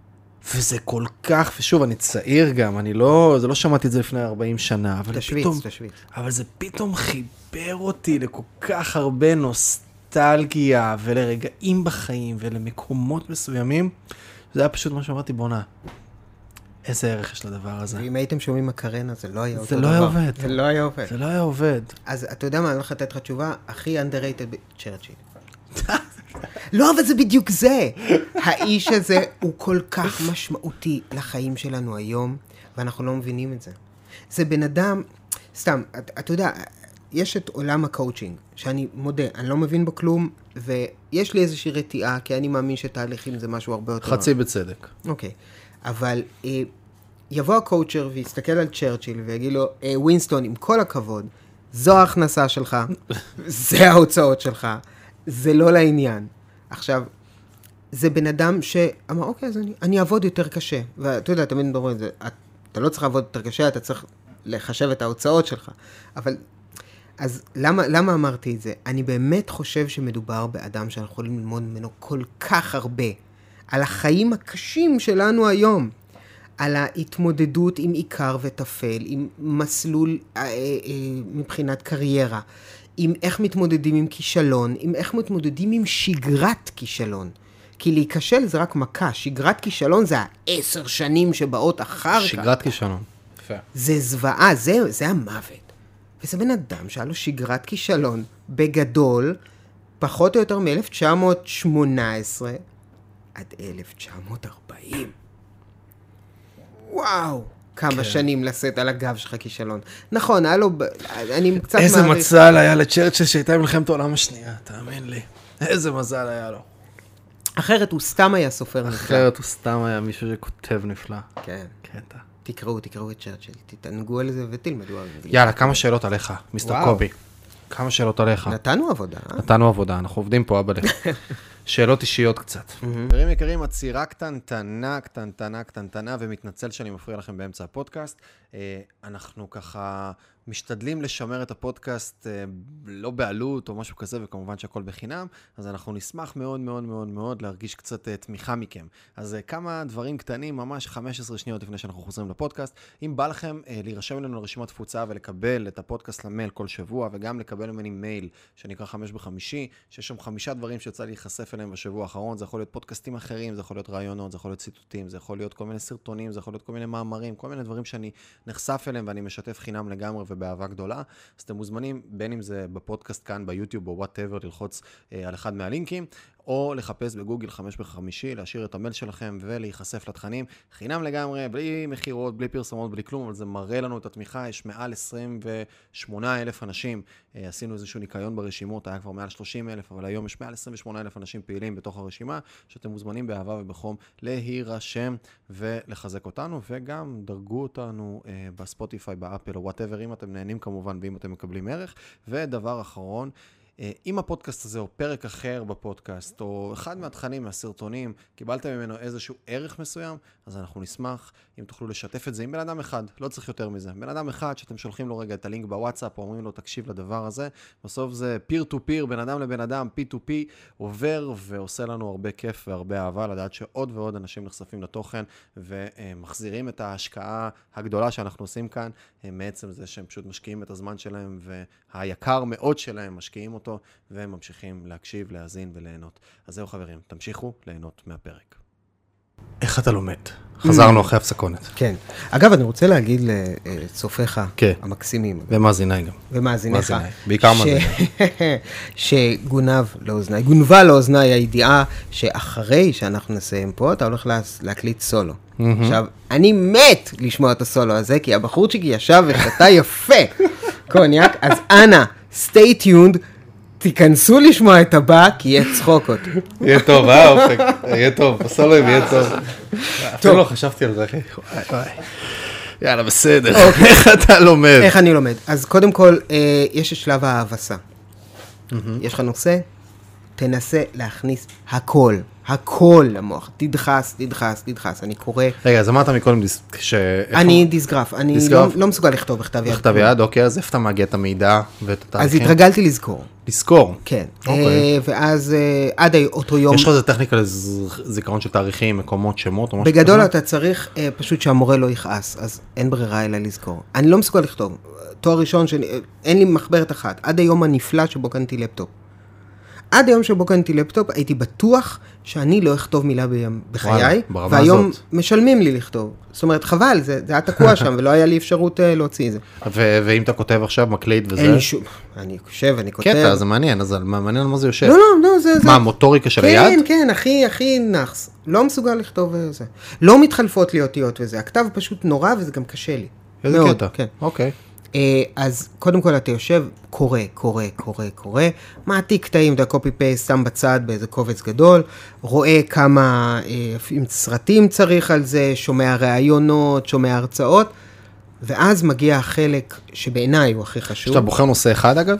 וזה כל כך, ושוב, אני צעיר גם, אני לא, זה לא שמעתי את זה לפני ארבעים שנה, אבל תשוויץ, פתאום, תשוויץ. אבל זה פתאום חיבר אותי לכל כך הרבה נוסטלגיה, ולרגעים בחיים, ולמקומות מסוימים, זה היה פשוט מה שאמרתי, בונה, איזה ערך יש לדבר הזה. ואם הייתם שומעים מקרנה, זה לא היה אותו זה דבר. לא היה עובד. זה לא היה עובד. זה לא היה עובד. אז אתה יודע מה, אני הולך לתת לך תשובה, הכי underrated צ'רצ'יל. לא, אבל זה בדיוק זה. האיש הזה הוא כל כך משמעותי לחיים שלנו היום, ואנחנו לא מבינים את זה. זה בן אדם, סתם, אתה, אתה יודע, יש את עולם הקואוצ'ינג, שאני מודה, אני לא מבין בו כלום, ויש לי איזושהי רתיעה, כי אני מאמין שתהליכים זה משהו הרבה יותר... חצי בצדק. אוקיי, אבל אה, יבוא הקואוצ'ר ויסתכל על צ'רצ'יל ויגיד לו, אה, ווינסטון, עם כל הכבוד, זו ההכנסה שלך, זה ההוצאות שלך, זה לא לעניין. עכשיו, זה בן אדם שאמר, אוקיי, אז אני, אני אעבוד יותר קשה. ואתה יודע, תמיד מדברים את זה, אתה לא צריך לעבוד יותר קשה, אתה צריך לחשב את ההוצאות שלך. אבל, אז למה, למה אמרתי את זה? אני באמת חושב שמדובר באדם שאנחנו יכולים ללמוד ממנו כל כך הרבה, על החיים הקשים שלנו היום, על ההתמודדות עם עיקר וטפל, עם מסלול אה, אה, מבחינת קריירה, עם איך מתמודדים עם כישלון, עם איך מתמודדים עם שגרת כישלון. כי להיכשל זה רק מכה, שגרת כישלון זה העשר שנים שבאות אחר כך. שגרת כישלון. יפה. זה זוועה, זה, זה המוות. וזה בן אדם שהיה לו שגרת כישלון בגדול, פחות או יותר מ-אלף תשע מאות שמונה עשרה עד אלף תשע מאות ארבעים. וואו. כמה כן. שנים לשאת על הגב שלך כישלון. נכון, היה לו, אני קצת איזה מעריך... מזל היה לצ'רצ'יל שהייתה מלחמת העולם השנייה, תאמין לי. איזה מזל היה לו. אחרת הוא סתם היה סופר נפלא. אחרת הוא סתם היה מישהו שכותב נפלא. כן. קטע. תקראו, תקראו את צ'רצ'יל, תתענגו על זה ותלמדו על זה. יאללה, כמה שאלות עליך, מיסטר קובי. כמה שאלות עליך. נתנו עבודה. נתנו עבודה, אנחנו עובדים פה, אבא לך. שאלות אישיות קצת. חברים יקרים, עצירה קטנטנה, קטנטנה, קטנטנה, ומתנצל שאני מפריע לכם באמצע הפודקאסט. אנחנו ככה משתדלים לשמר את הפודקאסט לא בעלות או משהו כזה, וכמובן שהכל בחינם, אז אנחנו נשמח מאוד מאוד מאוד מאוד להרגיש קצת תמיכה מכם. אז כמה דברים קטנים, ממש חמש עשרה שניות לפני שאנחנו חוזרים לפודקאסט. אם בא לכם להירשם לנו לרשימת תפוצה ולקבל את הפודקאסט למייל כל שבוע, וגם לקבל ממני מייל שנקרא חמש בחמישי, שיש שם חמישה דברים שיוצא להיחשף אליהם בשבוע האחרון, זה יכול להיות פודקאסטים אחרים, זה יכול להיות רעיונות, זה יכול להיות ציטוטים, זה יכול להיות כל מיני סרטונים, זה יכול להיות כל מיני מאמרים, כל מיני דברים שאני נחשף אליהם ואני משתף חינם לגמרי ובאהבה גדולה. אז אתם מוזמנים, בין אם זה בפודקאסט כאן, ביוטיוב או whatever, ללחוץ אה, על אחד מהלינקים, או לחפש בגוגל חמש בחמישי, להשאיר את המייל שלכם ולהיחשף לתכנים חינם לגמרי, בלי מחירות, בלי פרסומות, בלי כלום, אבל זה מראה לנו את התמיכה. יש מעל עשרים ושמונה אלף אנשים, אה, עשינו איזשהו ניקיון ברשימות, היה כבר מעל שלושים אלף, אבל היום יש מעל עשרים ושמונה אלף אנשים פעילים בתוך הרשימה, שאתם מוזמנים באהבה ובחום להירשם ולחזק אותנו, וגם דרגו אותנו אה, בספוטיפיי, באפל או whatever, אם אתם נהנים כמובן, ואם אתם מקבלים ערך. ודבר אחרון, אם הפודקאסט הזה או פרק אחר בפודקאסט, או אחד מהתכנים, מהסרטונים, קיבלתם ממנו איזשהו ערך מסוים, אז אנחנו נשמח אם תוכלו לשתף את זה עם בן אדם אחד, לא צריך יותר מזה. בן אדם אחד שאתם שולחים לו רגע את הלינק בוואטסאפ, או אומרים לו תקשיב לדבר הזה, בסוף זה פיר טו פיר, בן אדם לבן אדם, פי טו פי, עובר ועושה לנו הרבה כיף והרבה אהבה, לדעת שעוד ועוד אנשים נחשפים לתוכן, ומחזירים את ההשקעה הגדולה שאנחנו עושים כאן, מעצם זה שהם פשוט משקיעים את הזמן שלהם, והיקר מאוד שלהם משקיעים אותו, והם ממשיכים להקשיב, להאזין וליהנות. אז זהו חברים, תמשיכו ליהנות מהפרק. איך אתה לומד? חזרנו אחרי הפסקונת. כן. אגב, אני רוצה להגיד לצופיך המקסימים. ומאזיניי גם. ומאזיניך. בעיקר מאזיניי. שגונב לאוזניי, גונבה לאוזניי הידיעה שאחרי שאנחנו נסיים פה, אתה הולך להקליט סולו. עכשיו, אני מת לשמוע את הסולו הזה, כי הבחורצ'יק ישב ושתה יפה קוניאק, אז אנא, stay tuned, תיכנסו לשמוע את הבא, כי יהיה צחוק אותי. יהיה טוב, אה, אופק, יהיה טוב, בסולו יהיה טוב. אפילו לא חשבתי על זה, אחי. יאללה, בסדר. איך אתה לומד? איך אני לומד? אז קודם כל, יש את שלב ההבסה. יש לך נושא, תנסה להכניס הכל, הכל למוח. תדחס, תדחס, תדחס. אני קורא... רגע, אז אמרת מקודם ש... אני דיסגרף, אני דיסגרף? לא, לא מסוגל לכתוב בכתב יד. בכתב יד, אוקיי, אז איפה אתה מגיע את המידע ואת אז התהליכים? התרגלתי לזכור. לזכור. כן. אוקיי. אה, ואז אה, עד אותו יום... יש לך איזה טכניקה לזיכרון של תאריכים, מקומות, שמות או משהו כזה? בגדול אתה צריך אה, פשוט שהמורה לא יכעס, אז אין ברירה אלא לזכור. אני לא מסוגל לכתוב. תואר ראשון, שאני, אין לי מחברת אחת. עד היום הנפלא שבו קניתי לפטופ. עד היום שבו קניתי לפטופ, הייתי בטוח שאני לא אכתוב מילה ביום, בחיי, ברמה והיום הזאת. משלמים לי לכתוב. זאת אומרת, חבל, זה, זה היה תקוע שם, ולא היה לי אפשרות uh, להוציא את זה. ו- ואם אתה כותב עכשיו, מקליט וזה? אין לי שום, אני חושב, אני כותב. קטע, זה מעניין, אז מה- מעניין על מה זה יושב. לא, לא, לא, זה... זה... מה, המוטוריקה של כן, היד? כן, הכי, הכי נחס. לא מסוגל לכתוב uh, זה. לא מתחלפות לי אותיות וזה. הכתב פשוט נורא, וזה גם קשה לי. איזה מאוד, קטע? כן. אוקיי. אז קודם כל אתה יושב, קורא, קורא, קורא, קורא, מעתיק קטעים, אתה קופי פייסט, שם בצד באיזה קובץ גדול, רואה כמה אה, סרטים צריך על זה, שומע ראיונות, שומע הרצאות, ואז מגיע החלק שבעיניי הוא הכי חשוב. שאתה בוחר נושא אחד אגב?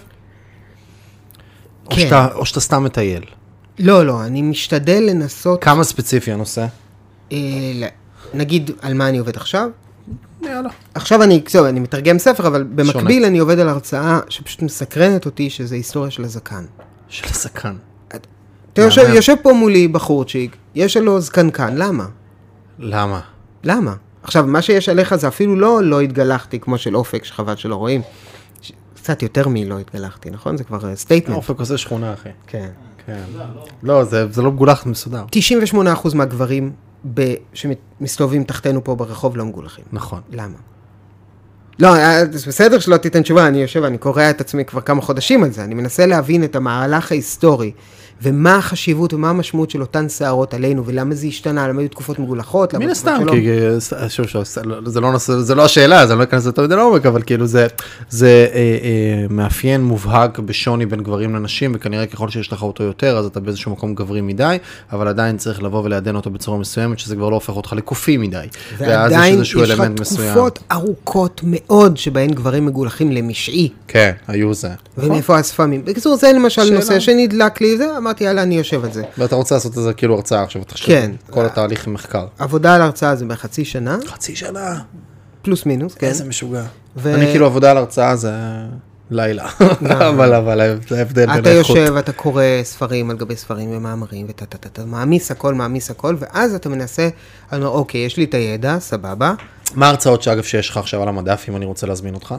או כן. שאתה, או שאתה סתם מטייל? לא, לא, אני משתדל לנסות, כמה ספציפי הנושא? אה, נגיד על מה אני עובד עכשיו. יאללה. עכשיו אני, זהו, אני מתרגם ספר, אבל במקביל שונה. אני עובד על הרצאה שפשוט מסקרנת אותי, שזה היסטוריה של הזקן. של הזקן. אתה יושב, מהמם. יושב פה מולי בחורצ'יק, יש לו זקנקן, למה? למה? למה? עכשיו, מה שיש עליך זה אפילו לא לא התגלחתי כמו של אופק, שחבל שלא רואים. ש- קצת יותר מלא התגלחתי, נכון? זה כבר סטייטמנט. אופק עושה שכונה, אחי. כן. כן. לא, זה זה לא מגולח מסודר. תשעים ושמונה אחוז מהגברים ב- שמסתובבים תחתנו פה ברחוב לא מגולחים. נכון. למה? לא, זה בסדר שלא תיתן תשובה, אני יושב, אני קורא את עצמי כבר כמה חודשים על זה, אני מנסה להבין את המהלך ההיסטורי, ומה החשיבות ומה המשמעות של אותן שערות עלינו, ולמה זה השתנה, למה היו תקופות מגולחות, למה מן תקופות הסתם, שלא. כי שוב, שוב, זה לא נושא- זה לא השאלה, אז אני לא אכנס לזה יותר לעומק, אבל כאילו זה זה, אה, אה, מאפיין מובהק בשוני בין גברים לנשים, וכנראה ככל שיש לך אותו יותר, אז אתה באיזשהו מקום גברי מדי, אבל עדיין צריך לבוא ולעדן אותו בצורה מסוימת, שזה כבר לא הופך אותך לקופי מדי. ואז יש ועדיין איזשהו יש לך אלמנט מסוים. תקופות ארוכות מאוד, שבהן גברים מגולחים למשעי, כן, היו זה. ומאיפה השפמים. בקיצור, זה למשל שאלה. נושא שנדלק לי, זה, אמרתי, יאללה, אני יושב על זה. ואתה רוצה לעשות איזה כאילו הרצאה עכשיו, תחשב, כן. כל התהליך עם מחקר. עבודה על הרצאה זה בחצי שנה, חצי שנה. פלוס מינוס, כן. איזה משוגע. ו- אני כאילו עבודה על הרצאה זה לילה, אבל אבל זה ההבדל בין אתה האיכות. יושב, אתה קורא ספרים על גבי ספרים ומאמרים, ואתה אתה, אתה, אתה מעמיס הכל, מעמיס הכל, ואז אתה מנסה, אני אומר, אוקיי, יש לי את הידע, סבבה, מה ההרצאות שאגב שיש לך עכשיו על המדף, אם אני רוצה להזמין אותך?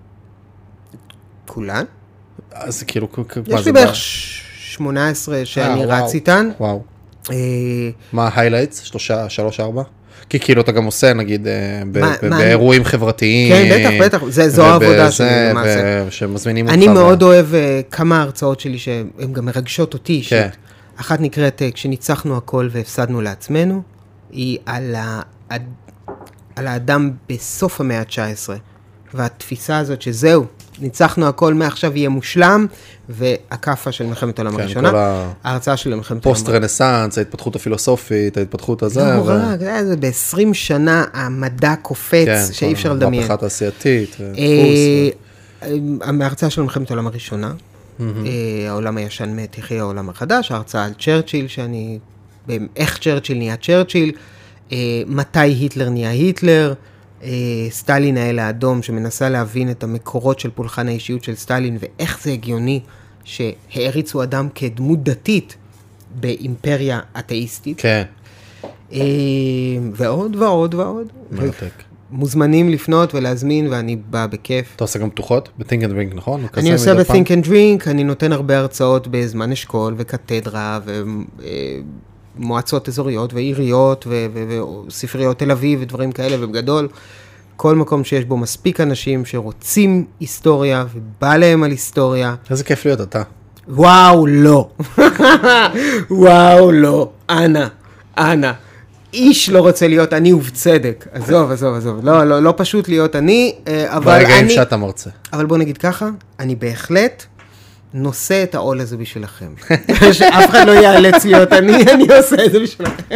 כולן. אז כאילו, מה יש זה לי ב- בערך שמונה עשרה שאני אה, רץ וואו. איתן. וואו. אה, מה ההיילייטס? שלושה, שלוש, ארבע? כי כאילו אתה גם עושה, נגיד, אה, ב- מה- ב- מה באירועים חברתיים. כן, בטח, בטח, זה- זו העבודה ובזה, שלי למעשה. ו- שמזמינים אותך. אני ו- מאוד אוהב אה, כמה הרצאות שלי שהן גם מרגשות אותי אישית. כן. אחת נקראת אה, כשניצחנו הכל והפסדנו לעצמנו, היא על, ה... על האדם בסוף המאה ה-תשע עשרה, והתפיסה הזאת שזהו, ניצחנו הכל, מעכשיו יהיה מושלם, והקפה של מלחמת העולם כן, הראשונה, כל ה- ההרצאה של מלחמת העולם פוסט רנסאנס, ההתפתחות הפילוסופית, ההתפתחות הזה. לא, ו- רק, זה ב-עשרים שנה המדע קופץ, כן, שאי אפשר כל לדמיין. המהפכה התעשייתית. ודפוס, אה, ההרצאה של מלחמת העולם הראשונה, אה, העולם הישן מת, יחיה העולם החדש, ההרצאה על צ'רצ'יל, שאני, איך צ'רצ'יל נהיה צ'רצ'יל, אה, מתי היטלר נהיה היטלר, אה, סטלין האל האדום, שמנסה להבין את המקורות של פולחן האישיות של סטלין, ואיך זה הגיוני שהעריצו אדם כדמות דתית באימפריה אתאיסטית, כן, אה, ועוד ועוד ועוד. מרתק. מוזמנים לפנות ולהזמין, ואני בא בכיף. אתה עושה גם פתוחות? ב-Think and Drink, נכון? אני כזה עושה מדי פעם? ב-Think and Drink, אני נותן הרבה הרצאות בזמן אשכול וקתדרה ומועצות אזוריות ועיריות ו- ו- וספריות תל אביב ודברים כאלה, ובגדול, כל מקום שיש בו מספיק אנשים שרוצים היסטוריה ובא להם על היסטוריה. איזה כיף להיות אתה. וואו, לא. וואו, לא. אנא, אנא. איש לא רוצה להיות אני ובצדק. עזוב, עזוב, עזוב. לא, לא, לא פשוט להיות אני, אה, אבל ברגעים אני... שאתה מרצה. אבל בוא נגיד ככה, אני בהחלט נושא את העול הזה בשבילכם. שאף אחד לא ייאלץ להיות אני, אני עושה את זה בשבילכם.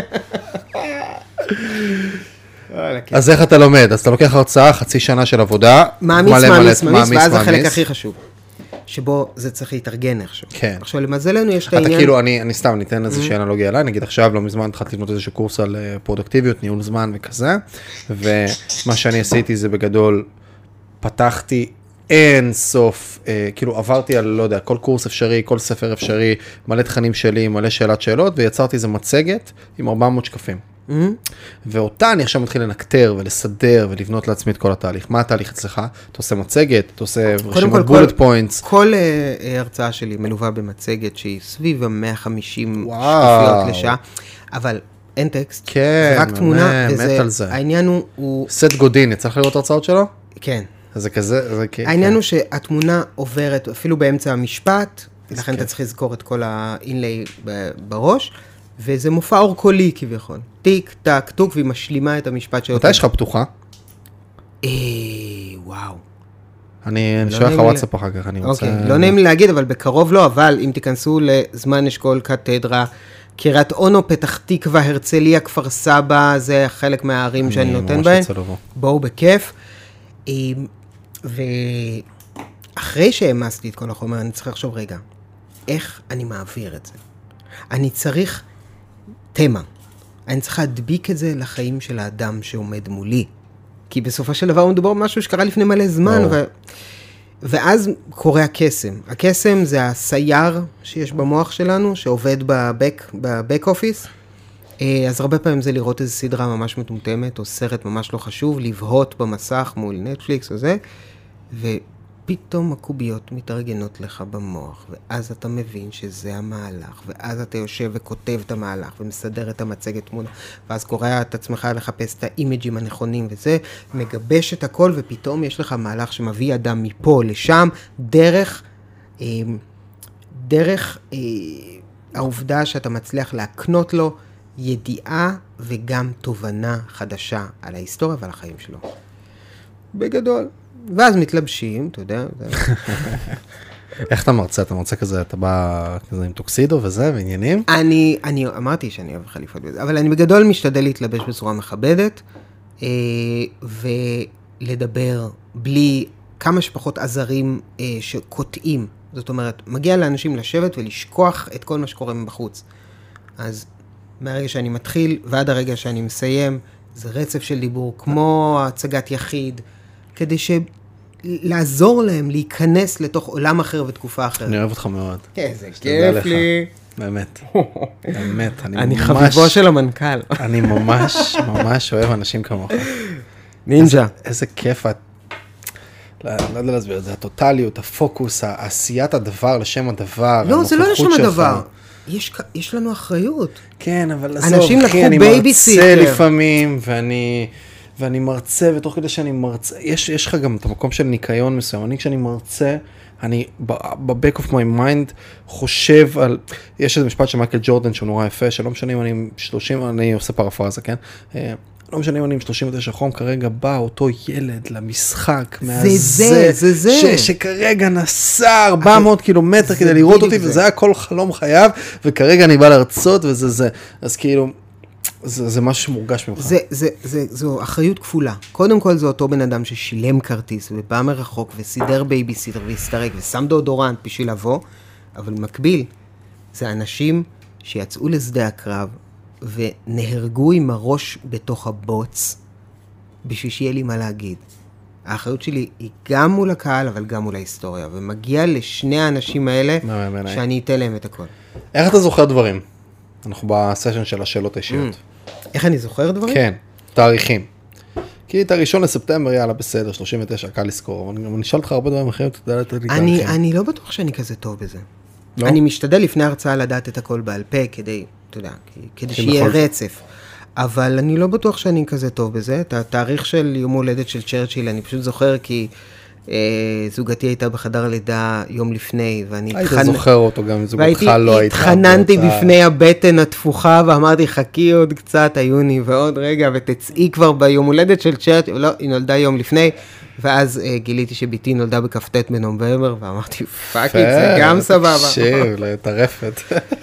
אז איך אתה לומד? אז אתה לוקח הרצאה, חצי שנה של עבודה. מאמיץ, מלא, מאמיץ, מלא, מאמיץ, ואז החלק הכי חשוב. שבו זה צריך להתארגן איכשהו. כן. עכשיו, למזלנו יש את אתה העניין... כאילו, אני, אני סתם ניתן איזושהי אנלוגיה אליי, נגיד עכשיו לא מזמן התחלתי לבנות איזשהו קורס על פרודקטיביות, ניהול זמן וכזה, ומה שאני עשיתי זה בגדול, פתחתי אין סוף, אה, כאילו עברתי על, לא יודע, כל קורס אפשרי, כל ספר אפשרי, מלא תכנים שלי, מלא שאלת שאלות, ויצרתי איזו מצגת עם ארבע מאות שקפים. Mm-hmm. ואותה אני עכשיו מתחיל לנקטר ולסדר ולבנות לעצמי את כל התהליך. מה התהליך אצלך? אתה עושה מצגת, אתה עושה רשימות בולט פוינטס. כל uh, הרצאה שלי מלווה במצגת שהיא סביב ה-מאה וחמישים שקופיות לשעה, אבל אין טקסט, כן, זה רק תמונה, מת על זה. העניין הוא... הוא... סט גודין, יצא לך לראות הרצאות שלו? כן. זה כזה, זה כן. העניין הוא שהתמונה עוברת אפילו באמצע המשפט, לכן אתה צריך לזכור את כל האינלי בראש, וזה מופע אורקולי כביכול. טיק, טק, טוק, והיא משלימה את המשפט שלו. מתי יש לך פתוחה? אה, וואו. אני שואל לך וואטסאפ אחר כך, אני רוצה... אוקיי, לא נעים לי להגיד, אבל בקרוב לא, אבל אם תיכנסו לזמן אשכול קתדרה, קריית אונו, פתח תקווה, הרצליה, כפר סבא, זה חלק מהערים שאני נותן בהן. בואו בכיף. ואחרי שהמסתי את כל החומר, אני צריך לחשוב, רגע, איך אני מעביר את זה? אני צריך תמה. אני צריך להדביק את זה לחיים של האדם שעומד מולי. כי בסופו של דבר הוא מדובר במשהו שקרה לפני מלא זמן, ו... ואז קורה הקסם. הקסם זה הסייר שיש במוח שלנו, שעובד בבק, בבק אופיס. אז הרבה פעמים זה לראות איזו סדרה ממש מטומטמת, או סרט ממש לא חשוב, לבהות במסך מול נטפליקס או זה, ופתאום הקוביות מתארגנות לך במוח, ואז אתה מבין שזה המהלך, ואז אתה יושב וכותב את המהלך, ומסדר את המצגת תמונה, ואז קורא את עצמך לחפש את האימג'ים הנכונים וזה, מגבש את הכל, ופתאום יש לך מהלך שמביא אדם מפה לשם, דרך, דרך העובדה שאתה מצליח להקנות לו, ידיעה וגם תובנה חדשה על ההיסטוריה ועל החיים שלו. בגדול. ואז מתלבשים, אתה יודע. איך אתה מרצה? אתה מרצה כזה, אתה בא כזה עם טוקסידו וזה, ועניינים? אני, אני אמרתי שאני אוהב חליפות בזה, אבל אני בגדול משתדל להתלבש בצורה מכבדת, ולדבר בלי כמה שפחות עזרים שקוטעים. זאת אומרת, מגיע לאנשים לשבת ולשכוח את כל מה שקורה מבחוץ. אז מהרגע שאני מתחיל ועד הרגע שאני מסיים, זה רצף של דיבור, כמו הצגת יחיד, כדי ש... לעזור להם להיכנס לתוך עולם אחר ותקופה אחרת. אני אוהב אותך מאוד. כן, זה כיף לי. באמת, באמת. אני חביבו של המנכ"ל. אני ממש, ממש אוהב אנשים כמוך. נינג'ה. איזה כיף את... לא יודע להסביר את זה, הטוטליות, הפוקוס, עשיית הדבר לשם הדבר. לא, זה לא לשם הדבר. יש, יש לנו אחריות. כן, אבל אנשים לקחו בייביסיטר. אני מרצה לפעמים, ואני, ואני מרצה, ותוך כדי שאני מרצה, יש, יש לך גם את המקום של ניקיון מסוים. אני כשאני מרצה, אני ב-back of my mind חושב על, יש איזה משפט של מייקל ג'ורדן שהוא נורא יפה, שלא משנה אם אני שלושים, אני עושה פרפרזה, כן? לא משנה אם אני עם שלושים ותשע חום, כרגע בא אותו ילד למשחק, זה זה, זה זה. ש, שכרגע נסע ארבע מאות קילומטר כדי לראות אותי, וזה היה כל חלום חייו, וכרגע אני בא לארצות, וזה זה. אז כאילו, זה, זה משהו שמורגש ממך. זה, זה, זה, זו אחריות כפולה. קודם כל, זה אותו בן אדם ששילם כרטיס, ובא מרחוק, וסידר בייביסיטר, והסתרק, ושם דאודורנט בשביל לבוא, אבל מקביל, זה אנשים שיצאו לשדה הקרב, ונהרגו עם הראש בתוך הבוץ, בשביל שיהיה לי מה להגיד. האחריות שלי היא גם מול הקהל, אבל גם מול ההיסטוריה, ומגיע לשני האנשים האלה, שאני אתן להם את הכל. איך אתה זוכר דברים? אנחנו בסשן של השאלות האישיות. איך אני זוכר דברים? כן, תאריכים. כי את הראשון לספטמבר, יאללה, בסדר, שלושים ותשע, קל לזכור, אבל אני אשאל אותך הרבה דברים אחרים, אתה יודע לתת לי תאריכים. אני לא בטוח שאני כזה טוב בזה. אני משתדל לפני הרצאה לדעת את הכל בעל פה, כדי, אתה יודע, כדי שיהיה רצף. אבל אני לא בטוח שאני כזה טוב בזה. את התאריך של יום הולדת של צ'רצ'יל, אני פשוט זוכר כי זוגתי הייתה בחדר הלידה יום לפני, ואני... היית זוכר אותו גם, זוגתך לא הייתה. והתחננתי בפני הבטן התפוחה, ואמרתי, חכי עוד קצת, היוני, ועוד רגע, ותצאי כבר ביום הולדת של צ'רצ'יל. לא, היא נולדה יום לפני, ואז גיליתי שביתי נולדה בכ"ט בנובמבר, ואמרתי, פאק את זה גם סבבה. שיר, לטרפת.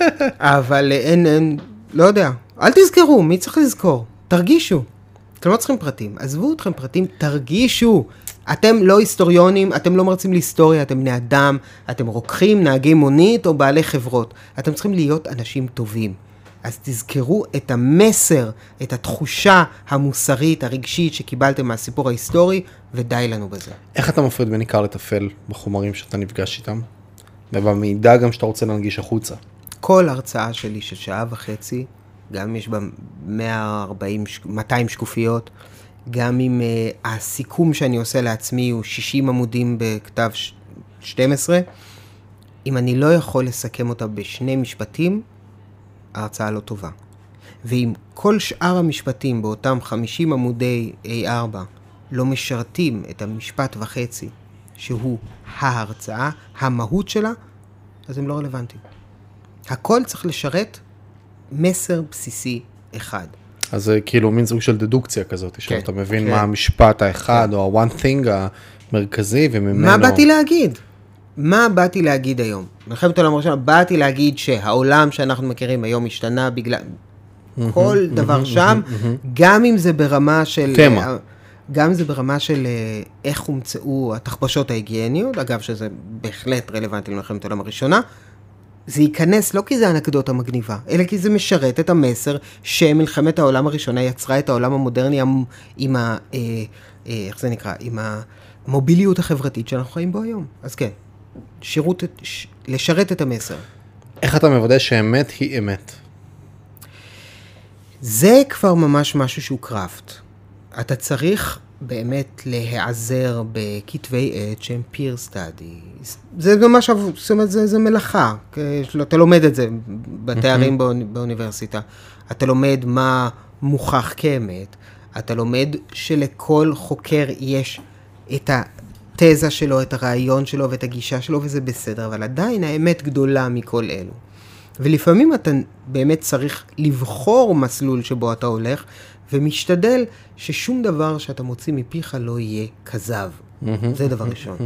אבל אין, אין, לא יודע. אל תזכרו, מי צריך לזכור? תרגישו. אתם לא צריכים פרטים. עזבו אתכם פרטים, תרגישו. אתם לא היסטוריונים, אתם לא מרצים להיסטוריה, אתם בני אדם, אתם רוקחים, נהגי מונית או בעלי חברות. אתם צריכים להיות אנשים טובים. אז תזכרו את המסר, את התחושה המוסרית, הרגשית שקיבלתם מהסיפור ההיסטורי, ודי לנו בזה. איך אתה מפריד בין עיקר לטפל בחומרים שאתה נפגש איתם? ובמידע גם שאתה רוצה להנגיש החוצה. כל הרצאה שלי של שעה וחצי, גם אם יש בה מאה וארבעים, מאתיים שקופיות, גם אם uh, הסיכום שאני עושה לעצמי הוא שישים עמודים בכתב שתים עשרה, אם אני לא יכול לסכם אותה בשני משפטים, ההרצאה לא טובה. ואם כל שאר המשפטים באותם חמישים עמודי איי ארבע לא משרתים את המשפט וחצי, שהוא ההרצאה, המהות שלה, אז הם לא רלוונטיים. הכל צריך לשרת מסר בסיסי אחד. אז זה כאילו מין סוג של דדוקציה כזאת, שאתה מבין כן. מה המשפט האחד, או ה-one thing המרכזי, וממנו... מה באתי להגיד? מה באתי להגיד היום? מלחמת העולם הראשונה, באתי להגיד שהעולם שאנחנו מכירים היום השתנה בגלל... כל דבר שם, גם אם זה ברמה של... תמה. גם אם זה ברמה של איך הומצאו התחבושות ההיגייניות, אגב שזה בהחלט רלוונטי למלחמת העולם הראשונה, זה ייכנס לא כי זה אנקדוטה מגניבה, אלא כי זה משרת את המסר שמלחמת העולם הראשונה יצרה את העולם המודרני עם, עם ה... אה, אה, איך זה נקרא? עם המוביליות החברתית שאנחנו חיים בו היום. אז כן, שירות, ש, לשרת את המסר. איך אתה מוודא שאמת היא אמת? זה כבר ממש משהו שהוא קראפט. אתה צריך באמת להיעזר בכתבי עת שהם peer studies. זה ממש, זאת אומרת, זה, זה מלאכה. אתה לומד את זה בתארים באוניברסיטה. אתה לומד מה מוכח כאמת. אתה לומד שלכל חוקר יש את התזה שלו, את הרעיון שלו ואת הגישה שלו, וזה בסדר. אבל עדיין האמת גדולה מכל אלו. ולפעמים אתה באמת צריך לבחור מסלול שבו אתה הולך, ומשתדל ששום דבר שאתה מוציא מפיך לא יהיה כזב. זה דבר ראשון.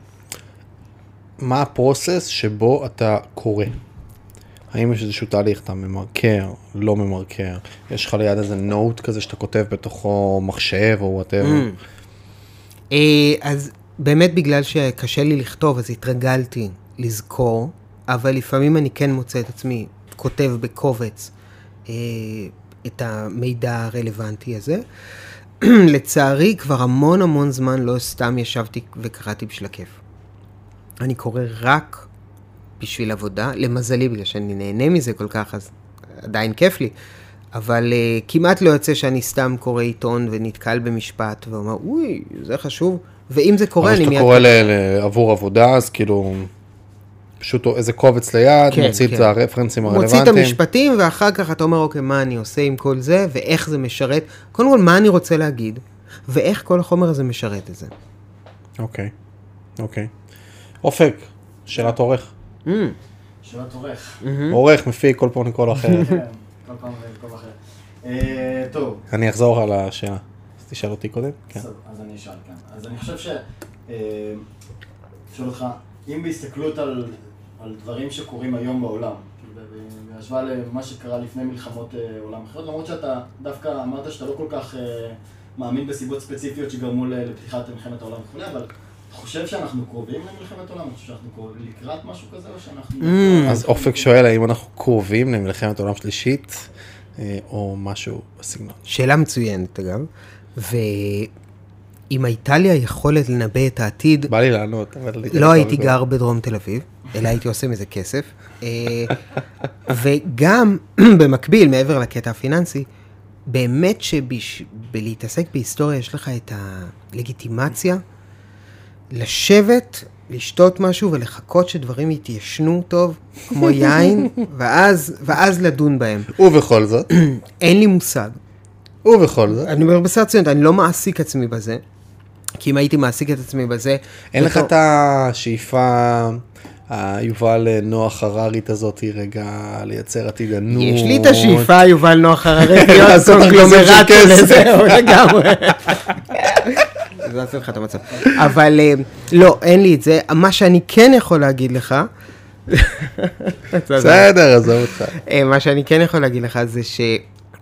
מה הפרוסס שבו אתה קורא? האם יש איזשהו תהליך, אתה ממרקר, לא ממרקר? יש לך ליד איזה נוט כזה שאתה כותב בתוכו מחשב או whatever? אז באמת בגלל שקשה לי לכתוב, אז התרגלתי לזכור, אבל לפעמים אני כן מוצא את עצמי, כותב בקובץ את המידע הרלוונטי הזה. לצערי, כבר המון המון זמן לא סתם ישבתי וקראתי בשביל הכיף. אני קורא רק בשביל עבודה, למזלי, בגלל שאני נהנה מזה כל כך, אז עדיין כיף לי. אבל uh, כמעט לא יוצא שאני סתם קורא עיתון ונתקל במשפט, ואומר, אוי, זה חשוב. ואם זה קורה, אני מיד... אבל שאתה קורא עבור עבודה, אז כאילו... פשוט איזה קובץ ליד, כן, מוציא כן. את הרפרנסים הרלוונטיים. מוציא את המשפטים, ואחר כך אתה אומר, אוקיי, מה אני עושה עם כל זה, ואיך זה משרת. קודם כל, מה אני רוצה להגיד, ואיך כל החומר הזה משרת את זה. אוקיי, אוקיי. אופק, שאלת עורך. Mm. שאלת עורך. עורך, מפיק, כל פעם נקרא לו אחר. כן, כל פעם נקרא לו אחר. טוב. אני אחזור על השאלה. אז תשאל אותי קודם. אז אני אשאל, כן. אז אני חושב ש... שואל אותך, אם בהסתכלות על... על דברים שקורים היום בעולם, בהשוואה למה שקרה לפני מלחמות עולם אחרות, למרות שאתה דווקא אמרת שאתה לא כל כך מאמין בסיבות ספציפיות שגרמו לפתיחת מלחמת העולם וכו', אבל אתה חושב שאנחנו קרובים למלחמת העולם? אתה חושב שאנחנו לקראת משהו כזה או שאנחנו... אז אופק שואל האם אנחנו קרובים למלחמת העולם שלישית, או משהו בסגנון. שאלה מצוינת אגב, ואם הייתה לי היכולת לנבא את העתיד... בא לי לענות, אבל... לא הייתי גר בדרום תל אביב. אלא הייתי עושה מזה כסף, וגם במקביל, מעבר לקטע הפיננסי, באמת שבלהתעסק בהיסטוריה יש לך את הלגיטימציה, לשבת, לשתות משהו ולחכות שדברים יתיישנו טוב, כמו יין, ואז, ואז לדון בהם. ובכל זאת? אין לי מושג. ובכל זאת? אני אומר בסדר ציונות, אני לא מעסיק עצמי בזה, כי אם הייתי מעסיק את עצמי בזה... אין לך את השאיפה... היובל נוח הררית הזאת היא רגע לייצר עתיד ענות. יש לי את השאיפה, יובל נוח הררית, להיות קונגלומרט לזה, לגמרי. זה עושה לך את המצב. אבל לא, אין לי את זה. מה שאני כן יכול להגיד לך, בסדר, עזוב אותך. מה שאני כן יכול להגיד לך זה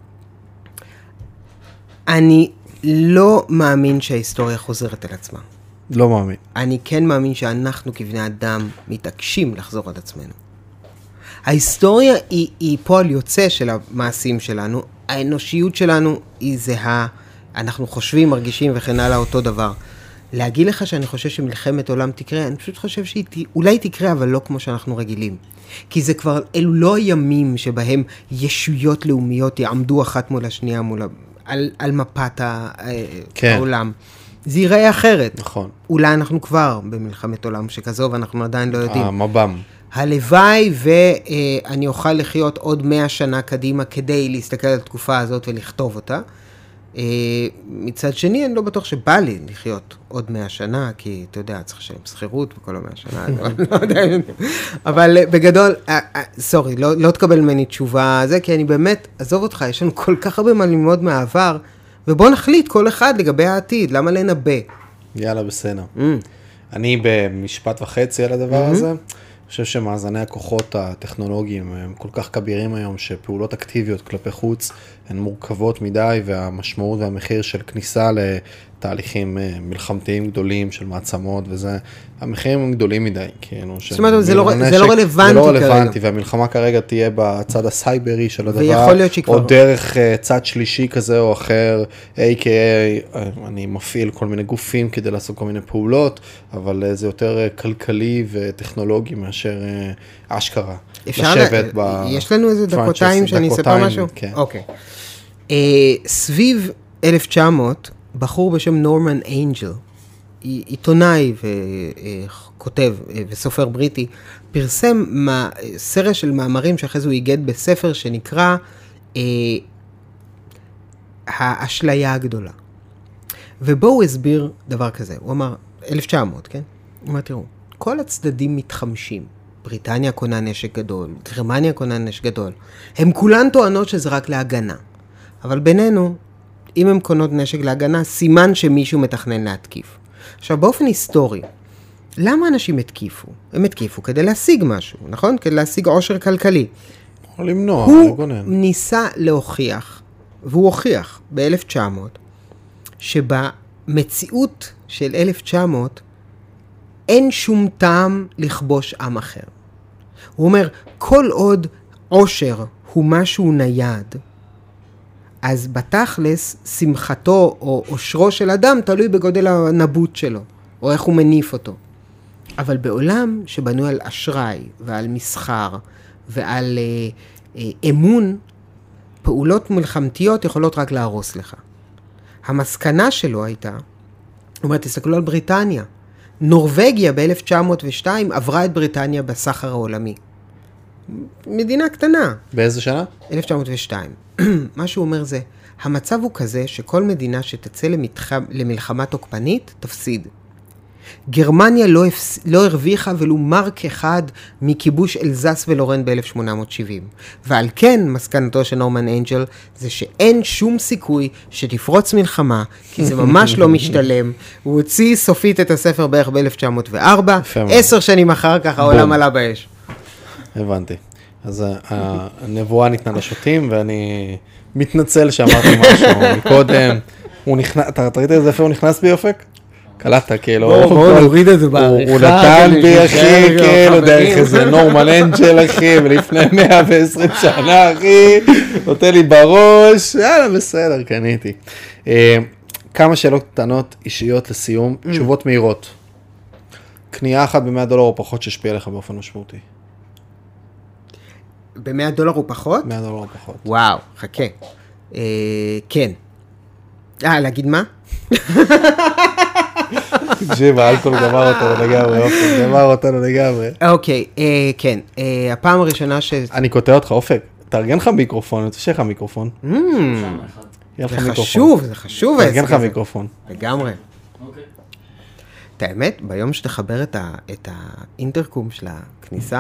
שאני לא מאמין שההיסטוריה חוזרת על עצמה. לא מאמין. אני כן מאמין שאנחנו כבני אדם מתעקשים לחזור על עצמנו. ההיסטוריה היא, היא פועל יוצא של המעשים שלנו, האנושיות שלנו היא זהה, אנחנו חושבים, מרגישים וכן הלאה אותו דבר. להגיד לך שאני חושב שמלחמת עולם תקרה, אני פשוט חושב שהיא אולי תקרה, אבל לא כמו שאנחנו רגילים. כי זה כבר, אלו לא הימים שבהם ישויות לאומיות יעמדו אחת מול השנייה, מול, על, על מפת כן. העולם. זה ייראה אחרת. נכון. אולי אנחנו כבר במלחמת עולם שכזו, ואנחנו עדיין לא יודעים. המב"ם. הלוואי ואני אוכל לחיות עוד מאה שנה קדימה כדי להסתכל על התקופה הזאת ולכתוב אותה. מצד שני, אני לא בטוח שבא לי לחיות עוד מאה שנה, כי אתה יודע, צריך לשלם שכירות בכל המאה שנה, לא יודע. אבל בגדול, סורי, לא תקבל ממני תשובה זה, כי אני באמת, עזוב אותך, יש לנו כל כך הרבה מה ללמוד מהעבר, ובוא נחליט כל אחד לגבי העתיד, למה לנבא? יאללה, בסדר. אני במשפט וחצי על הדבר הזה, אני חושב שמאזני הכוחות הטכנולוגיים הם כל כך כבירים היום, שפעולות אקטיביות כלפי חוץ הן מורכבות מדי, והמשמעות והמחיר של כניסה לתהליכים מלחמתיים גדולים של מעצמות וזה, המחירים הם גדולים מדי. זאת אומרת, זה לא רלוונטי כרגע. זה לא רלוונטי, והמלחמה כרגע תהיה בצד הסייברי של הדבר, או דרך צד שלישי כזה או אחר, איי קיי איי, אני מפעיל כל מיני גופים כדי לעשות כל מיני פעולות, אבל זה יותר כלכלי וטכנולוגי מאשר אשכרה. לשבת ב... יש לנו איזה דקותיים שאני אספר משהו? כן. אוקיי. סביב אלף תשע מאות, בחור בשם נורמן אנג'ל, עיתונאי וכותב וסופר בריטי, פרסם סריה של מאמרים שאחרי זה הוא היגד בספר שנקרא האשליה הגדולה. ובו הוא הסביר דבר כזה, הוא אמר, אלף תשע מאות, כן? הוא אמר, תראו, כל הצדדים מתחמשים. בריטניה קונה נשק גדול, גרמניה קונה נשק גדול. הם כולן טוענות שזה רק להגנה. אבל בינינו, אם הם קונות נשק להגנה, סימן שמישהו מתכנן להתקיף. עכשיו, באופן היסטורי, למה אנשים התקיפו? הם התקיפו כדי להשיג משהו, נכון? כדי להשיג עושר כלכלי. או למנוע, הוא לגונן. ניסה להוכיח, והוא הוכיח ב-אלף תשע מאות, שבמציאות של אלף תשע מאות, אין שום טעם לכבוש עם אחר. הוא אומר, כל עוד עושר הוא משהו נייד, אז בתכלס, שמחתו או עושרו של אדם תלוי בגודל הנבוט שלו, או איך הוא מניף אותו. אבל בעולם שבנוי על אשראי ועל מסחר ועל אה, אה, אמון, פעולות מלחמתיות יכולות רק להרוס לך. המסקנה שלו הייתה, הוא אומר, תסתכלו על בריטניה. נורווגיה ב-אלף תשע מאות ושתיים עברה את בריטניה בסחר העולמי. מדינה קטנה. באיזה שנה? אלף תשע מאות ושתיים. מה שהוא אומר זה, המצב הוא כזה שכל מדינה שתצא למתח... למלחמה תוקפנית, תפסיד. גרמניה לא, הפס... לא הרוויחה ולו מרק אחד מכיבוש אלזס ולורן ב-אלף שמונה מאות שבעים. ועל כן, מסקנתו של נורמן אנג'ל, זה שאין שום סיכוי שתפרוץ מלחמה, כי זה ממש לא משתלם. הוא הוציא סופית את הספר בערך ב-אלף תשע מאות וארבע, עשר שנים אחר כך העולם עלה באש. הבנתי. אז הנבואה ניתנה לשוטים, ואני מתנצל שאמרתי משהו מקודם. הוא נכנס, אתה ראית איזה איפה הוא נכנס בי אופק? קלטת, כאילו. בואו נוריד את זה בעריכה. הוא נתן בי, אחי, כאילו, דרך איזה נורמן אנג'ל, אחי, ולפני מאה ועשרים שנה, אחי, נותן לי בראש, יאללה, בסדר, קניתי. כמה שאלות קטנות, אישיות לסיום, תשובות מהירות. קנייה אחת ב-מאה דולר או פחות שהשפיע לך באופן משמעותי. ב-מאה דולר או פחות? מאה דולר או פחות. וואו, חכה. כן. אה, להגיד מה? תקשיב, האלכוהול גמר אותנו לגמרי, אופק, גמר אותנו לגמרי. אוקיי, כן. הפעם הראשונה ש... אני קוטע אותך, אופק, תארגן לך מיקרופון, אני רוצה שיהיה לך מיקרופון. זה חשוב, זה חשוב. תארגן לך מיקרופון. לגמרי. את האמת, ביום שתחבר את האינטרקום של הכניסה,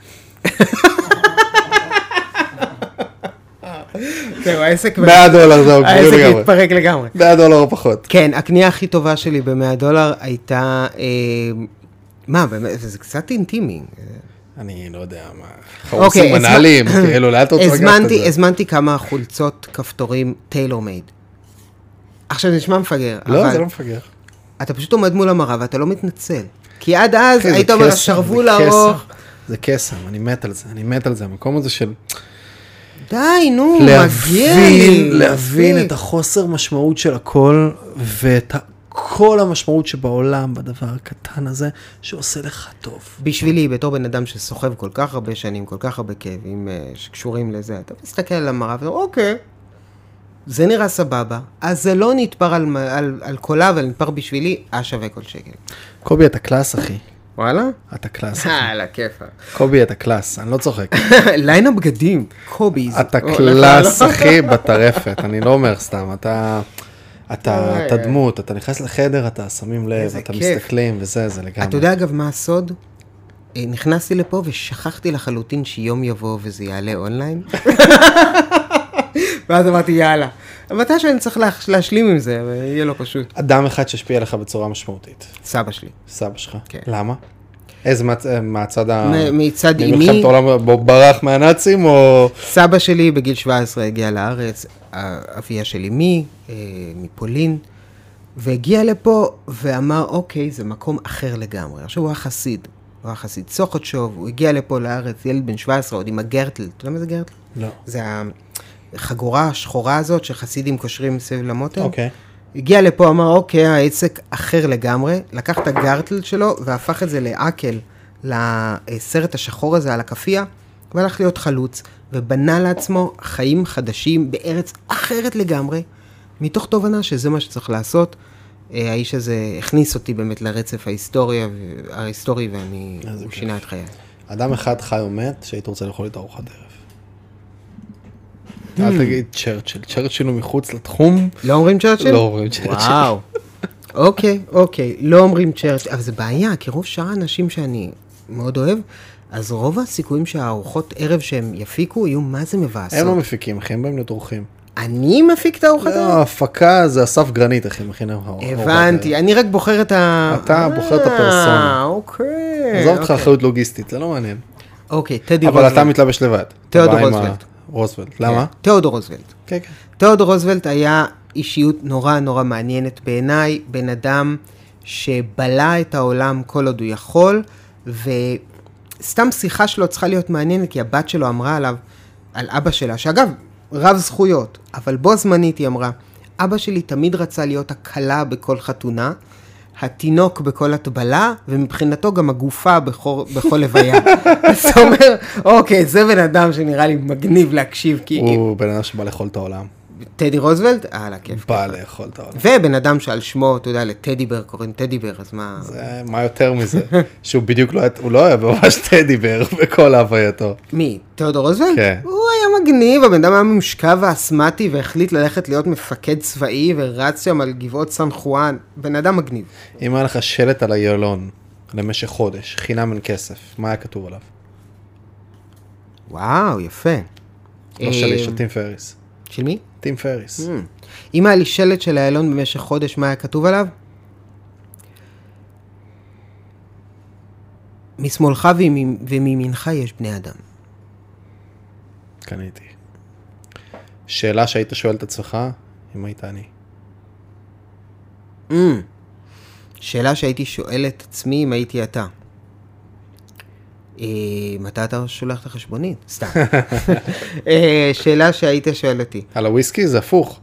זהו, העסק... מאה דולר, זהו, העסק התפרק לגמרי. מאה דולר או פחות. כן, הקנייה הכי טובה שלי ב-מאה דולר הייתה... מה, באמת, זה קצת אינטימי. אני לא יודע מה... חרוסים מנהלים, כאילו, לאט עוד רגעת את זה. הזמנתי כמה חולצות כפתורים טיילור מייד. עכשיו, זה נשמע מפגר. לא, זה לא מפגר. אתה פשוט עומד מול המראה ואתה לא מתנצל. כי עד אז אחי, זה היית אומר, קסם, שרוול זה קסם. ארוך. זה קסם, אני מת על זה, אני מת על זה, המקום הזה של די, נו, מגיע לי. להבין, להבין מספיק. את החוסר משמעות של הכל, ואת ה- כל המשמעות שבעולם, בדבר הקטן הזה, שעושה לך טוב. בשבילי, בתור בן אדם שסוחב כל כך הרבה שנים, כל כך הרבה כאבים אה, שקשורים לזה, אתה מסתכל על המראה ואומר, אוקיי, זה נראה סבבה, אז זה לא נתפר על, על, על קולה, אבל נתפר בשבילי, אה שווה כל שקל. קובי, אתה קלאס, אחי. וואלה? אתה קלאס, אחי. הלאה, כיפה. קובי, אתה קלאס, אני לא צוחק. ליין הבגדים, קוביז. אתה או, קלאס, לך, לא. אחי, בטרפת, אני לא אומר סתם, אתה... אתה, אוי, אתה אוי. דמות, אתה נכנס לחדר, אתה שמים לב, איזה אתה כיף. מסתכלים, וזה, זה לגמרי. אתה יודע אגב מה הסוד? אה, נכנסתי לפה ושכחתי לחלוטין שיום יבוא וזה יעלה אונליין. ואז אמרתי יאללה. מתי שאני צריך לה- להשלים עם זה, יהיה לא פשוט. אדם אחד שהשפיע עליך בצורה משמעותית. סבא שלי. סבא שלך. כן. למה? איזה מהצ... מהצד ה... מ- מצד ממלחמת אמי, העולם בו ברח מהנאצים, או... סבא שלי בגיל שבע עשרה הגיע לארץ, אביה של אמי, אה, מפולין, והגיע לפה ואמר, אוקיי, זה מקום אחר לגמרי. עכשיו הוא היה חסיד, הוא היה חסיד סוכותשוב, הוא הגיע לפה לארץ, ילד בן שבע עשרה, עוד עם הגרטל, אתה יודע מה זה גרטל? לא. זה החגורה השחורה הזאת שחסידים קושרים סביב למותן. אוקיי. הגיע לפה, אמר, אוקיי, העסק אחר לגמרי, לקח את הגרטל שלו והפך את זה לעקל, לסרט השחור הזה על הכפייה, והלך להיות חלוץ, ובנה לעצמו חיים חדשים בארץ אחרת לגמרי, מתוך תובנה שזה מה שצריך לעשות. אה, האיש הזה הכניס אותי באמת לרצף ההיסטוריה, ההיסטורי, ואני, הוא שינה את חיי. אדם אחד חי או מת, שהיית רוצה לאכול את ארוחת ערב. אל תגיד צ'רצ'יל. צ'רצ'יל הוא מחוץ לתחום. לא אומרים צ'רצ'יל? לא אומרים צ'רצ'יל. וואו. אוקיי, אוקיי, לא אומרים צ'רצ'יל, אבל זה בעיה, כי רוב שאר האנשים שאני מאוד אוהב, אז רוב הסיכויים שהארוחות ערב שהם יפיקו יהיו מה זה מבאסות. הם לא מפיקים, אחי, הם באים להיות אורחים. אני מפיק את הארוחת לא, ערב? ההפקה זה אסף גרנית, אחי, מכין ארוחת ערב. הבנתי, אני רק בוחר את ה... אתה בוחר את הפרסונה. אה, אוקיי. עזוב אותך אוקיי. אחריות לוגיסטית, זה לא מעניין. אוקיי, טדי אבל אתה רוזוולט. מתלבש לבד. תיאודור אתה בא עם רוזוולט. ה- רוזוולט. למה? תיאודור רוזוולט. כן, כן. תיאודור רוזוולט היה אישיות נורא נורא מעניינת בעיניי, בן אדם שבלע את העולם כל עוד הוא יכול, וסתם שיחה שלו צריכה להיות מעניינת, כי הבת שלו אמרה עליו, על אבא שלה, שאגב, רב זכויות, אבל בו זמנית היא אמרה, אבא שלי תמיד רצה להיות הקלה בכל חתונה, התינוק בכל הטבלה, ומבחינתו גם הגופה בכל, בכל לוויה. אז אתה אומר, אוקיי, זה בן אדם שנראה לי מגניב להקשיב, כי... הוא בן אדם שבא לאכול את העולם. טדי רוזוולט? אה, לכיף. בא לאכול את העולם. ובן אדם שעל שמו, אתה יודע, לטדי בר, קוראים טדי בר, אז מה... זה, מה יותר מזה? שהוא בדיוק לא היה, הוא לא היה ממש טדי בר בכל ההווייתו. מי? תיאודור רוזוולט? כן. הוא היה מגניב, הבן אדם היה מושקע ואסמטי, והחליט ללכת להיות מפקד צבאי, ורץ שם על גבעות סן חואן. בן אדם מגניב. אם היה לך שלט על איילון למשך חודש, חינם אין כסף, מה היה כתוב עליו? וואו, יפה. לא שלי, של טים פריס. של מי? טים פריס. אם היה לי שלט של איילון במשך חודש, מה היה כתוב עליו? משמאלך ומ- ומימינך יש בני אדם. קניתי. שאלה שהיית שואל את עצמך, אם היית אני. Mm. שאלה שהייתי שואל את עצמי אם הייתי אתה. אה, מתי אתה שולח את החשבונית? סתם. אה, שאלה שהיית שואל אותי. על הוויסקי זה הפוך.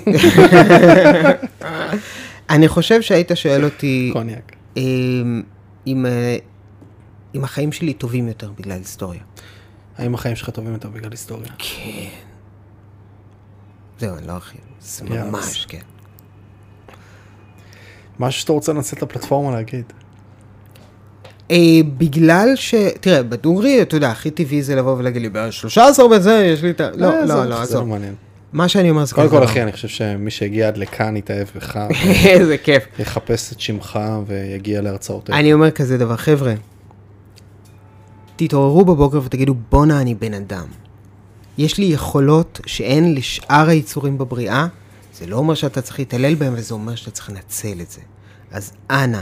אני חושב שהיית שואל אותי קוניאק. אה, אם, אה, אם החיים שלי טובים יותר בגלל היסטוריה. האם החיים שלך טובים יותר בגלל היסטוריה? כן. זהו, אני לא ארחיב. זה יאללה. ממש, כן. משהו שאתה רוצה לנצל את הפלטפורמה להגיד. אה, בגלל ש... תראה, בדוגרי, אתה יודע, הכי טבעי זה לבוא ולהגיד לי, ב-שלושה עשר בזה יש לי את ה... לא, אה, לא, עזוב, לא, זה לא עזוב. מעניין. מה שאני אומר זה קודם כזה כל, דבר. אחי, אני חושב שמי שהגיע עד לכאן יתאהב בך, איזה כיף. יחפש את שמך ויגיע להרצאות. אני אומר כזה דבר, חבר'ה, תתעוררו בבוקר ותגידו, בונה אני בן אדם. יש לי יכולות שאין לשאר היצורים בבריאה, זה לא אומר שאתה צריך להתעלל בהם, וזה אומר שאתה צריך לנצל את זה. אז אנא,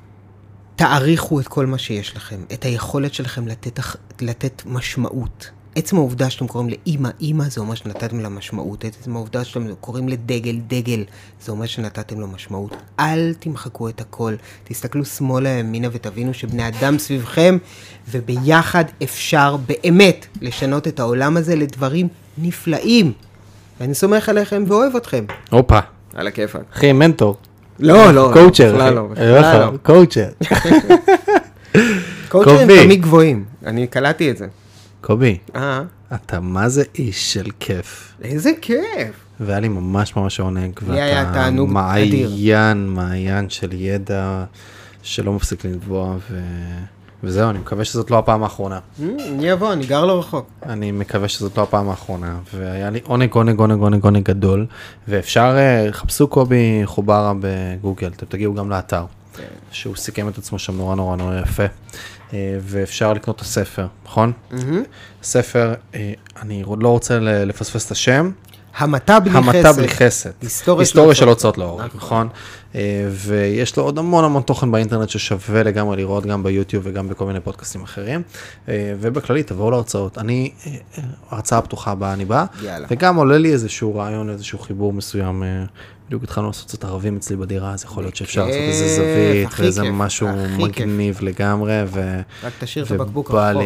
תעריכו את כל מה שיש לכם, את היכולת שלכם לתת, לתת משמעות, עצם העובדה שאתם קוראים לאמא, אמא, זה אומר שנתתם לה משמעות. עצם העובדה שאתם קוראים לדגל, דגל, זה אומר שנתתם לו משמעות. אל תמחקו את הכל. תסתכלו שמאלה, ימינה ותבינו שבני אדם סביבכם, וביחד אפשר באמת לשנות את העולם הזה לדברים נפלאים. ואני סומך עליכם ואוהב אתכם. הופה. על הכיפק. אחי, מנטור. לא, לא. קואוצ'ר. בכלל לא, בכלל לא. קואוצ'ר. קואוצ'רים תמיד גבוהים. אני קלטתי את זה. קובי, אה. אתה מה זה איש של כיף. איזה כיף. והיה לי ממש ממש עונג. לי היה תענוג אדיר. מעיין, מעיין של ידע שלא מפסיק לנבוע, ו... וזהו, אני מקווה שזאת לא הפעם האחרונה. אני אבוא, אני גר לא רחוק. אני מקווה שזאת לא הפעם האחרונה, והיה לי עונג, עונג, עונג, עונג, עונג גדול, ואפשר, חפשו קובי חוברה בגוגל, אתם תגיעו גם לאתר, שהוא סיכם את עצמו שם נורא נורא נורא יפה, ואפשר לקנות את הספר, נכון? ספר, אני לא רוצה לפספס את השם, המתה בלי חסד. המתה בלי חסד. היסטוריה של הוצאות לאור, נכון? ויש לו עוד המון המון תוכן באינטרנט ששווה לגמרי לראות גם ביוטיוב וגם בכל מיני פודקאסטים אחרים. ובכללי, תבואו להוצאות. אני, הרצאה פתוחה הבאה אני בא, וגם עולה לי איזשהו רעיון, איזשהו חיבור מסוים. בדיוק התחלנו לעשות קצת ערבים אצלי בדירה, אז יכול להיות שאפשר לעשות איזה זווית, ואיזה משהו מגניב לגמרי, ו... רק תשאיר את הבקבוק רחוק.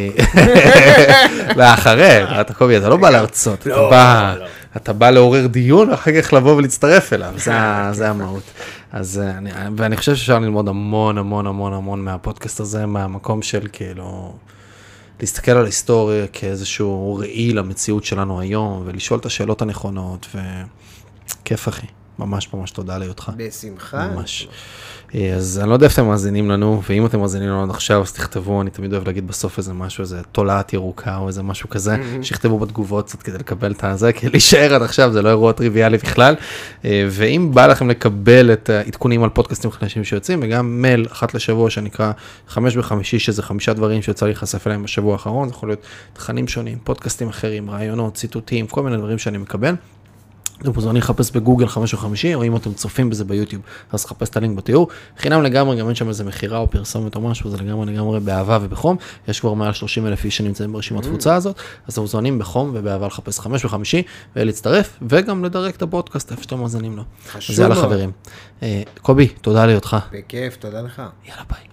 לאחרי, אתה קובי, אתה לא בא להרצות, אתה בא... אתה בא לעורר דיון, ואחר כך לבוא ולהצטרף אליו, זה המהות. אז, ואני חושב שאפשר ללמוד המון, המון, המון, המון מהפודקאסט הזה, מהמקום של כאילו, להסתכל על ההיסטוריה כאיזשהו ראי למציאות שלנו היום, ולשאול את השאלות הנכונות, וכיף אחי, ממש ממש תודה להיותך. בשמחה. ממש. אז אני לא יודע איפה אתם מאזינים לנו, ואם אתם מאזינים לנו עד עכשיו, אז תכתבו, אני תמיד אוהב להגיד בסוף איזה משהו, איזה תולעת ירוקה או איזה משהו כזה, שיכתבו בתגובות קצת כדי לקבל את זה, כי להישאר עד עכשיו זה לא אירוע טריוויאלי בכלל, ואם בא לכם לקבל את העדכונים על פודקאסטים חדשים שיוצאים, וגם מייל אחת לשבוע שנקרא חמש בחמישי, שזה חמישה דברים שיוצא להיחשף אליהם בשבוע האחרון, זה יכול להיות תכנים שונים, פודקאסטים אחרים, רעיונות, ציטוטים, כל מיני דברים שאני מקבל. אתם מוזמנים לחפש בגוגל חמש וחמישי, או אם אתם צופים בזה ביוטיוב, אז חפש את הלינק בתיאור. חינם לגמרי, גם אין שם איזה מחירה או פרסומת או משהו, זה לגמרי לגמרי באהבה ובחום. יש כבר מעל שלושים אלף איש שנמצאים ברשימת תפוצה הזאת, אז אתם מוזמנים בחום ובאהבה לחפש חמש וחמישי, ולהצטרף, וגם לדרג את הפודקאסט איפה שאתם מאזינים לו. חשוב. אז יאללה חברים. קובי, תודה להיותך. בכיף, תודה לך. יאללה ביי.